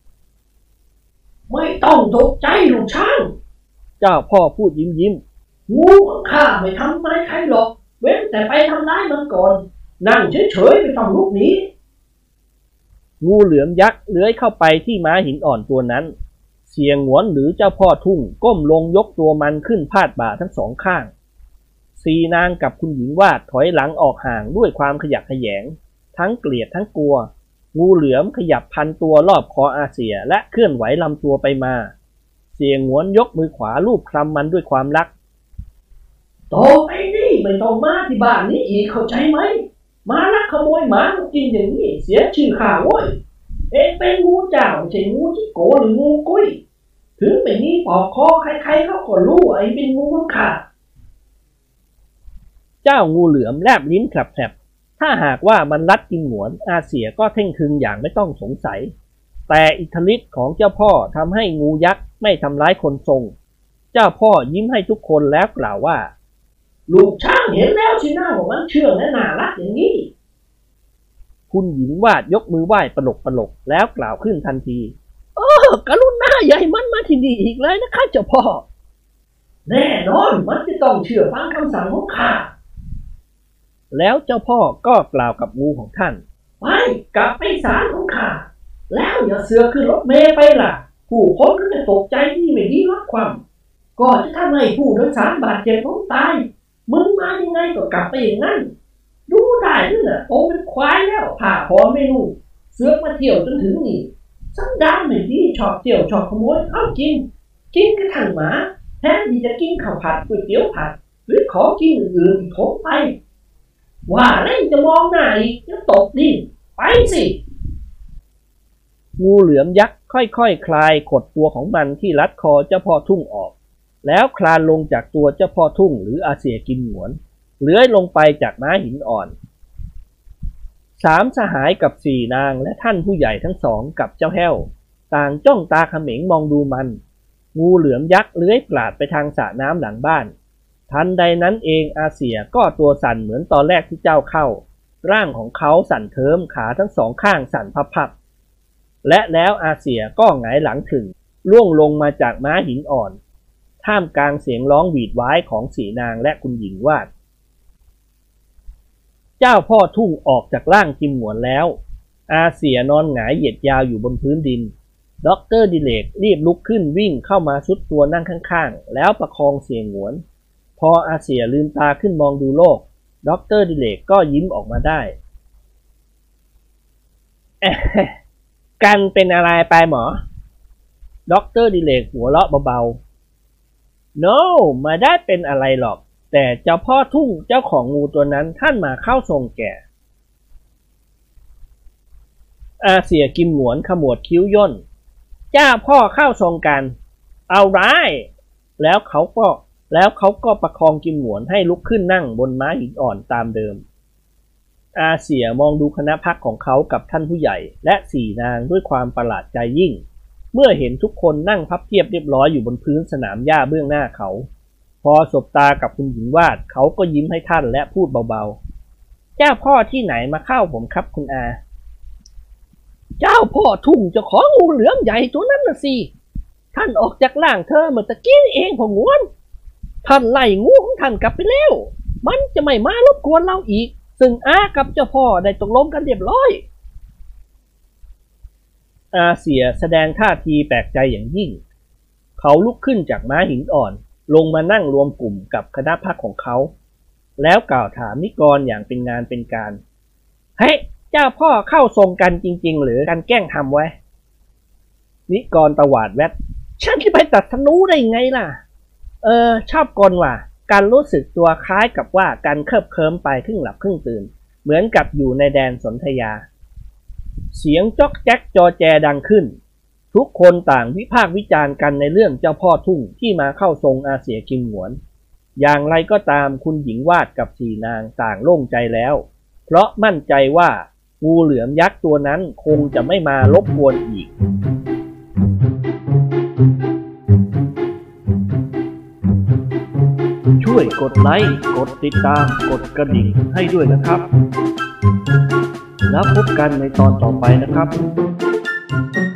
ไม่ต้องตกใจลูกช้างเจ้าพ่อพูดยิ้มยิ้มงูของข้าไม่ทำร้ายใครหรอกเว้นแต่ไปทำร้ายมันก่อนนั่งเฉยๆไม่ต้องลุกหนีงูเหลือมยักษ์เลื้อยเข้าไปที่ม้าหินอ่อนตัวนั้นเสียงหงวนหรือเจ้าพ่อทุ่งก้มลงยกตัวมันขึ้นพาดบ่าทั้งสองข้างสีนางกับคุณหญิงวาดถอยหลังออกห่างด้วยความขยักขยงทั้งเกลียดทั้งกลัวงูเหลือมขยับพันตัวรอบคออาเซียและเคลื่อนไหวลำตัวไปมาเสียงหงวนยกมือขวาลูบคลำมันด้วยความรักต่อไปนี่ไม่ต้องมาที่บ้านนี้อีกเข้าใจไหมมาลักขโมยหมากินอย่างนี้เสียชื่อข้าเว้ยเอ็งเป็นงูเจ้าไม่ใช่งูจิโกหรืองูกุ้ยถึงไม่มีปอกคอใครๆเขาก็รู้ว่าไอ้เป็นงูของข้าเจ้างูเหลือมแลบลิ้นแผลบๆถ้าหากว่ามันรัดกินหงวนอาเซียก็เท่งคึงอย่างไม่ต้องสงสัยแต่อิทธิฤทธิ์ของเจ้าพ่อทำให้งูยักษ์ไม่ทำร้ายคนทรงเจ้าพ่อยิ้มให้ทุกคนแล้วกล่าวว่าลูกช้างเห็นแล้วสิหน้าของมันเชื่องและน่ารักอย่างนี้คุณหญิงวาดยกมือไหว้ปลกปลกแล้วกล่าวขึ้นทันทีเออกรุณาใหญ่มันมาที่นี่อีกเลยนะคะเจ้าพ่อแน่นอนมันจะต้องเชื่อฟังคำสั่งของข้าแล้วเจ้าพ่อก็กล่าวกับงูของท่านไปกลับไปศาลของข้าแล้วอย่าเสือขึ้นรถเมล์ไปล่ะผู้คนก็จะตกใจที่ไม่ดีรับความก็จะทำให้ผู้โดยสารบาดเจ็บล้มตายมึงมายังไงก็กลับไปอย่างนั้นดูได้ด้วยน่ะโตเป็นควายแล้วผ่าพอไม่รู้เสือกมาเที่ยวจนถึงนี่สันดานไม่ดีชอบเที่ยวชอบขโมยเอากินกินกระทั่งหมาแทนที่จะกินข้าวผัดก๋วยเตี๋ยวผัดหรือขอกินอื่นๆอีกทบไปว่าแล้วจะมองหน้าอีกจะตกดินไปสิงูเหลือมยักษ์ค่อยๆ ค, คลายขดตัวของมันที่รัดคอเจ้าพ่อทุ่งออกแล้วคลานลงจากตัวเจ้าพ่อทุ่งหรืออาเสียกินหงวนเลื้อยลงไปจากม้าหินอ่อนสามสหายกับสี่นางและท่านผู้ใหญ่ทั้งสองกับเจ้าแห้วต่างจ้องตาเขม็งมองดูมันงูเหลือมยักษ์เลื้อยกลาดไปทางสระน้ำหลังบ้านทันใดนั้นเองอาเสียก็ตัวสั่นเหมือนตอนแรกที่เจ้าเข้าร่างของเขาสั่นเทิมขาทั้งสองข้างสั่นพับๆและแล้วอาเสียก็หงายหลังถึงล่วงลงมาจากม้าหินอ่อนท่ามกลางเสียงร้องหวีดว้ายของสีนางและคุณหญิงวาดเจ้าพ่อทุ่งออกจากร่างกิมหงวนแล้วอาเสียนอนหงายเหยียดยาวอยู่บนพื้นดินด็อกเตอร์ดิเลกรีบลุกขึ้นวิ่งเข้ามาซุดตัวนั่งข้างๆแล้วประคองเสียงหงวนพออาเสียลืมตาขึ้นมองดูโลกด็อกเตอร์ดิเลกก็ยิ้มออกมาได้เอ๊ะกันเป็นอะไรไปหมอด็อกเตอร์ดิเลกหัวเราะเบาๆ no ไม่ได้เป็นอะไรหรอกแต่เจ้าพ่อทุ่งเจ้าของงูตัวนั้นท่านมาเข้าทรงแก่อาเสียกิมหงวนขมวดคิ้วย่นเจ้าพ่อเข้าทรงกันเอาไรแล้วเขาก็แล้วเขาก็ประคองกิมหงวนให้ลุกขึ้นนั่งบนม้าหินอ่อนตามเดิมอาเสียมองดูคณะพักของเขากับท่านผู้ใหญ่และสี่นางด้วยความประหลาดใจยิ่งเมื่อเห็นทุกคนนั่งพับเพียบเรียบร้อยอยู่บนพื้นสนามหญ้าเบื้องหน้าเขาพอสบตากับคุณหญิงวาดเขาก็ยิ้มให้ท่านและพูดเบาๆเจ้าพ่อที่ไหนมาเข้าผมครับคุณอาเจ้าพ่อทุ่งเจ้าของงูเหลือมใหญ่ตัวนั้นน่ะสิท่านออกจากร่างเธอเมื่อตะกี้เองพ่องวนท่านไล่งูของท่านกลับไปแล้วมันจะไม่มารบกวนเราอีกซึ่งอากับเจ้าพ่อได้ตกลงกันเรียบร้อยอาเสียแสดงท่าทีแปลกใจอย่างยิ่งเขาลุกขึ้นจากม้าหินอ่อนลงมานั่งรวมกลุ่มกับคณะพักของเขาแล้วกล่าวถามนิกรอย่างเป็นงานเป็นการเฮ้ hey, เจ้าพ่อเข้าทรงกันจริงๆหรือการแกล้งทำไว้นิกรตวาดแวดฉันจะไปตัดธนูได้ไงล่ะเออชอบกลว่ะการรู้สึกตัวคล้ายกับว่าการเคลิบเคลิ้มไปครึ่งหลับครึ่งตื่นเหมือนกับอยู่ในแดนสนธยาเสียงจ๊อกแจ๊กจอแจดังขึ้นทุกคนต่างวิพากษ์วิจารณ์กันในเรื่องเจ้าพ่อทุ่งที่มาเข้าทรงอาเสียกิมหงวนอย่างไรก็ตามคุณหญิงวาดกับสี่นางต่างโล่งใจแล้วเพราะมั่นใจว่างูเหลือมยักษ์ตัวนั้นคงจะไม่มารบกวนอีกช่วยกดไลค์กดติดตามกดกระดิ่งให้ด้วยนะครับแล้วพบกันในตอนต่อไปนะครับ